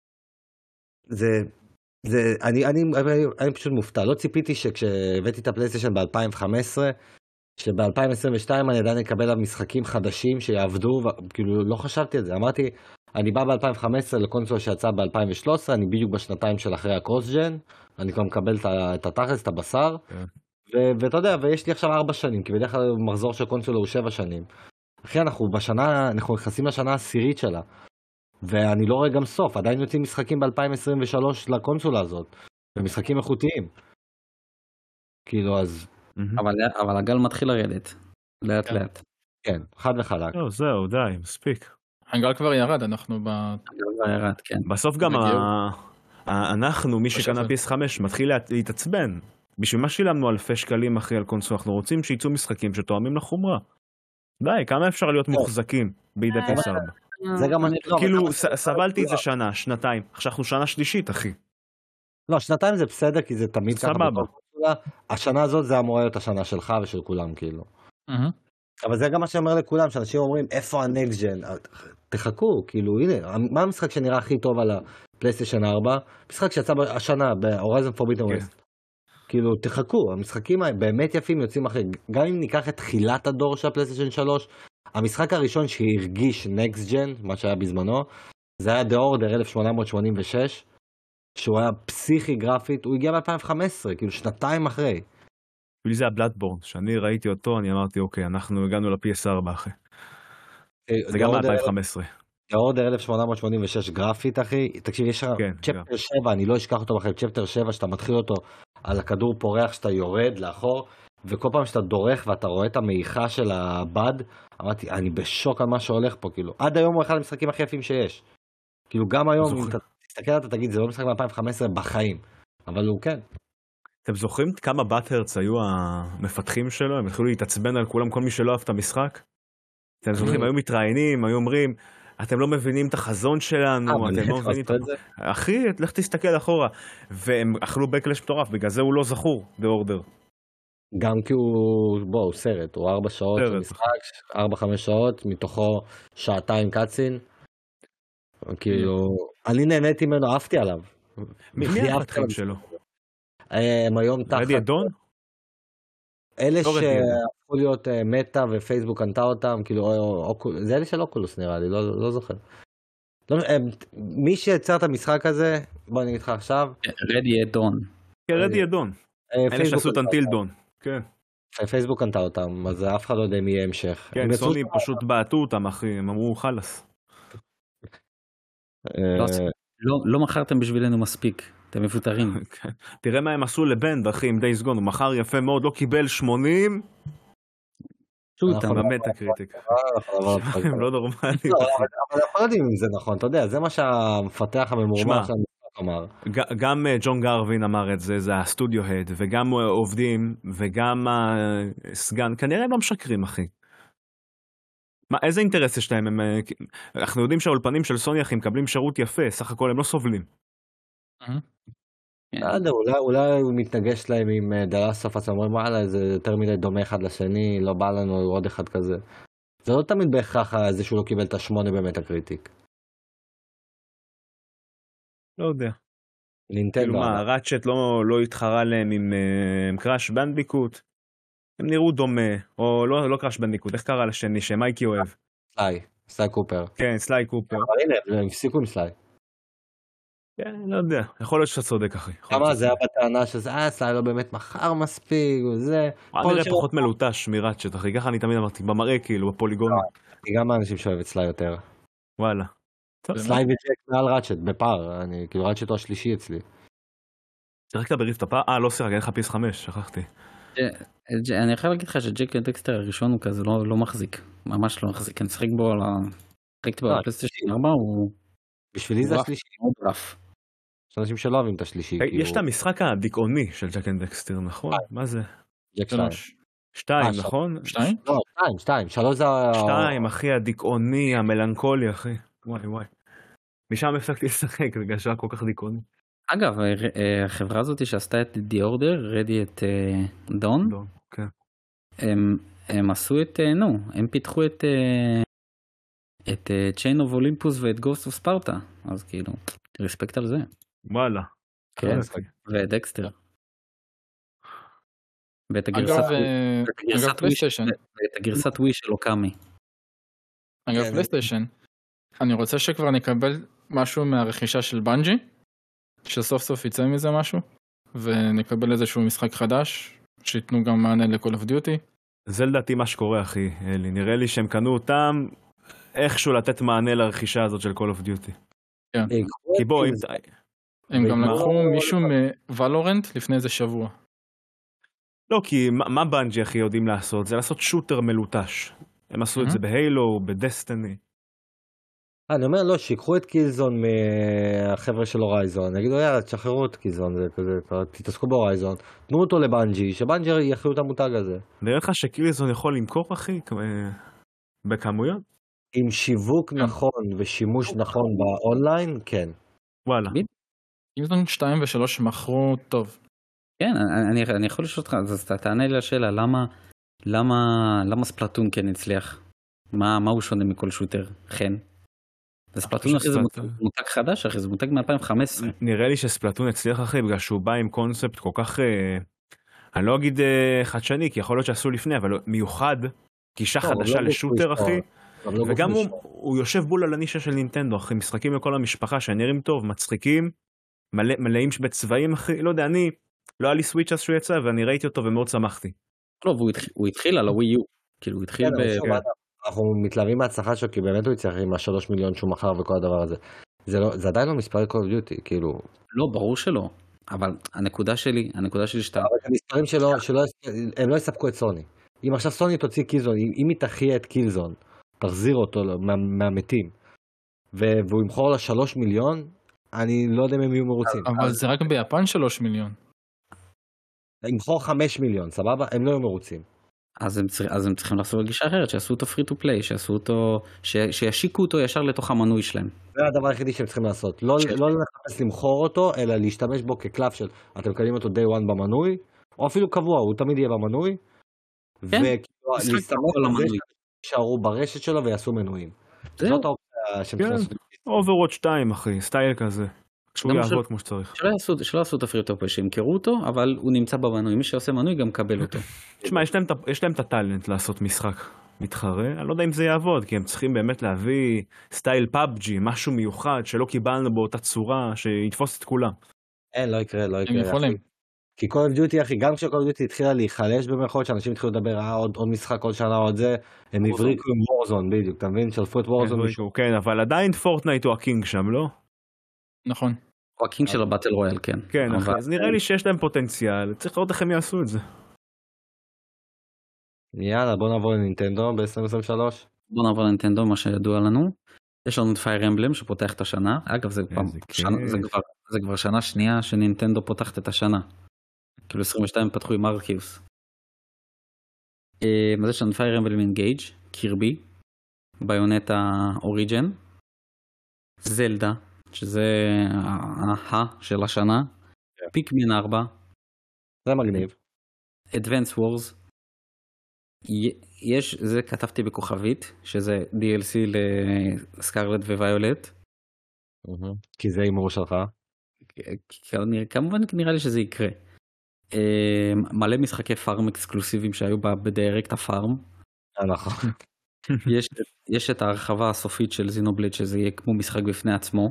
אני פשוט מופתע. לא ציפיתי שכשהבאתי את הפלייסטיישן ב-2015, שב-2022 אני עדיין אקבל משחקים חדשים שיעבדו, כאילו לא חשבתי את זה. אמרתי... אני בא ב-2015 לקונסולה שיצא ב-2013, אני בדיוק בשנתיים של אחרי הקרוס-ג'ן, אני כבר מקבל את התכלס, את הבשר, ואתה יודע, ויש לי עכשיו 4 שנים, כי בדרך כלל מחזור של קונסולה הוא 7 שנים. אחי, אנחנו נכנסים לשנה העשירית שלה, ואני לא רואה גם סוף, עדיין יוצאים משחקים ב-2023 לקונסולה הזאת, ומשחקים איכותיים. כאילו, אז... אבל הגל מתחיל לרדת, לאט לאט. כן, חד וחלק. זהו, די, מספיק. הגל כבר ירד, אנחנו כן. בסוף גם אנחנו, מי שקנה PS5, מתחיל להתעצבן. בשביל מה שילמנו אלפי שקלים אחרי על קונסולה? אנחנו רוצים שיצאו משחקים שתואמים לחומרה. די, כמה אפשר להיות מוחזקים בידי PS4? זה גם אני... כאילו, סבלתי את זה שנה, שנתיים. עכשיו אנחנו שנה שלישית, אחי. לא, שנתיים זה בסדר, כי זה תמיד ככה. סבבה. השנה הזאת זה אמורה להיות השנה שלך ושל כולם, כאילו. אבל זה גם מה שאומר לכולם, שאנשים אומרים, איפה הנקסט ג'ן? תחכו, כאילו, הנה, מה המשחק שנראה הכי טוב על הפלייסטיישן 4? משחק שיצא השנה, בהורייזון פורבידן ווסט. כאילו, תחכו, המשחקים באמת יפים יוצאים אחרי, גם אם ניקח את תחילת הדור של הפלייסטיישן 3, המשחק הראשון שהרגיש נקסט ג'ן, מה שהיה בזמנו, זה היה The Order 1886, שהוא היה פסיכי גרפית, הוא הגיע ב-2015, כאילו, שנתיים אחרי. זה הבלאדבורן, שאני ראיתי אותו, אני אמרתי, אוקיי, אנחנו הגענו ל-PS4, אחי. זה גם ב-2015. Order 1886 גרפית, אחי. תקשיב, יש צ'פטר 7, אני לא אשכח אותו בכלל, צ'פטר 7, שאתה מתחיל אותו על הכדור פורח, שאתה יורד לאחור, וכל פעם שאתה דורך ואתה רואה את המעיכה של הבד, אמרתי, אני בשוק על מה שהולך פה, כאילו. עד היום הוא אחד המשחקים הכי יפים שיש. כאילו, גם היום, אם אתה תסתכל על זה, תגיד, זה לא משחק ב-2015 בחיים, אבל הוא כן. אתם זוכרים כמה באט-הרץ היו המפתחים שלו? הם התחילו להתעצבן על כולם, כל מי שלא אהב את המשחק? אתם זוכרים, היו מתראיינים, היו אומרים, אתם לא מבינים את החזון שלנו, אתם לא מבינים את זה. אחי, לך תסתכל אחורה. והם אכלו בקלש מטורף, בגלל זה הוא לא זכור, The Order. גם כי הוא סרט, הוא 4 שעות של משחק, 4-5 שעות, מתוכו שעתיים קאצין. כאילו, אני נהניתי ממנו, אהבתי עליו. מי המפתחים שלו? הם היום תחת... רדי אדון? אלה שהפכו להיות מטה ופייסבוק קנתה אותם, כאילו, זה אלה של אוקולוס נראה לי, לא זוכר. מי שיצר את המשחק הזה, בוא אני אגיד לך עכשיו. רדי אדון. כן, רדי אדון. אלה שעשו את אנטילדון. כן. פייסבוק קנתה אותם, אז אף אחד לא יודע מי יהיה המשך. כן, סוני פשוט בעטו אותם, אחי, הם אמרו חלס. לא מכרתם בשבילנו מספיק, אתם מפוטרים. תראה מה הם עשו לבנד, אחי, עם דייז גון, הוא מכר יפה מאוד, לא קיבל 80. באמת הקריטיק. הם לא נורמליים. אבל אנחנו יודעים אם זה נכון, אתה יודע, זה מה שהמפתח הממורמר של המשחק אמר. גם ג'ון גרווין אמר את זה, זה הסטודיו הד, וגם עובדים, וגם הסגן, כנראה הם לא משקרים, אחי. מה, איזה אינטרס יש להם? אנחנו יודעים שהאולפנים של סוני אחי מקבלים שירות יפה, סך הכל הם לא סובלים. אולי הוא מתנגש להם עם דלסוף, אז אומרים וואלה זה יותר מדי דומה אחד לשני, לא בא לנו עוד אחד כזה. זה לא תמיד בהכרח זה שהוא לא קיבל את 8 באמת הקריטיק. לא יודע. נינטנדו. כאילו מה, ראצ'ט לא התחרה להם עם קראש בנדיקוט? הם נראו דומה, או לא קראש בנדיקוט, איך קרא לשני שמייקי אוהב? סליי קופר. כן, סליי קופר. אבל הנה, הם הפסיקו עם סליי. כן, לא יודע, יכול להיות שאתה צודק אחי. כמה זה היה בטענה שזה, סליי לא באמת מחר מספיק, וזה... אני נראה פחות מלוטש מראצ'ט, אחי, ככה אני תמיד אמרתי, במראה כאילו, בפוליגונים. אני גם האנשים שאוהב את סליי יותר. וואלה. סליי וג'ק מעל ראצ'ט, בפער, כאילו ראצ'ט הוא השלישי אצלי. שיחקת בריף את הפער? לא שיחק, אין לך פיס 5, שכחתי. אני יכול להגיד לך שג'ק דקסטר הראשון הוא כזה לא מחזיק, ממש לא מחזיק, אני שחק בו על הפלייסטיישן 4, הוא... בשבילי זה השלישי. יש אנשים שלא אוהבים את השלישי. יש את המשחק הדיכאוני של ג'ק דקסטר, נכון? מה זה? ג'ק 2. 2, נכון? 2? לא, 2, 3 זה... 2, אחי, הדיכאוני, המלנכולי, אחי. וואי. משם הפסקתי לשחק, בגלל שהיה כל כך דיכאוני. אגב, החברה הזאת שעשתה את The Order, רדי את דון, הם עשו את, הם פיתחו את Chain of Olympus ואת Ghost of Sparta, אז כאילו, רספקט על זה. וואלה. כן, ודקסטר. ואת הגרסת ווי של אוקאמי. אגב, פלייסטיישן, אני רוצה שכבר נקבל משהו מהרכישה של בנג'י, שסוף סוף יצא מזה משהו, ונקבל איזשהו משחק חדש, שיתנו גם מענה ל-Call of Duty. זה לדעתי מה שקורה, אחי, אלי. נראה לי שהם קנו אותם, איכשהו לתת מענה לרכישה הזאת של Call of Duty. כן. כי בוא, הם גם לקחו מישהו מוולורנט לפני איזה שבוע. לא, כי מה בנג'י, אחי, יודעים לעשות? זה לעשות שוטר מלוטש. הם עשו את זה בהיילו, בדסטיני. אני אומר לא, שיקחו את קילזון מהחבר'ה של הורייזון, יגידו יאללה תשחררו את קילזון, תתעסקו בהורייזון, תנו אותו לבנג'י, שבנג'י יכלו את המותג הזה. נראה לך שקילזון יכול למכור אחי בכמויות? עם שיווק נכון ושימוש נכון באונליין, כן. וואלה. קילזון 2 ו3 מכרו טוב. כן, אני יכול לשאול אותך, אז תענה לי לשאלה, למה ספלטון כן הצליח? מה הוא שונה מכל שוטר? חן? ספלטון אחרי זה מותג חדש, אחרי זה מותג מ-2015. נראה לי שספלטון הצליח אחרי, בגלל שהוא בא עם קונספט כל כך, אני לא אגיד חדשני, כי יכול להיות שעשו לפני, אבל מיוחד, גישה חדשה לשוטר אחי, וגם הוא יושב בול על הנישה של נינטנדו, אחי, משחקים לכל המשפחה שנראים טוב, מצחיקים, מלאים בצבעים אחי, לא יודע, אני, לא היה לי סוויץ' אז שהוא יצא, ואני ראיתי אותו ומאוד שמחתי. לא, והוא התחיל על הווי יו, כאילו הוא התחיל אנחנו מתלהבים מההצלחה שלו, כי באמת הוא יצליח עם ה3 מיליון שהוא מכר וכל הדבר הזה. זה עדיין לא מספר Call of Duty, כאילו. לא, ברור שלא. אבל הנקודה שלי שאתה... אבל המספרים שלו, הם לא יספקו את סוני. אם עכשיו סוני תוציא קילזון, אם היא תחיה את קילזון, תחזיר אותו מהמתים, והוא ימכור לה 3 מיליון, אני לא יודע אם הם יהיו מרוצים. אבל זה רק ביפן 3 מיליון. ימכור 5 מיליון, סבבה? הם לא יהיו מרוצים. אז הם צריכים לחזור לגישה אחרת, שיעשו אותו free to play, שישיקו אותו ישר לתוך המנוי שלהם. זה הדבר היחידי שהם צריכים לעשות. לא לחפש למכור אותו, אלא להשתמש בו כקלף של, אתם קלים אותו day one במנוי, או אפילו קבוע, הוא תמיד יהיה במנוי, ולהסתמך על זה שישארו ברשת שלו ויעשו מנויים. זאת האופציה שהם צריכים לעשות. Overwatch 2 אחי, סטייל כזה. שהוא יעבוד כמו שצריך. שלא עשו את הפרי טו פלי, שימכרו אותו, אבל הוא נמצא במנוי, מי שעושה מנוי גם מקבל אותו. תשמע, יש להם את הטלנט לעשות משחק מתחרה, אני לא יודע אם זה יעבוד, כי הם צריכים באמת להביא סטייל PUBG, משהו מיוחד שלא קיבלנו באותה צורה, שיתפוס את כולם. אין, לא יקרה, לא הם יקרה. יכולים. כי Call of Duty, אחי, גם כש-Call of Duty התחילה להיחלש במרכאות, שאנשים התחילו לדבר, עוד משחק, עוד שנה, עוד זה, הם הבריקו עם Warzone, בדיוק, אתה מבין? שלפו את Warzone. כן, אבל עדיין פורטנייט הוא הקינג שם, לא? נכון. הוא הקינג של הבטל רויאל, כן. כן, אז נראה לי שיש להם פוטנציאל, צריך לראות איך הם יעשו את זה. יאללה, בוא נעבור לנינטנדו ב-2023. בוא נעבור לנינטנדו, מה שידוע לנו. יש לנו את פייר אמבלם שפותח את השנה. אגב, זה כבר שנה שנייה שנינטנדו פותחת את השנה. כאילו 22 פתחו עם ארקיוס. אז יש לנו פייר אמבלם אינגייג', קירבי, ביונטה אוריג'ן, זלדה, שזה של השנה, פיקמן 4, זה מגניב. Advance Wars, זה כתבתי בכוכבית, שזה DLC לסקרלט וויולט. כי זה הימור שלך. כמובן נראה לי שזה יקרה. מלא משחקי פארם אקסקלוסיביים שהיו בדיירקט הפארם. נכון. יש את ההרחבה הסופית של זינובלייד, שזה יהיה כמו משחק בפני עצמו.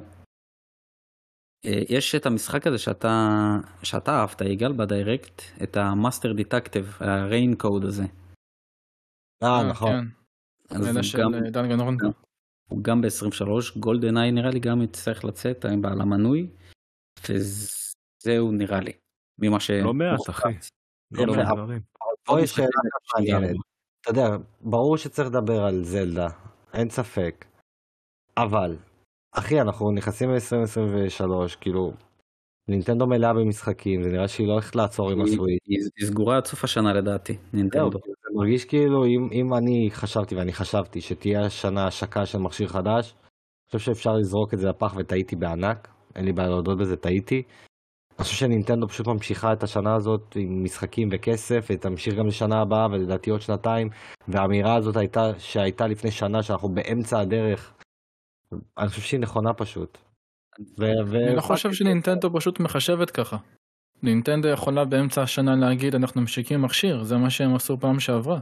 יש את המשחק הזה שאתה אהבת, יגאל, בדיירקט, את המאסטר דיטקטיב, הריין קוד הזה. נכון. אלה של דנגנרון. הוא גם ב-23, גולדן איי נראה לי גם יצטרך לצאת, עם בעל המנוי, וזהו נראה לי. לא מעט, אחי. פה יש שאלה מעניינת. אתה יודע, ברור שצריך לדבר על זלדה, אין ספק. אבל, אחי, אנחנו נכנסים ל-2023, כאילו, נינטנדו מלאה במשחקים, זה נראה שהיא לא הולכת לעצור עם הסוויץ'. היא סגורה עד סוף השנה לדעתי, נינטנדו. זה מרגיש כאילו, אם אני חשבתי, ואני חשבתי שתהיה השנה השקה של מכשיר חדש, אני חושב שאפשר לזרוק את זה לפח וטעיתי בענק, אין לי בעיה להודות בזה, טעיתי. אני חושב שנינטנדו פשוט ממשיכה את השנה הזאת עם משחקים וכסף, ותמשיך גם לשנה הבאה, ולדעתי עוד שנתיים, והאמירה הזאת שהייתה לפני שנה, שאנחנו באמצע הדרך, אני חושב שהיא נכונה פשוט. אני לא חושב שנינטנדו פשוט מחשבת ככה. נינטנדו יכולה באמצע השנה להגיד, אנחנו משיקים מכשיר, זה מה שהם עשו פעם שעברה.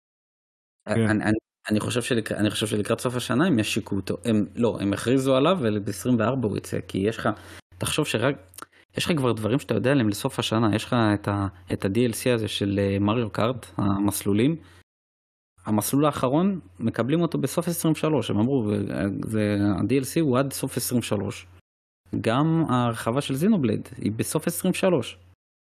אני חושב שלקראת סוף השנה הם ישיקו אותו. הם הכריזו עליו, וב-24 הוא יצא, כי יש לך, תחשוב שרק, יש לך כבר דברים שאתה יודע עליהם לסוף השנה, יש לך את ה-DLC הזה של מריו קארט, המסלולים, המסלול האחרון מקבלים אותו בסוף 23, הם אמרו, ה-DLC הוא עד סוף 23. גם הרחבה של זינובלייד היא בסוף 23.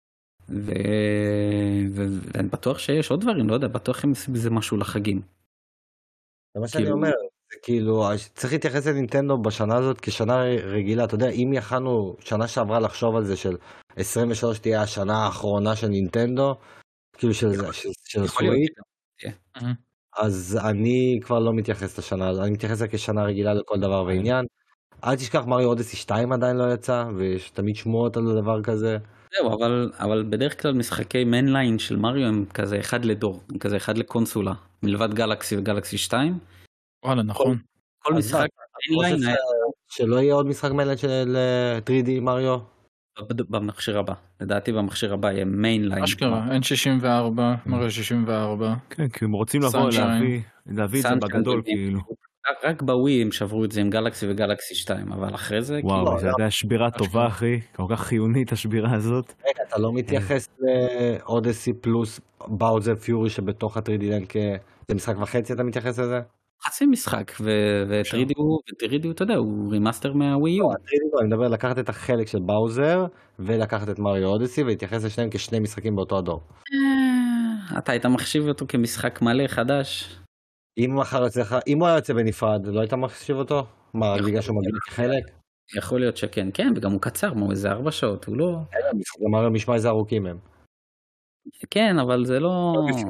ואני בטוח שיש עוד דברים, לא יודע, בטוח הם עושים בזה משהו לחגים. זה מה שאני אומר, זה כאילו, צריך להתייחס לנינטנדו בשנה הזאת כשנה רגילה, אתה יודע, אם יכלנו שנה שעברה לחשוב על זה של 23 תהיה השנה האחרונה של נינטנדו, כאילו של סוויץ', אז אני כבר לא מתייחס לשנה, אני מתייחס כשנה רגילה לכל דבר ועניין. אל תשכח, מריו אודיסי 2 עדיין לא יצא, ויש תמיד שמועות על דבר כזה. זהו, אבל בדרך כלל משחקי מיינליין של מריו הם כזה אחד לדור, הם כזה אחד לקונסולה, מלבד גלקסי וגלקסי 2. וואלה, נכון. כל משחק מיינליין היה... שלא יהיה עוד משחק מיינליין של 3D מריו? במכשיר הבא, לדעתי במכשיר הבא יהיה מיינליין. אשכרה, N64, מריו 64. כן, כי הם רוצים לבוא להביא את זה בגדול כאילו. רק בווי הם שברו את זה עם גלקסי וגלקסי 2, אבל אחרי זה... וואו, זה היה שבירה טובה, אחי. כל כך חיונית השבירה הזאת. רגע, אתה לא מתייחס לאודסי פלוס באוזר פיורי שבתוך ה-3D זה משחק וחצי, אתה מתייחס לזה? חצי משחק, ו-3D, אתה יודע, הוא רימאסטר מהווי יו. אני מדבר לקחת את החלק של באוזר, ולקחת את מריו אודסי, ולהתייחס לשניהם כשני משחקים באותו הדור. אתה היית מחשיב אותו כמשחק מלא חדש? אם הוא היה יוצא בנפרד, לא היית מחשיב אותו? מה, בגלל שהוא מגיע כחלק? יכול להיות שכן, כן, וגם הוא קצר, הוא איזה 4 שעות, הוא לא... מריו משמע איזה ארוכים הם. כן, אבל זה לא...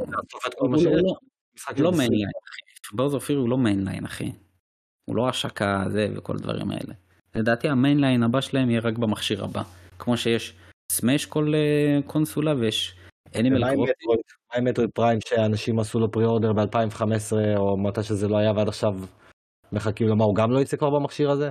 לא מיינליין, אחי. באוזר פיורי הוא לא מיינליין, אחי. הוא לא השקה, זה וכל דברים האלה. לדעתי המיינליין הבא שלהם יהיה רק במכשיר הבא. כמו שיש סמש כל קונסולה ויש... מה עם מטרויד פריים שאנשים עשו לו פרי-אורדר ב-2015 או מתי שזה לא היה ועד עכשיו מחכים לו, מה הוא גם לא יצא כבר במכשיר הזה?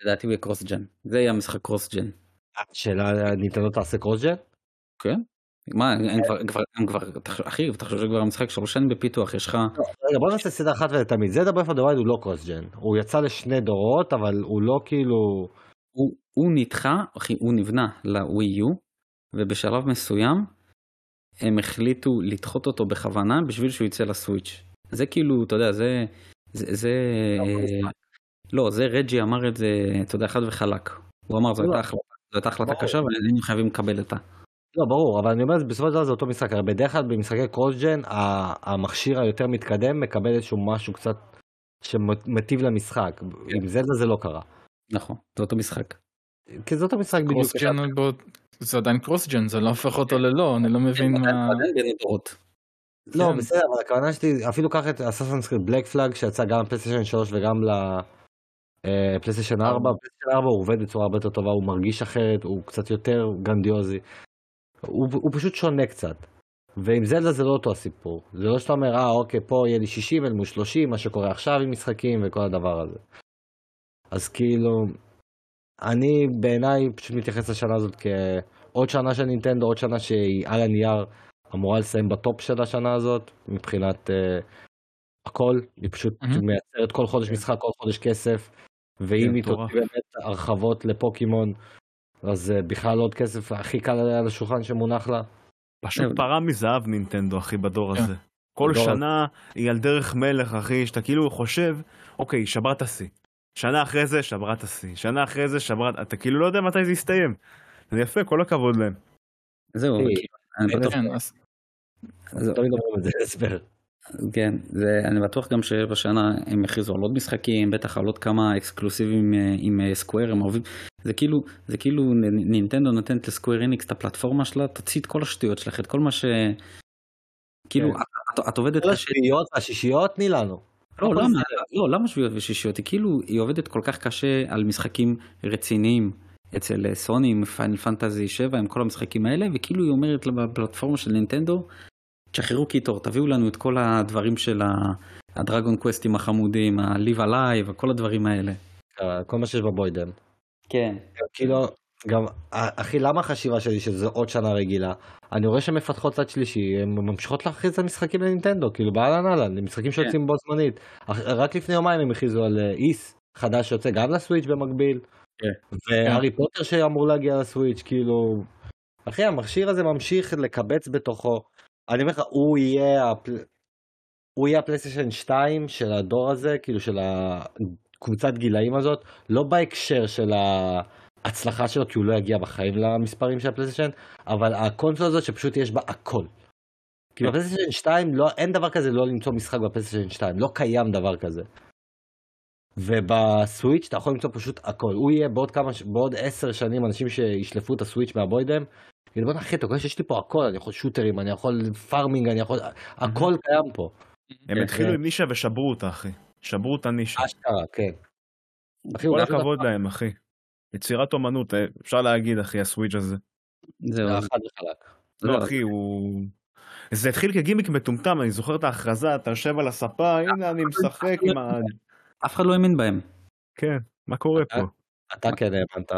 לדעתי הוא יהיה קרוס ג'ן. זה יהיה המשחק קרוס ג'ן. שאלה, ניתנו תעשה קרוס ג'ן? כן? מה, הם כבר, אחי, תחשוב שכבר המשחק 3 שנים בפיתוח, יש לך... רגע, בוא נעשה סדר אחת ולתמיד. זלדה ברף אוף דה ווילד הוא לא קרוס ג'ן. הוא יצא לשני דורות, אבל הוא לא כאילו... הוא נדחה, אחי, הוא נבנה לווי יו, ובשלב מסוים הם החליטו לדחות אותו בכוונה בשביל שהוא יצא לסוויץ'. זה כאילו, אתה יודע, זה... לא, זה רג'י אמר את זה, אתה יודע, חד וחלק. הוא אמר, זו הייתה החלטה קשה, ואנחנו חייבים לקבל אותה. לא, ברור, אבל אני אומר, בסופו של דבר זה אותו משחק. הרי בדרך כלל במשחקי קרוס-ג'ן, המכשיר היותר מתקדם מקבל איזשהו משהו קצת שמטיב למשחק. עם זלדה זה לא קרה. נכון, זה אותו משחק. כי זה אותו משחק בדיוק. קרוס-ג'ן, זה עדיין קרוס-ג'ן, זה לא הופך אותו ללא, אני לא מבין מה... לא, בסדר, אבל הכוונה שלי, אפילו קח את אסאסינס קריד בלק פלאג, שיצא גם לפלייסטיישן 3 וגם לפלייסטיישן 4. פלייסטיישן 4 הוא עובד בצורה הרבה יותר טובה, הוא מרגיש אחרת, הוא קצת יותר גרנדיוזי. הוא פשוט שונה קצת. ועם זלדה זה לא אותו הסיפור. זה לא שאתה אומר, אוקיי, פה יהיה לי 60 אל מול 30, מה שקורה עכשיו עם משחקים וכל הדבר הזה. אז כאילו, אני בעיניי פשוט מתייחס לשנה הזאת כעוד שנה של נינטנדו, עוד שנה שהיא על הנייר אמורה לסיים בטופ של השנה הזאת, מבחינת הכל. היא פשוט מייצרת כל חודש משחק, כל חודש כסף, ואם היא תוציא באמת הרחבות לפוקימון, אז בכלל עוד כסף הכי קל על השולחן שמונח לה. פשוט פרה מזהב נינטנדו, אחי, בדור הזה. כל שנה היא על דרך מלך, אחי, שאתה כאילו חושב, אוקיי, שברת השיא. שנה אחרי זה שברת השיא. שנה אחרי זה שברת... אתה כאילו לא יודע מתי זה יסתיים. זה יפה, כל הכבוד להם. זהו, תמיד אומרים את זה, הסבר. כן, אני בטוח גם שבשנה הם הכריזו על עוד משחקים, בטח על עוד כמה אקסקלוסיבים עם סקוואר, הם אוהבים, זה כאילו נינטנדו נותנת לסקוואר אניקס את הפלטפורמה שלה, תוציא את כל השטויות שלך, את כל מה ש... כאילו, את עובדת... כל השביעיות והשישיות תני לנו. לא, למה שביעיות ושישיות? היא עובדת כל כך קשה על משחקים רציניים אצל סוני, עם פיינל פנטזי 7, עם כל המשחקים האלה, וכאילו היא אומרת בפלטפורמה של נינטנדו, תשחררו קיטור, תביאו לנו את כל הדברים של הדרגון קווסטים החמודים, ה-Live Alive, וכל הדברים האלה. כל מה שיש בבוידם. כן. כאילו, גם, אחי, למה החשיבה שלי שזה עוד שנה רגילה? אני רואה שמפתחות צד שלישי, הן ממשיכות להכריז על משחקים לנינטנדו, כאילו באהלן אהלן, משחקים שיוצאים בו זמנית. רק לפני יומיים הם הכריזו על איס חדש שיוצא גם לסוויץ' במקביל, והארי פוטר שאמור להגיע לסוויץ', כאילו, אחי, המכשיר הזה ממשיך לקבץ בתוכו. אני אומר לך, הוא יהיה הפלייסטיישן 2 של הדור הזה, כאילו של הקבוצת גילאים הזאת, לא בהקשר של ההצלחה שלו, כי הוא לא יגיע בחיים למספרים של הפלייסטיישן, אבל הקונסולה הזאת שפשוט יש בה הכל. כאילו בפלייסטיישן 2 אין דבר כזה לא למצוא משחק בפלייסטיישן 2, לא קיים דבר כזה. ובסוויץ' אתה יכול למצוא פשוט הכל. הוא יהיה בעוד 10 שנים אנשים שישלפו את הסוויץ' מהבוידם, כאילו בוא נחי, אתה רואה שיש לי פה הכל, אני יכול שוטרים, אני יכול פארמינג, אני יכול, הכל קיים פה. הם התחילו עם נישה ושברו אותה, אחי. שברו את הנישה. אשכרה, כן. כל הכבוד להם, אחי. יצירת אומנות, אפשר להגיד, אחי, הסוויץ' הזה. זהו. חד וחלק. לא, אחי, הוא... זה התחיל כגימיק מטומטם, אני זוכר את ההכרזה, אתה יושב על הספה, הנה אני משחק עם ה... אף אחד לא האמין בהם. כן, מה קורה פה? אתה כן האמנת.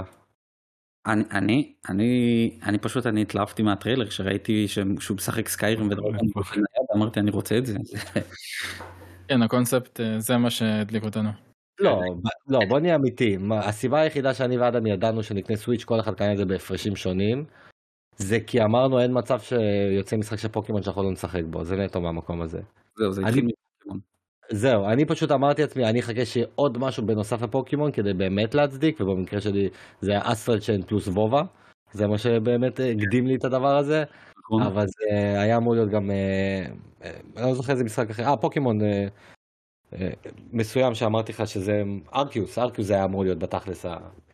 אני פשוט התלהבתי מהטריילר שראיתי שהוא משחק סקיירים ודרגון, אמרתי אני רוצה את זה. כן, הקונספט זה מה שהדליק אותנו. לא, בוא נהיה אמיתי. הסיבה היחידה שאני ואדם ידענו שנקנה סוויץ' כל אחד קנה את זה בהפרשים שונים, זה כי אמרנו אין מצב שיוצא משחק של פוקימון שאנחנו לא נשחק בו, זה נטו מהמקום הזה. זהו, אני פשוט אמרתי לעצמי, אני אחכה שיהיה עוד משהו בנוסף לפוקימון כדי באמת להצדיק, ובמקרה שלי זה היה אסטרל צ'יין פלוס וובה, זה מה שבאמת הקדים לי את הדבר הזה, אבל זה היה אמור להיות גם, אני לא זוכר איזה משחק אחר, פוקימון מסוים שאמרתי לך שזה ארקיוס זה היה אמור להיות בתכלס,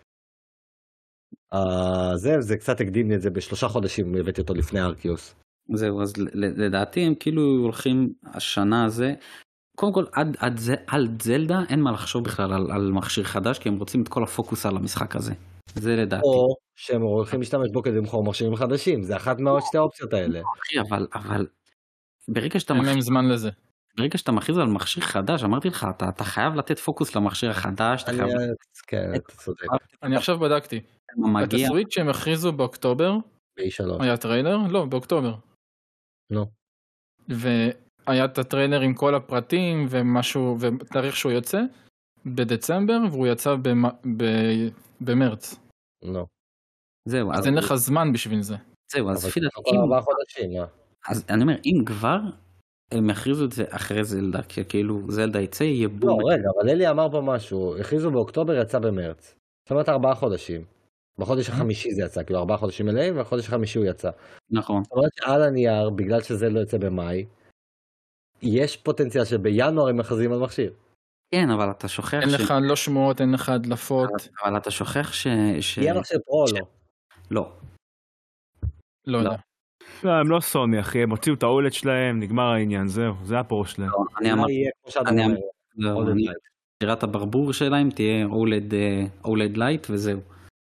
זה קצת הקדים לי את זה ב3 חודשים, הבאתי אותו לפני ארקיוס. זהו, אז לדעתי הם כאילו הולכים השנה הזה, קודם כל, על זלדה אין מה לחשוב בכלל על מכשיר חדש, כי הם רוצים את כל הפוקוס על המשחק הזה. זה לדעתי. או שהם הולכים להשתמש בו כדי למכור מכשירים חדשים, זה אחת מהשתי האופציות האלה. אחי, אבל ברגע שאתה אין להם זמן לזה. ברגע שאתה מכריז על מכשיר חדש, אמרתי לך, אתה חייב לתת פוקוס למכשיר החדש, כן, אתה צודק. אני עכשיו בדקתי. את הסוויץ' שהם הכריזו באוקטובר, ב3. היה טריילר? לא, באוקטובר. נו. והיה את הטריילר עם כל הפרטים ומשהו, ותאריך שהוא יוצא, בדצמבר, והוא יצא במרץ. נו. זהו, אז אין לך זמן בשביל זה. זהו, אז לפי דעתי, כל 4 חודשים, אז אני אומר, אם כבר, הם יכריזו את זה אחרי זלדה, כי כאילו זלדה יצא, יהיה בום. לא, רגע, אבל אלי אמר פה משהו, הכריזו באוקטובר, יצא במרץ. זאת אומרת 4 חודשים. בחודש החמישי זה יצא, כאילו 4 חודשים מלאים, ובחודש החמישי הוא יצא. נכון. זאת אומרת שעל הנייר, בגלל שזה לא יוצא במאי, יש פוטנציאל שבינואר הם מכריזים על מכשיר. כן, אבל אתה שוכח אין לך לא שמועות, אין לך הדלפות. אבל אתה שוכח יהיה מכשיר פרו או לא? לא. לא יודע. לא, הם לא סוני, אחי, הם הוציאו את האולד שלהם, נגמר העניין, זהו, זה הפרו שלהם. אני אמרתי, אמרתי, שירת הברבור שלהם תהיה אולד לייט וזהו.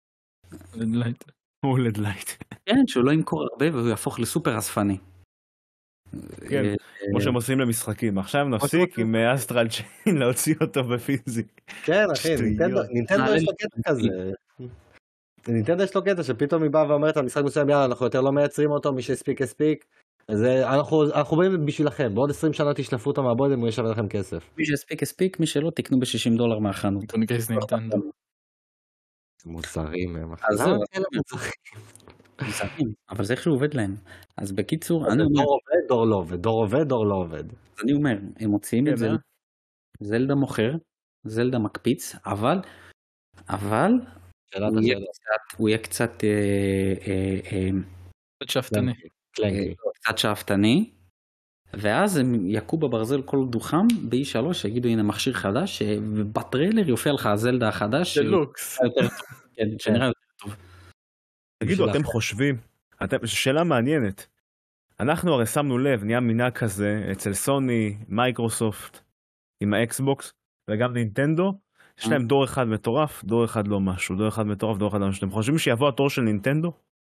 אולד לייט. כן, שהוא לא ימכור הרבה והוא יהפוך לסופר אספני. כן, כמו שהם עושים למשחקים. עכשיו נפסיק עם אסטרל צ'יין להוציא אותו בפיזי. כן, אחי, נינטנדו יש לו קטע כזה. נינטנדו יש לו קטע שפתאום היא באה ואומרת על משחק מסוים, יאללה, אנחנו יותר לא מייצרים אותו, מי שהספיק הספיק. אז אנחנו באים בשבילכם, בעוד 20 שנה תשלפו אותו מהבוידם, הוא ישווה לכם כסף. מי שהספיק הספיק, מי שלא תקנו $60 מהחנות. נגייס נינטנדו. מוצרים הם. אז זהו, אבל זה איך שהוא עובד להם. אז בקיצור, אני אומר, דור עובד, דור לא עובד, דור עובד, דור לא עובד. אז אני אומר, הם מוציאים את זה, זלדה מוכר, זלדה מקפיץ, אבל הוא יהיה קצת שאפתני. קצת שאפתני, ואז הם יקו בברזל כל דוכם ב-E3 שיגידו הנה מכשיר חדש, ובטריילר יופיע לך הזלדה החדש דלוקס. שנראה יותר טוב. תגידו, אתם חושבים, שאלה מעניינת, אנחנו הרי שמנו לב, נהיה מנהג כזה אצל סוני, מייקרוסופט, עם האקסבוקס, וגם נינטנדו, יש להם דור אחד מטורף, דור אחד לא משהו, דור אחד מטורף, דור אחד לא משהו. אתם חושבים שיבוא התור של נינטנדו?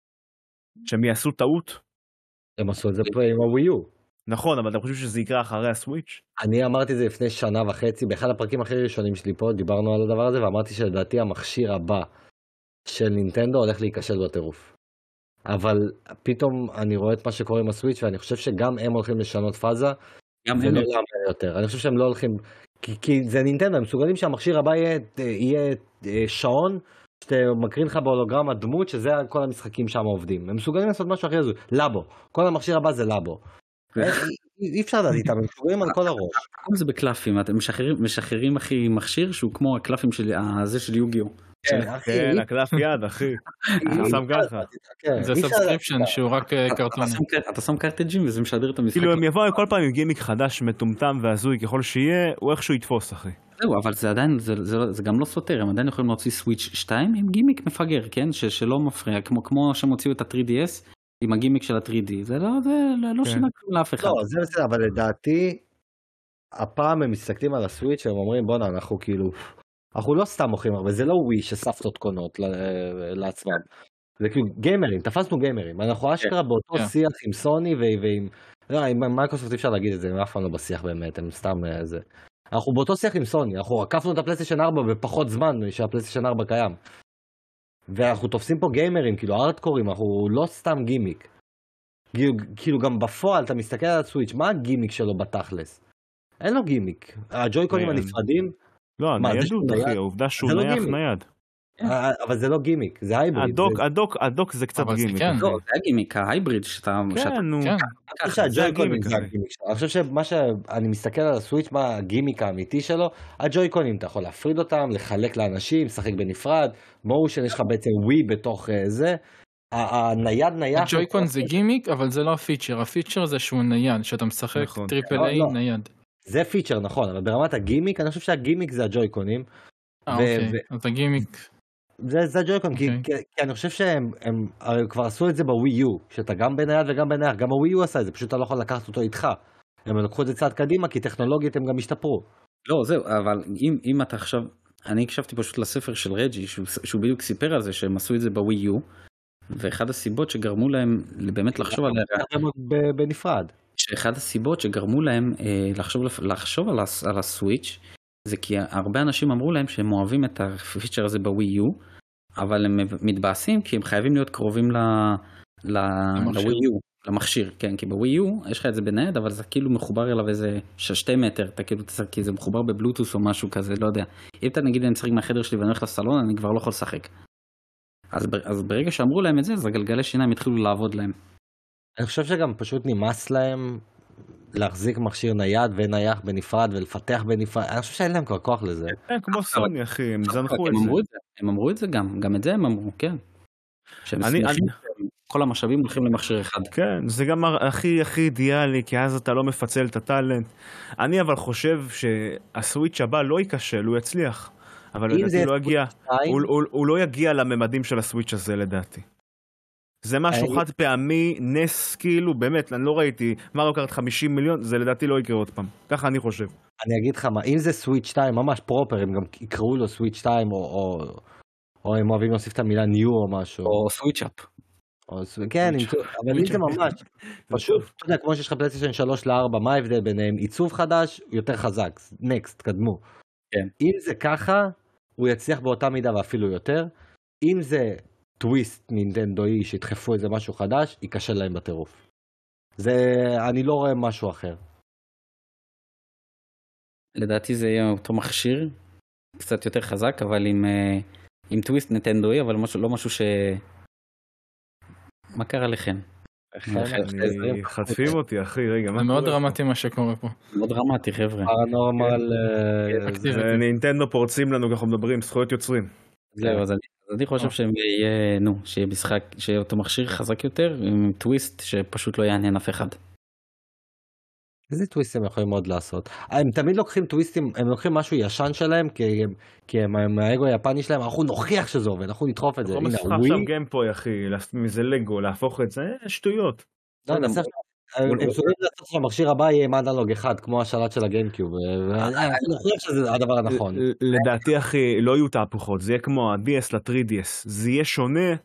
שהם יעשו טעות? הם עשו את זה פה עם הווי יו. נכון, אבל אתם חושבים שזה יקרה אחרי הסוויץ'? אני אמרתי את זה לפני 1.5 שנה, באחד הפרקים הכי ראשונים שלי פה, דיברנו על הדבר הזה, ואמרתי שלדעתי המכשיר הבא של נינטנדו הולך להיכשל בטירוף. אבל פתאום אני רואה את מה שקורה עם הסוויץ', ואני חושב שגם הם הולכים לשנות פאזה, ולא להמר יותר. אני חושב שהם לא הולכים, כי זה נינטנדו, הם מסוגלים שהמכשיר הבא יהיה שעון, שאתה מקרין לך בהולוגרמה דמות, שזה כל המשחקים שם עובדים. הם מסוגלים לעשות משהו אחרי זה, לבו. כל המכשיר הבא זה לבו. אי אפשר לדעת איתם, הם מסוגלים על כל הראש. כל זה בקלפים, אתם משחררים אחי מכשיר שהוא כמו הקלפים של יוגיו. כן, הקלף יד, אחי. אתה שם ככה. זה סאבסקריפשן שהוא רק קרטון. אתה שם קרטג'ים וזה משדר את המשחק. כאילו הם יבואו כל פעם עם גימיק חדש, מטומטם והזוי ככל שיהיה, הוא איכשהו יתפוס, אחי. זהו, אבל זה עדיין, זה גם לא סותר, הם עדיין יכולים להוציא סוויץ' 2 עם גימיק מפגר, כן? שלא מפריע, כמו שהם הוציאו את ה-3DS עם הגימיק של ה-3D. זה לא שינה כלום לאף אחד. לא, זה בסדר, אבל לדעתי, הפעם הם מסתכלים על הסוויץ' והם אומרים, בוא'נה, אנחנו כאילו, אנחנו לא סתם מוכרים הרבה, זה לא ווי שסבתות קונות לעצמם. זה כאילו גיימרים, תפסנו גיימרים. אנחנו אשכרה באותו שיח עם סוני ועם, לא, עם מייקרוסופט אי אפשר להגיד את זה, הם אף פעם לא בשיח באמת, הם סתם זה. אנחנו באותו שיח עם סוני, אנחנו רקפנו את הפלייסטיישן 4 בפחות זמן שהפלייסטיישן 4 קיים. ואנחנו תופסים פה גיימרים, כאילו ארטקורים, אנחנו לא סתם גימיק. כאילו גם בפועל אתה מסתכל על הסוויץ', מה הגימיק שלו בתכלס? אין לו גימיק. הג'ויקונים הנפרדים, לא, ניידות, אחי, העובדה שהוא נייח נייד. אבל זה לא גימיק, זה הייבריד. הדוק זה קצת גימיק. לא, זה הגימיק, ההייבריד שאתה... כן, נו. אני חושב שהג'ויקונים זה הגימיק שלו. אני חושב שמה שאני מסתכל על הסוויץ', מה הגימיק האמיתי שלו, הג'ויקונים, אתה יכול להפריד אותם, לחלק לאנשים, לשחק בנפרד, מושן, יש לך בעצם ווי בתוך זה. הנייד נייח... הג'ויקון זה גימיק, אבל זה לא הפיצ'ר. הפיצ'ר זה שהוא נייד, שאתה משחק טריפל איי נייד. זה פיצ'ר, נכון, אבל ברמת הגימיק, אני חושב שהגימיק זה הג'ויקונים. אוקיי, אז הגימיק... זה הג'ויקון, כי אני חושב שהם כבר עשו את זה בווי יו, שאתה גם בנייד וגם בנייח, גם הווי יו עשה את זה, פשוט אתה לא יכול לקחת אותו איתך. הם לקחו את זה צעד קדימה, כי טכנולוגית הם גם השתפרו. לא, זהו, אבל אם אתה עכשיו... אני הקשבתי פשוט לספר של רג'י, שהוא בדיוק סיפר על זה, שהם עשו את זה בווי יו, ואחד הסיבות שגרמו להם באמת לחשוב עליה... בנפרד. שאחד הסיבות שגרמו להם לחשוב על הסוויץ' זה כי הרבה אנשים אמרו להם שהם אוהבים את הפיצ'ר הזה בווי יו, אבל הם מתבאסים כי הם חייבים להיות קרובים לווי יו, למכשיר, כן, כי בווי יו יש לך את זה בנייד, אבל זה כאילו מחובר אליו איזה 2 מטר, אתה כאילו כי זה מחובר בבלוטוס או משהו כזה, לא יודע. אם אתה נגיד אני משחק מהחדר שלי ואני הולך לסלון, אני כבר לא יכול לשחק. אז ברגע שאמרו להם את זה, אז הגלגלי שיניים התחילו לעבוד להם. אני חושב שגם פשוט נמאס להם להחזיק מכשיר נייד ונייח בנפרד ולפתח בנפרד, אני חושב שאין להם כבר כוח לזה. כמו סוני אחי, הם זנחו את זה. הם אמרו את זה גם את זה הם אמרו, כן. כל המשאבים הולכים למכשיר אחד. כן, זה גם הכי אידיאלי, כי אז אתה לא מפצל את הטלנט. אני אבל חושב שהסוויץ' הבא לא ייכשל, הוא יצליח. אבל הוא לא יגיע לממדים של הסוויץ' הזה לדעתי. זה משהו חד פעמי, נס כאילו, באמת, אני לא ראיתי, מריו קארט 50 מיליון, זה לדעתי לא יקרה עוד פעם. ככה אני חושב. אני אגיד לך מה, אם זה סוויץ' 2, ממש פרופר, הם גם יקראו לו סוויץ' 2, או הם אוהבים להוסיף את המילה ניו או משהו. או סוויץ' אפ. כן, אבל אם זה ממש, פשוט, אתה יודע, כמו שיש לך פלייסטיישן 3 ל-4, מה ההבדל ביניהם? עיצוב חדש, יותר חזק, נקסט, קדמו. אם זה ככה, הוא יצליח באותה מידה ואפילו יותר. אם זה טוויסט נינטנדואי שידחפו איזה משהו חדש, ייכשל להם בטירוף. אני לא רואה משהו אחר. לדעתי זה יהיה אותו מכשיר, קצת יותר חזק, אבל עם טוויסט נינטנדואי, אבל לא משהו מה קרה לכם? חטפים אותי אחי, רגע. זה מאוד דרמטי מה שקורה פה. מאוד דרמטי חבר'ה. פרנורמל. נינטנדו פורצים לנו ככה מדברים, זכויות יוצרים. זהו, אז אני חושב שיהיה משחק, שיהיה אותו מכשיר חזק יותר, עם טוויסט שפשוט לא יעניין אף אחד. איזה טוויסטים הם יכולים מאוד לעשות? הם תמיד לוקחים טוויסטים, הם לוקחים משהו ישן שלהם, כי הם האגו היפני שלהם, אנחנו נוכיח שזה עובד, אנחנו נדחוף את זה. לא משחק עכשיו גיימפוי אחי, מזה לגו, להפוך את זה, שטויות. הם סוגרים לעשות שהמכשיר הבא יהיה עם אנלוג אחד, כמו השלט של הגיימקיוב, אני חושב שזה הדבר הנכון. לדעתי אחי, לא יהיו תהפוכות, זה יהיה כמו ה-DS ל-3DS, זה יהיה שונה,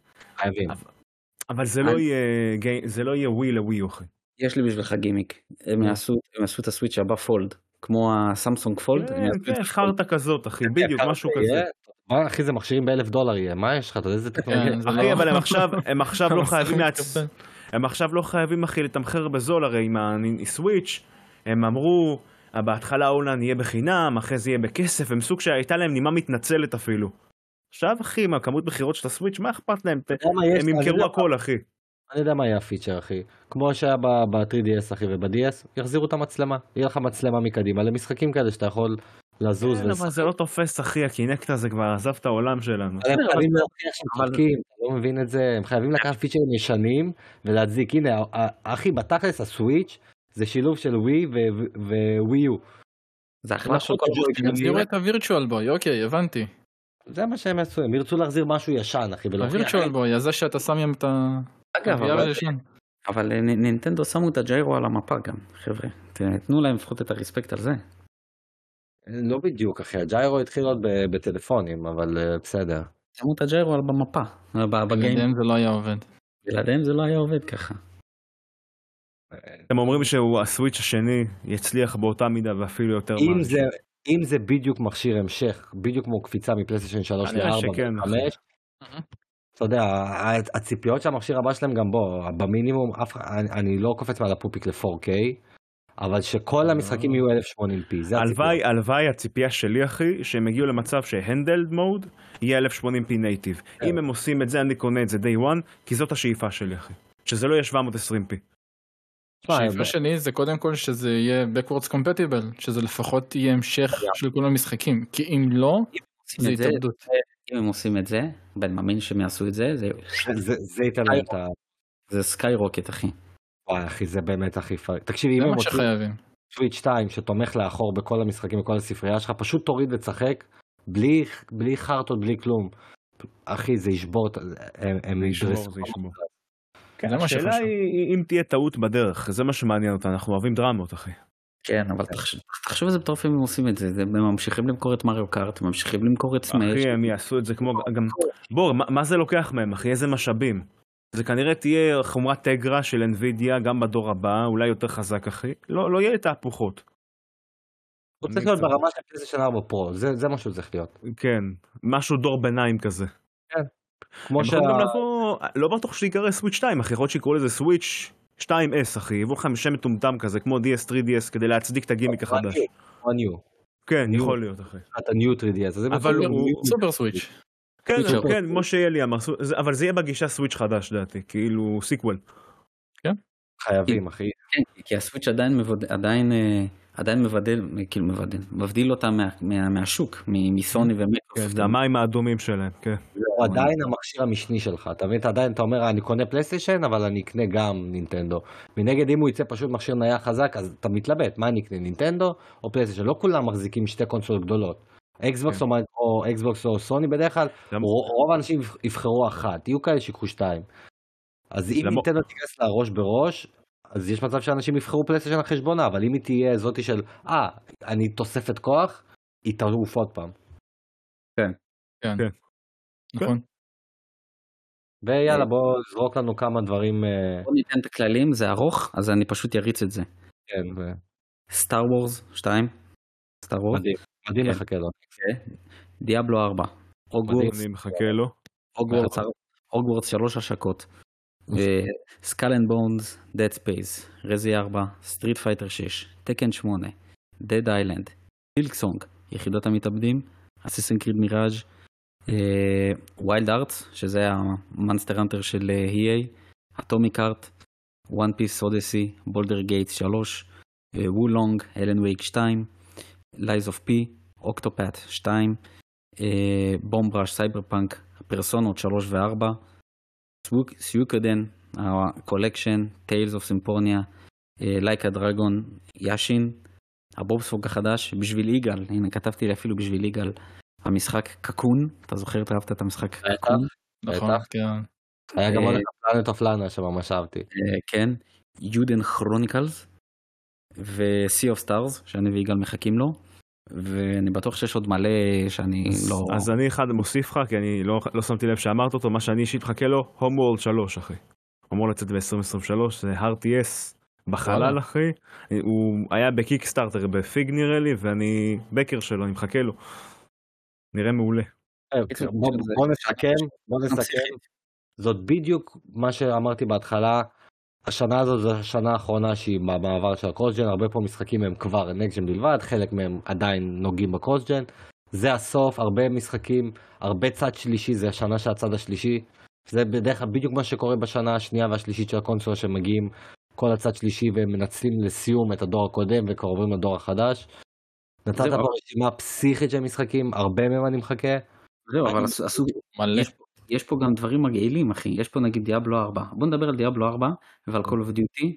אבל זה לא יהיה ווי לווי אחי. יש לי בשבילך גימיק, הם יעשו את הסוויץ' הבא פולד, כמו הסמסונג פולד. כן, חרטה כזאת אחי, בדיוק משהו כזה. אחי זה מכשירים $1,000 יהיה, מה יש לך? אתה יודע איזה טכנולוגיה? אחי אבל הם עכשיו לא חייבים הם עכשיו לא חייבים אחי לתמחר בזול, הרי עם הסוויץ' הם אמרו בהתחלה אולן יהיה בחינם, אחרי זה יהיה בכסף, הם סוג שהייתה להם נימה מתנצלת אפילו. עכשיו אחי, עם הכמות בחירות של הסוויץ', מה אכפת להם? הם ימכרו הכל אחי. אני יודע מה יהיה הפיצ'ר אחי, כמו שהיה ב-3DS אחי וב-DS, יחזירו את המצלמה, יהיה לך מצלמה מקדימה למשחקים כאלה שאתה יכול לזוז. אבל זה לא תופס אחי, הקינקטה זה כבר עזב את העולם שלנו. הם חייבים להוכיח שמשחקים, אתה לא מבין את זה, הם חייבים לקחת פיצ'רים ישנים ולהצדיק, הנה אחי בתכלס הסוויץ' זה שילוב של ווי וווי יו. זה אחלה של הם יחזירו את הווירטואל בוי, אוקיי, הבנתי. זה מה שהם יעשו, הם ירצו להחזיר משהו ישן אחי. הווירטואל בוי, זה שאתה שם את ה... אגב, אבל נינטנדו שמו את הג'יירו על המפה גם, חבר'ה. תנו להם לפחות את הרספקט על זה. לא בדיוק אחי, הג'יירו התחיל עוד בטלפונים, אבל בסדר. שמו את הג'יירו על במפה. בלעדיהם זה לא היה עובד. בלעדיהם זה לא היה עובד ככה. אתם אומרים שהסוויץ' השני יצליח באותה מידה ואפילו יותר ממש. אם זה בדיוק מכשיר המשך, בדיוק כמו קפיצה מפלייסטיישן 3 ל-4 ו-5, אתה יודע, הציפיות שהמכשיר הבא שלהם גם במינימום, אני לא קופץ מעל הפופיק ל-4K, אבל שכל המשחקים יהיו 1080p. הלוואי הציפייה שלי אחי, שהם הגיעו למצב שהנדלד מוד יהיה 1080p נייטיב. אם הם עושים את זה, אני קונה את זה day one, כי זאת השאיפה שלי אחי. שזה לא יהיה 720p. השאיפה שלי זה קודם כל שזה יהיה backwards compatible, שזה לפחות יהיה המשך של כל המשחקים, כי אם לא, זה התאבדות. אם הם עושים את זה, ואני מאמין שהם יעשו את זה, זה יתאמן את ה... זה סקאי רוקט אחי. וואי אחי, זה באמת הכי פאק. תקשיב, אם הם עושים סוויץ' 2 שתומך לאחור בכל המשחקים, בכל הספרייה שלך, פשוט תוריד וצחק, בלי חרטות, בלי כלום. אחי, זה ישבור, הם ידרסו. השאלה היא אם תהיה טעות בדרך, זה מה שמעניין אותה, אנחנו אוהבים דרמות אחי. כן, אבל תחשוב איזה בטרוף הם עושים את זה, הם ממשיכים למכור את מריו קארט, הם ממשיכים למכור את סמאש. אחי, הם יעשו את זה כמו, גם, בוא, מה זה לוקח מהם אחי, איזה משאבים? זה כנראה תהיה חומרת תגרה של NVIDIA גם בדור הבא, אולי יותר חזק אחי, לא יהיה את ההפוכות. הוא צריך להיות ברמה של פלייסטיישן 4 פרו, זה מה שהוא צריך להיות. כן, משהו דור ביניים כזה. כן. כמו שה... לא בטוח שיקרא סוויץ' 2, אחי, יכול להיות שיקראו לזה סוויץ' 2S, אחי, יבוא לכם שם מטומטם כזה, כמו DS 3DS, כדי להצדיק את הגימיק החדש. או ניו. כן, יכול להיות, אחי. אתה ניו 3DS. אבל הוא סופר סוויץ'. כן, כמו שאלי אמר, אבל זה יהיה בגישה סוויץ' חדש, דעתי, כאילו סיקוול. כן? חייבים, אחי. כן, כי הסוויץ' עדיין מבדיל אותה מהשוק, מסוני ומיקרוסופט. זה המים האדומים שלהם, כן. הוא עדיין המכשיר המשני שלך, אתה מבין? עדיין אתה אומר, אני קונה פלייסטיישן, אבל אני אקנה גם נינטנדו. מנגד, אם הוא יצא פשוט מכשיר נייח חזק, אז אתה מתלבט, מה אני אקנה, נינטנדו או פלייסטיישן? לא כולם מחזיקים שתי קונסולות גדולות. אקסבוקס או סוני בדרך כלל, רוב האנשים יבחרו אחת, יהיו כאלה שיקחו שתיים. אז אם נינטנדו תיכנס לה ראש בראש, אז יש מצב שאנשים יבחרו פלייסטיישן על חשבונה, אבל אם היא תהיה זאתי של, אני תוספת כוח, היא תעוף עוד פעם. כן. נכון. ויאללה, בוא זרוק לנו כמה דברים. בוא ניתן את הכללים, זה ארוך, אז אני פשוט יריץ את זה. כן. סטאר וורס 2. סטאר וורס. מדהים מחכה לו. דיאבלו 4. אני מחכה לו. הוגוורטס 3 השקות. סקל אנד בונס, דד ספייס, רזי 4, סטריט פייטר 6, טקן 8, דד איילנד, סילקסונג, יחידות המתאבדים, אסיסן קריד מיראז', ווילד ארטס, שזה המונסטר הנטר של EA, אטומיק ארט, וואן פיס אודסי, בולדר גייט 3, וולונג, אלן וייק 2, לייז אוף פי, אוקטופאט 2, בומבראש, סייבר פאנק, פרסונות 3 ו-4, סיוקדן, הקולקשן, טיילס אוף סימפורניה, לייקה דרגון, יאשין, הבובספוג החדש, בשביל איגל, הנה כתבתי לי אפילו בשביל איגל, המשחק קקון, אתה זוכר, אתה אהבת את המשחק קקון? נכון, כן. היה גם עוד פלנט אוף לאנה שממש אהבתי. כן, יודן כרוניקלס, ו-Sea of Stars, שאני ואיגל מחכים לו, ואני בטוח שיש עוד מלא שאני לא... אז אני אחד מוסיף לך, כי אני לא שמתי לב שאמרת אותו, מה שאני אישית מחכה לו, Homeworld 3, אחי. אמור לצאת ב-2023, זה RTS בחלל, אחי. הוא היה בקיקסטארטר בפיג נראה לי, ואני בקר שלו, אני מחכה לו. נראה מעולה. בוא נסכם. זאת בדיוק מה שאמרתי בהתחלה, השנה הזאת זו השנה האחרונה שהיא במעבר של הקרוסג'ן, הרבה פה משחקים הם כבר נקסג'ן בלבד, חלק מהם עדיין נוגעים בקרוסג'ן, זה הסוף, הרבה משחקים, הרבה צד שלישי, זה השנה של הצד השלישי, זה בדרך כלל בדיוק מה שקורה בשנה השנייה והשלישית של הקונסולה, שמגיעים כל הצד שלישי והם מנצלים לסיום את הדור הקודם וקרובים לדור החדש. נתת פה רשימה פסיכית של משחקים, הרבה מהם אני מחכה. זהו, אבל עשו מלא. יש פה גם דברים מגעילים, אחי. יש פה נגיד דיאבלו 4. בוא נדבר על דיאבלו 4 ועל Call of Duty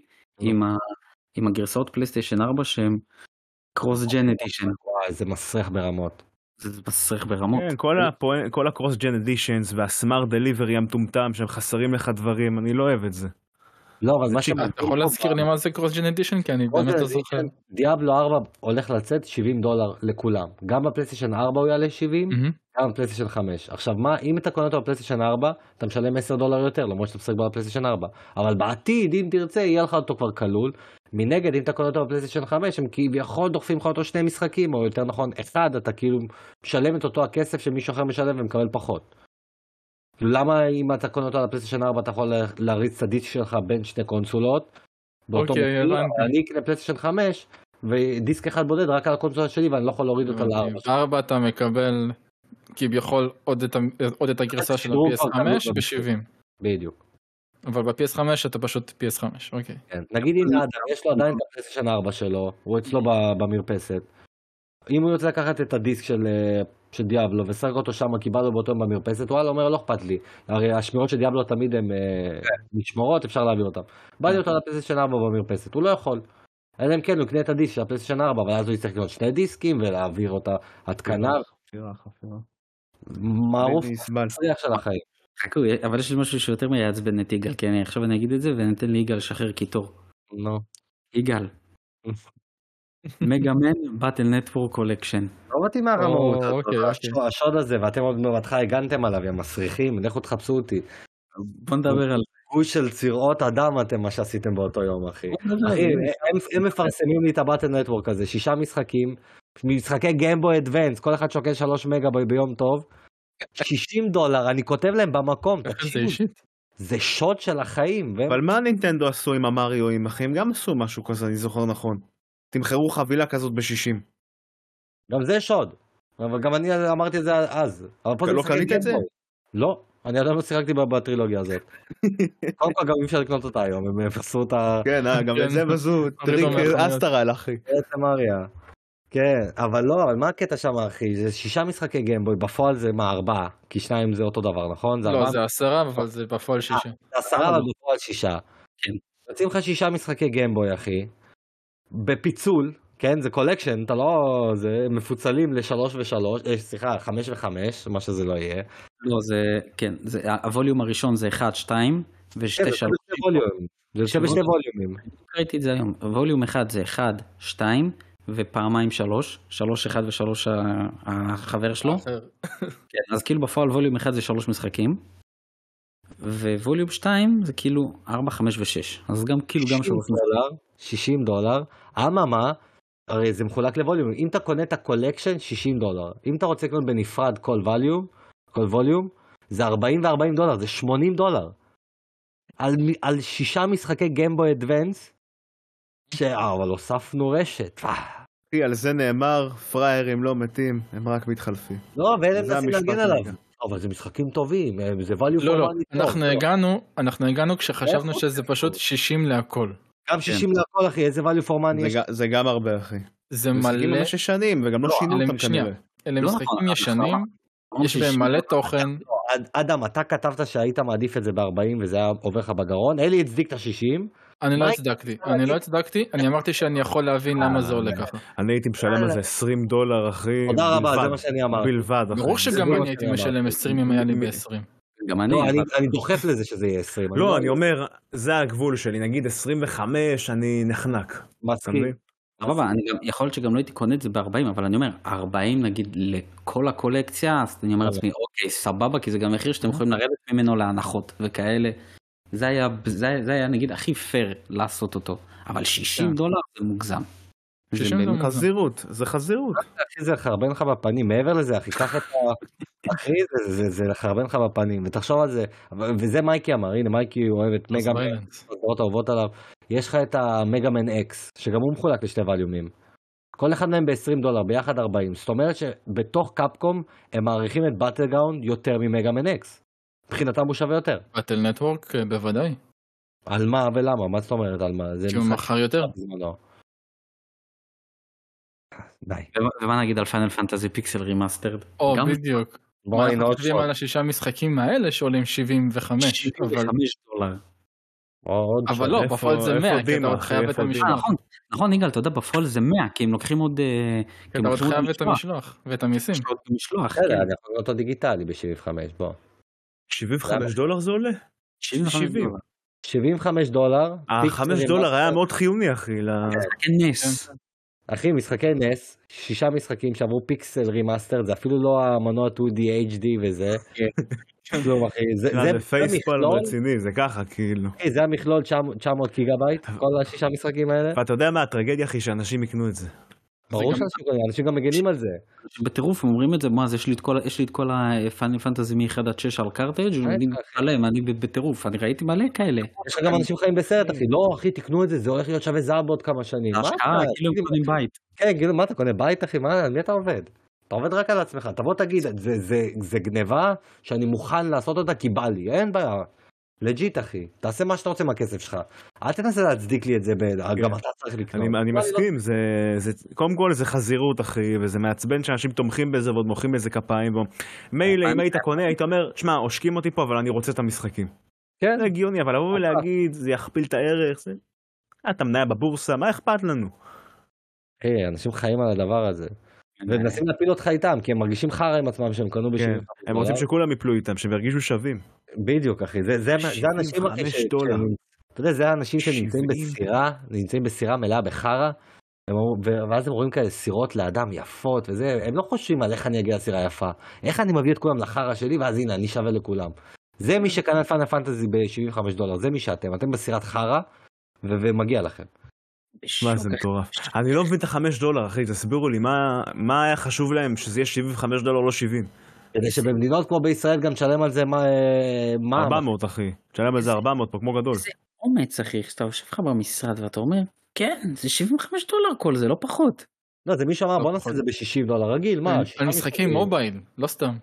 עם הגרסאות פלייסטיישן 4 שהם קרוס-ג'ן אדישן. וואי, זה מסריח ברמות. זה מסריח ברמות. כן, כל הקרוס-ג'ן אדישנס והסמארט דליברי המטומטם שהם חסרים לך דברים, אני לא אוהב את זה. לא, אבל מה אתה יכול להזכיר לי מה זה קרוס-ג'ן אדישן? כי אני באמת לא זוכר. דיאבלו 4 הולך לצאת $70 לכולם. גם בפלייסטיישן 4 הוא יעלה 70, גם בפלייסטיישן 5. עכשיו מה, אם אתה קונה אותו בפלייסטיישן 4, אתה משלם $10 יותר, למרות שאתה משחק בפלייסטיישן 4. אבל בעתיד, אם תרצה, יהיה לך אותו כבר כלול. מנגד, אם אתה קונה אותו בפלייסטיישן 5, הם כביכול דוחפים לך אותו 2 משחקים, או יותר נכון, אחד, אתה כאילו משלם את אותו הכסף שמישהו אחר משלם ומקבל פחות. למה אם אתה קונה אותו על הפלייסטיישן 4 אתה יכול להריץ את הדיסק שלך בין שתי קונסולות? אוקיי, אני אקנה פלייסטיישן 5 ודיסק אחד בודד רק על הקונסולה שלי ואני לא יכול להוריד אותה ל4. 4 אתה מקבל כביכול עוד את הגרסה של ה-PS5 ב-70. בדיוק. אבל ב-PS5 אתה פשוט PS5, אוקיי. נגיד אם האדם יש לו עדיין את הפלייסטיישן 4 שלו, הוא אצלו במרפסת. אם הוא יוצא לקחת את הדיסק של דיאבלו וסרק אותו שם, קיבל לו באותו במרפסת, וואלה, אומר, לא אכפת לי. הרי השמירות של דיאבלו תמיד הן משמורות, אפשר להעביר אותן. בא לי אותו לפלייסטיישן 4 במרפסת, הוא לא יכול. אלא אם כן, הוא יקנה את הדיסק של הפלייסטיישן 4, אבל אז הוא יצטרך לקנות 2 דיסקים ולהעביר אותה התקנה. חפירה. מערוף, מצליח של החיים. חכו, אבל יש לי משהו שיותר מייעצבן את יגאל, כי עכשיו אני אגיד את זה וניתן לי יגאל לשחרר קיטור. נו. יגאל. מגאמן באטל נטוורק קולקשן. לא באתי מהרמות, השוד הזה, ואתם עוד בהתחלה הגנתם עליו, יא מסריחים, לכו תחפשו אותי. בוא נדבר על גוש של צירות אדם אתם מה שעשיתם באותו יום, אחי. אחי, הם מפרסמים לי את הבטל נטוורק הזה, 6 משחקים, משחקי גיימבוי אדוונס, כל אחד שוקל 3 מגה ביום טוב, $60, אני כותב להם במקום, זה שוט של החיים. אבל מה נינטנדו עשו עם המריואים, אחי? הם גם עשו משהו כזה, אני זוכר נכון. תמחרו חבילה כזאת ב-60. גם זה שוד, אבל גם אני אמרתי את זה אז. לא קנית את זה? לא. אני עדיין לא שיחקתי בטרילוגיה הזאת. קודם כל גם אי אפשר לקנות אותה היום, הם פסו אותה... כן, גם לזה בזו טריק אסטרל, אחי. בעצם אריה. כן, אבל לא, אבל מה הקטע שם, אחי? זה 6 משחקי גיימבוי, בפועל זה 4, כי 2 זה אותו דבר, נכון? לא, זה 10, אבל זה בפועל 6. זה 10, אבל בפועל 6. כן. יוצאים לך 6 משחקי גיימבוי, אחי. בפיצול, כן, זה קולקשן, אתה לא... זה מפוצלים ל3 ו3, סליחה, 5 ו5, מה שזה לא יהיה. לא, זה, כן, הווליום הראשון זה 1, 2 ו-2, 3. זה יושב בשני ווליומים. קראתי את זה היום. ווליום 1 זה 1, 2 ופעמיים 3, 3, 1 ו3 החבר שלו. כן, אז כאילו בפועל ווליום 1 זה 3 משחקים. וווליום 2 זה כאילו 4, 5 ו6. אז גם כאילו גם $60. אממה, הרי זה מחולק לווליום. אם אתה קונה את הקולקשן, $60. אם אתה רוצה לקנות בנפרד כל ווליום, זה $40 ו$40, זה $80. על 6 משחקי גיימבוי אדוונס, אבל הוספנו רשת. על זה נאמר, פריירים לא מתים, הם רק מתחלפים. לא, ואלה מנסים להגן עליו. אבל זה משחקים טובים, זה value for money. לא, אנחנו הגענו כשחשבנו שזה פשוט 60 להכל. גם 60 להכל, אחי, איזה value for money יש? זה גם הרבה, אחי. זה מלא... 6 שנים, וגם לא שינו אותם כנראה. אלה משחקים ישנים, יש בהם מלא תוכן. אדם, אתה כתבת שהיית מעדיף את זה ב-40 וזה היה עובר לך בגרון, אלי הצדיק את ה-60. אני לא הצדקתי, אני אמרתי שאני יכול להבין למה זה עולה ככה. אני הייתי משלם על זה $20, אחי. תודה רבה, זה מה שאני אמרתי. בלבד, אחי. ברור שגם אני הייתי משלם 20 אם היה לי ב-20. גם אני. לא, אני דוחף לזה שזה יהיה 20. לא, אני אומר, זה הגבול שלי, נגיד 25, אני נחנק. מסכים. אבל יכול להיות שגם לא הייתי קונה את זה ב-40, אבל אני אומר, 40 נגיד לכל הקולקציה, אז אני אומר לעצמי, אוקיי, סבבה, כי זה גם מחיר שאתם יכולים לרדת ממנו להנחות וכאלה. זה היה נגיד הכי פייר לעשות אותו, אבל $60 זה מוגזם. חזירות, זה חזירות. אחי, זה לחרבן לך בפנים, מעבר לזה, אחי, קח את ה... אחי, זה לחרבן לך בפנים, ותחשוב על זה, וזה מייקי אמר, הנה מייקי אוהב את מגאמן, סדרות אהובות עליו, יש לך את המגאמן אקס, שגם הוא מחולק לשתי ווליומים, כל אחד מהם $20, ביחד 40, זאת אומרת שבתוך קפקום הם מעריכים את באטלגראונד יותר ממגאמן אקס, מבחינתם הוא שווה יותר. באטל נטוורק בוודאי. על מה ולמה? מה זאת אומרת על מה? כי הוא מחר יותר. די. ומה נגיד על פיינל פנטזי פיקסל רימאסטרד? או, בדיוק. אנחנו חושבים על 6 משחקים האלה שעולים $75. אבל לא, בפועל זה 100, כי אתה עוד חייב את המשלוח. נכון, יגאל, אתה יודע, בפועל זה 100, כי הם לוקחים עוד... כי אתה עוד חייב את המשלוח, ואת המיסים. יש עוד משלוח, כן. אני יכול להיות דיגיטלי ב-75, בוא. $75 זה עולה? $75. $5 היה מאוד חיוני, אחי. נס. אחי, משחקי נס, 6 משחקים שעברו פיקסל רימאסטר, זה אפילו לא המנוע 2D HD וזה. זה פייספול רציני, זה ככה כאילו. זה המכלול 900 גיגאבייט, כל 6 משחקים האלה. ואתה יודע מה הטרגדיה, אחי, שאנשים יקנו את זה. ברור שאנשים גם מגנים על זה. בטירוף, הם אומרים את זה, מה, יש לי את כל הפיינל פנטזי מ-1 עד 6 על קארטג' אני בטירוף, אני ראיתי מלא כאלה. יש לך גם אנשים חיים בסרט, אחי, לא אחי, תקנו את זה, זה הולך להיות שווה זהב בעוד כמה שנים. כאילו הם קונים בית. כן, כאילו, מה אתה קונה בית, אחי, על מי אתה עובד? אתה עובד רק על עצמך, תבוא תגיד, זה גניבה שאני מוכן לעשות אותה כי בא לי, אין בעיה. לג'יט, אחי, תעשה מה שאתה רוצה מהכסף שלך. אל תנסה להצדיק לי את זה, גם אתה צריך לקנות. אני מסכים, קודם כל זה חזירות, אחי, וזה מעצבן שאנשים תומכים בזה ועוד מוחאים בזה כפיים. מילא, אם היית קונה, היית אומר, שמע, עושקים אותי פה, אבל אני רוצה את המשחקים. זה הגיוני, אבל לבוא ולהגיד, זה יכפיל את הערך, אתה מניה בבורסה, מה אכפת לנו? אחי, אנשים חיים על הדבר הזה. ומנסים להפיל אותך איתם, כי הם מרגישים חרא עם עצמם שהם קנו בשביל... הם רוצים שכולם יפלו איתם, שהם ירגישו שווים. בדיוק, אחי. זה אנשים, אחי, אתה יודע, זה האנשים שנמצאים בסירה מלאה בחרא, ואז הם רואים כאלה סירות לאדם יפות וזה, הם לא חושבים על איך אני אגיע לסירה יפה, איך אני מביא את כולם לחרא שלי, ואז הנה, אני שווה לכולם. זה מי שקנה פיינל פנטזי $75, זה מי אתם בסירת חרה, ומגיע לכם. מה זה מטורף. אני לא מבין את $5, אחי, תסבירו לי, מה היה חשוב להם שזה יהיה $75, לא 70? כדי שבמדינות כמו בישראל גם תשלם על זה מה... 400, אחי. תשלם על זה 400 פה, כמו גדול. זה אומץ, אחי, כשאתה יושב לך במשרד ואתה אומר, כן, זה $75 כל זה, לא פחות. לא, זה מישהו אמר, בוא נעשה את זה $60 רגיל, מה? על משחקים מובייל, לא סתם.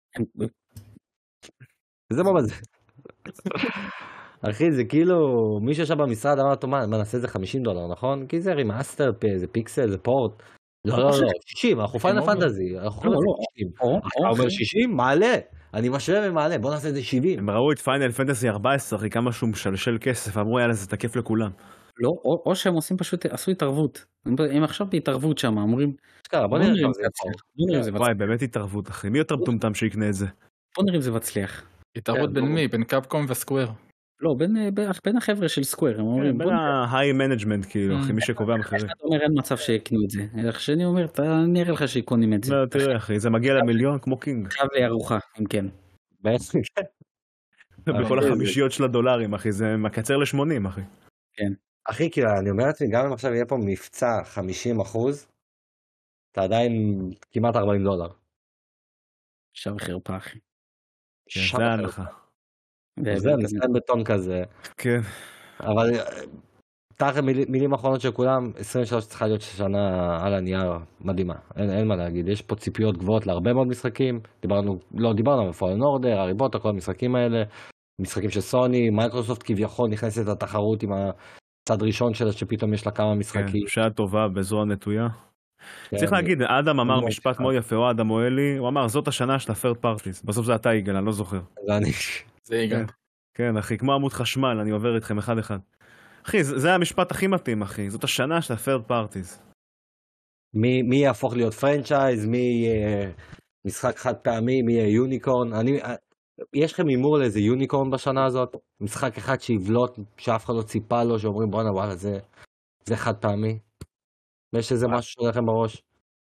זה מה זה. אחי, זה כאילו, מישהו ישב במשרד אמר אותו, מה נעשה את זה $50, נכון? כי זה רימאסטר, זה פיקסל, זה פורט. לא, 60, אנחנו פיינל פנטזי, אנחנו יכולים לעשות 60. אתה אומר 60? מעלה, אני משווה ומעלה, בוא נעשה את זה 70. הם ראו את פיינל פנטזי 14, אחי, כמה שהוא משלשל כסף, אמרו יאללה, זה תקף לכולם. לא, או שהם עושים פשוט, עשו התערבות. הם עכשיו בהתערבות שם, אומרים, בוא נראה אם זה וואי, באמת התערבות, אחי. מי יותר מטומטם שיקנה את זה? בוא נראה אם זה מצליח. התערבות בין מי? בין קפקום וסקוואר? לא, בין החבר'ה של סקוואר, הם אומרים, בין ה-high management, כאילו, אחי, מי שקובע מחירים. אתה אומר, אין מצב שיקנו את זה. איך שאני אומר, אני אראה לך שיקונים את זה. לא, תראה, אחי, זה מגיע למיליון כמו קינג. עכשיו ארוחה, אם כן. בעצם, כן. בכל החמישיות של $, אחי, זה מקצר ל-80, אחי. כן. אחי, כאילו, אני אומר לעצמי, גם אם עכשיו יהיה פה מבצע 50%, אתה עדיין כמעט $40. עכשיו חרפה, אחי. זה ההנחה. זה מסיים בטון כזה. כן. אבל תחת מילים אחרונות של כולם, 23 צריכה להיות שנה על הנייר מדהימה, אין מה להגיד, יש פה ציפיות גבוהות להרבה מאוד משחקים, דיברנו על פולן אורדר, הריבוט, כל המשחקים האלה, משחקים של סוני, מייקרוסופט כביכול נכנסת לתחרות עם הצד ראשון שלה שפתאום יש לה כמה משחקים. כן, שעה טובה בזרוע נטויה. צריך להגיד, אדם אמר משפט מאוד יפה, או אדם או אלי, הוא אמר זאת השנה של ה-third parties, בסוף זה אתה יגאל, אני לא זוכר. זה יגאל. כן אחי, כמו עמוד חשמל, אני עובר איתכם אחד אחד. אחי, זה המשפט הכי מתאים אחי, זאת השנה של ה-third parties. מי יהפוך להיות פרנצ'ייז, מי יהיה משחק חד פעמי, מי יהיה יוניקורן, יש לכם הימור לאיזה יוניקורן בשנה הזאת? משחק אחד שיבלוט, שאף אחד לא ציפה לו, שאומרים בואנה וואלה זה חד פעמי? יש איזה משהו שלכם בראש?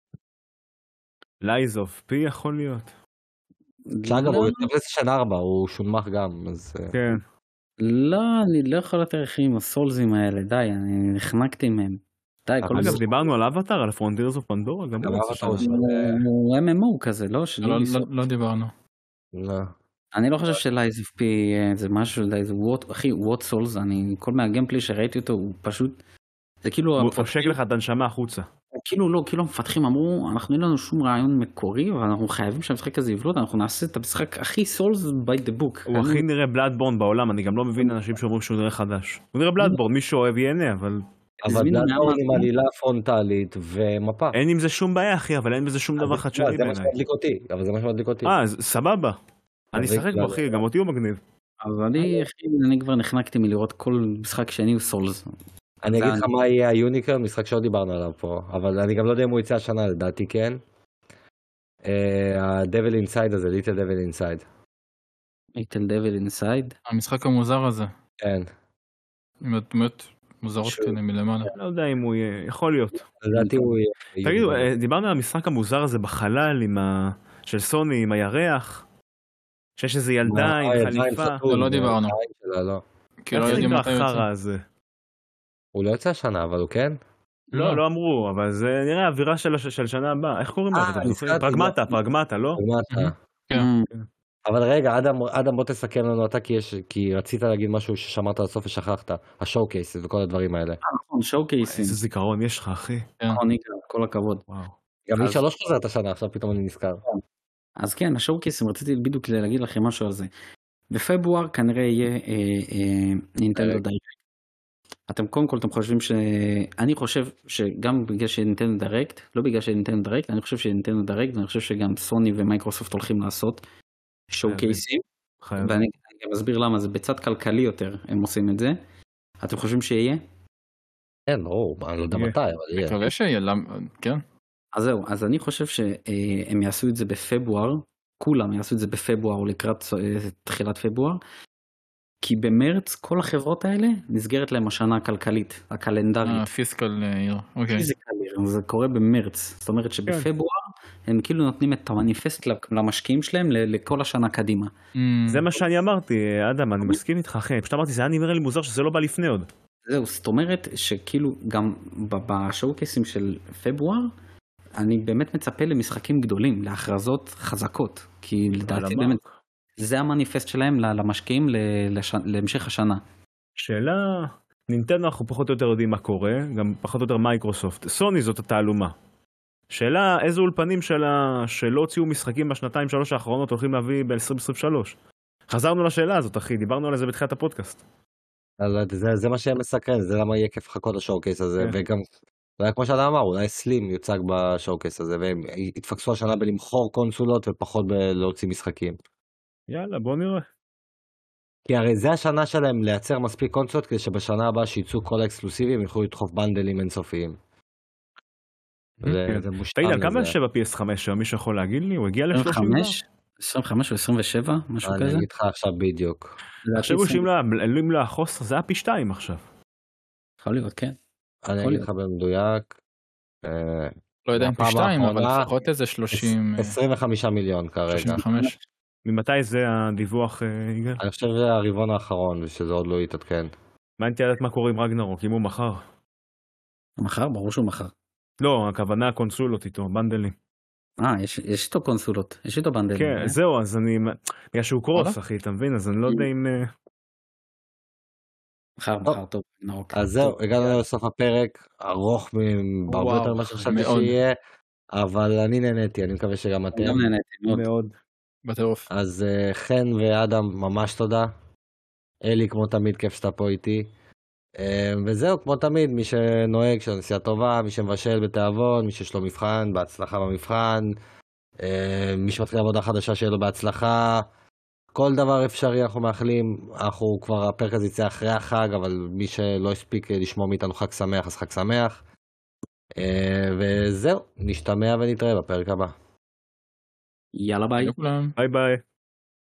לייז אוף פי יכול להיות. שאגב, הוא יוצא שנה 4, הוא שונמך גם, אז... כן. לא, אני לא יכול יותר אחי עם הסולזים האלה, די, אני נחנקתי מהם. די, כל אגב, דיברנו על אבטר, על הפרונטירס אוף פנדורה, גם הוא MMO כזה, לא? לא דיברנו. לא. אני לא חושב שלייז אוף פי זה משהו, אחי, וואט סולס, כל מהגיימפלי שראיתי אותו, הוא פשוט... זה כאילו... הוא פושק לך את הנשמה החוצה. כאילו המפתחים אמרו, אנחנו אין לנו שום רעיון מקורי, אבל אנחנו חייבים שהמשחק הזה יבלוט, אנחנו נעשה את המשחק הכי סולס by the book. הוא הכי נראה בלאדבורן בעולם, אני גם לא מבין אנשים שאומרים שהוא נראה חדש. הוא נראה בלאדבורן, מי שאוהב ייהנה, אבל... אבל בלאדבורן עם עלילה פרונטלית ומפה. אין עם זה שום בעיה, אחי, אבל אין בזה שום דבר חדשני בעיניי. זה מה שמדליק אותי. סבבה. אני אשחק בו, אחי, גם אותי הוא מגניב. אבל אני כבר נחנקתי מלראות כל משחק שני הוא סולס. אני אגיד לך מה יהיה היוניקורן, משחק שעוד דיברנו עליו פה, אבל אני גם לא יודע אם הוא יצא השנה, לדעתי כן. ה-Devil Inside הזה, Little Devil Inside. Little Devil Inside? המשחק המוזר הזה. כן. עם הדמות מוזרות כאלה מלמעלה. לא יודע אם הוא יהיה, יכול להיות. לדעתי הוא יהיה. תגידו, דיברנו על המשחק המוזר הזה בחלל של סוני, עם הירח, שיש איזה ילדה עם חליפה. לא דיברנו. איך זה נקרא החרא הזה? הוא לא יוצא השנה, אבל הוא כן? לא אמרו, אבל זה נראה אווירה של שנה הבאה. איך קוראים לזה? פרגמטה, לא? פרגמטה. אבל רגע, אדם בוא תסכם לנו אתה, כי רצית להגיד משהו ששמרת על הסוף ושכחת. השואו-קייס וכל הדברים האלה. נכון, שואו-קייסים. איזה זיכרון יש לך, אחי. נכון, כל הכבוד. גם לי 3 חוזרת השנה, עכשיו פתאום אני נזכר. אז כן, השואו-קייסים, רציתי בדיוק להגיד לכם משהו על זה. בפברואר כנראה יהיה נינטנדו דיירקט. קודם כל אתם חושבים אני חושב שגם בגלל שנינטנדו דיירקט, לא בגלל שנינטנדו דיירקט, אני חושב שנינטנדו דיירקט, ואני חושב שגם סוני ומייקרוסופט הולכים לעשות שואו-קייסים, ואני גם אסביר למה, זה בצד כלכלי יותר הם עושים את זה. אתם חושבים שיהיה? כן, אני לא יודע מתי, אבל יהיה. מקווה שיהיה, כן. אז זהו, אז אני חושב שהם יעשו את זה בפברואר, כולם יעשו את זה בפברואר או לקראת תחילת פברואר, כי במרץ כל החברות האלה נסגרת להם השנה הכלכלית, הקלנדרית. פיסקל עיר, אוקיי. פיזיקל עיר, זה קורה במרץ. זאת אומרת שבפברואר הם כאילו נותנים את המניפסט למשקיעים שלהם לכל השנה קדימה. זה מה שאני אמרתי, אדם, אני מסכים איתך אחי, פשוט אמרתי, זה היה נראה לי מוזר שזה לא בא לפני עוד. זהו, זאת אומרת שכאילו גם בשואו-קייסים של פברואר, אני באמת מצפה למשחקים גדולים, להכרזות חזקות, כי לדעתי באמת, זה המניפסט שלהם למשקיעים להמשך השנה. שאלה, נינטנדו אנחנו פחות או יותר יודעים מה קורה, גם פחות או יותר מייקרוסופט, סוני זאת התעלומה. שאלה, איזה אולפנים שלה שלא הוציאו משחקים בשנתיים שלוש האחרונות הולכים להביא ב-2023? חזרנו לשאלה הזאת אחי, דיברנו על זה בתחילת הפודקאסט. זה מה שהם מסקרן, זה למה יהיה כיף לחכות לשואו-קייס הזה, וגם, כמו שאתה אמר, אולי סלים יוצג בשואו-קייס הזה, והם יתפקסו השנה בלמחור קונסולות ופחות בלהוציא משחקים. יאללה, בוא נראה. כי הרי זה השנה שלהם לייצר מספיק קונסולות, כדי שבשנה הבאה שיצאו כל האקסקלוסיבים, יוכלו לדחוף בנדלים אינסופיים. זה מושלם לזה. תגיד, על כמה יושב ה-PS5 מישהו יכול להגיד לי? הוא הגיע ל-30? 25 או 27, משהו כזה? אני אגיד לך עכשיו בדיוק. תחשבו שאם לא החוסר, זה היה פי 2 עכשיו. יכול להיות, כן. אני אגיד לך במדויק. לא יודע אם פי 2, אבל לפחות איזה 30... 25 מיליון כרגע. 35. ממתי זה הדיווח, יגאל? אני חושב שזה הרבעון האחרון, ושזה עוד לא יתעדכן. מעניין לדעת מה קורה עם רגנרוק, אם הוא מחר. מחר? ברור שהוא מחר. לא, הכוונה הקונסולות איתו, בנדלים. יש איתו קונסולות, יש איתו בנדלים. כן, זהו, אז אני... בגלל שהוא קרוס, אחי, אתה מבין? אז אני לא יודע אם... מחר, טוב. אז זהו, הגענו לסוף הפרק, ארוך בהרבה יותר מה שחשבתי שיהיה, אבל אני נהניתי, אני מקווה שגם אתם. גם נהניתי, מאוד. בטירוף. אז חן ואדם, ממש תודה. אלי, כמו תמיד, כיף שאתה פה איתי. וזהו, כמו תמיד, מי שנוהג, שהנסיעה טובה, מי שמבשל בתיאבון, מי שיש לו מבחן, בהצלחה במבחן, מי שמתחיל עבודה חדשה שיהיה לו בהצלחה, כל דבר אפשרי אנחנו מאחלים, אנחנו כבר, הפרק הזה יצא אחרי החג, אבל מי שלא הספיק לשמוע מאיתנו חג שמח, אז חג שמח. וזהו, נשתמע ונתראה בפרק הבא. יאללה ביי. ביי ביי.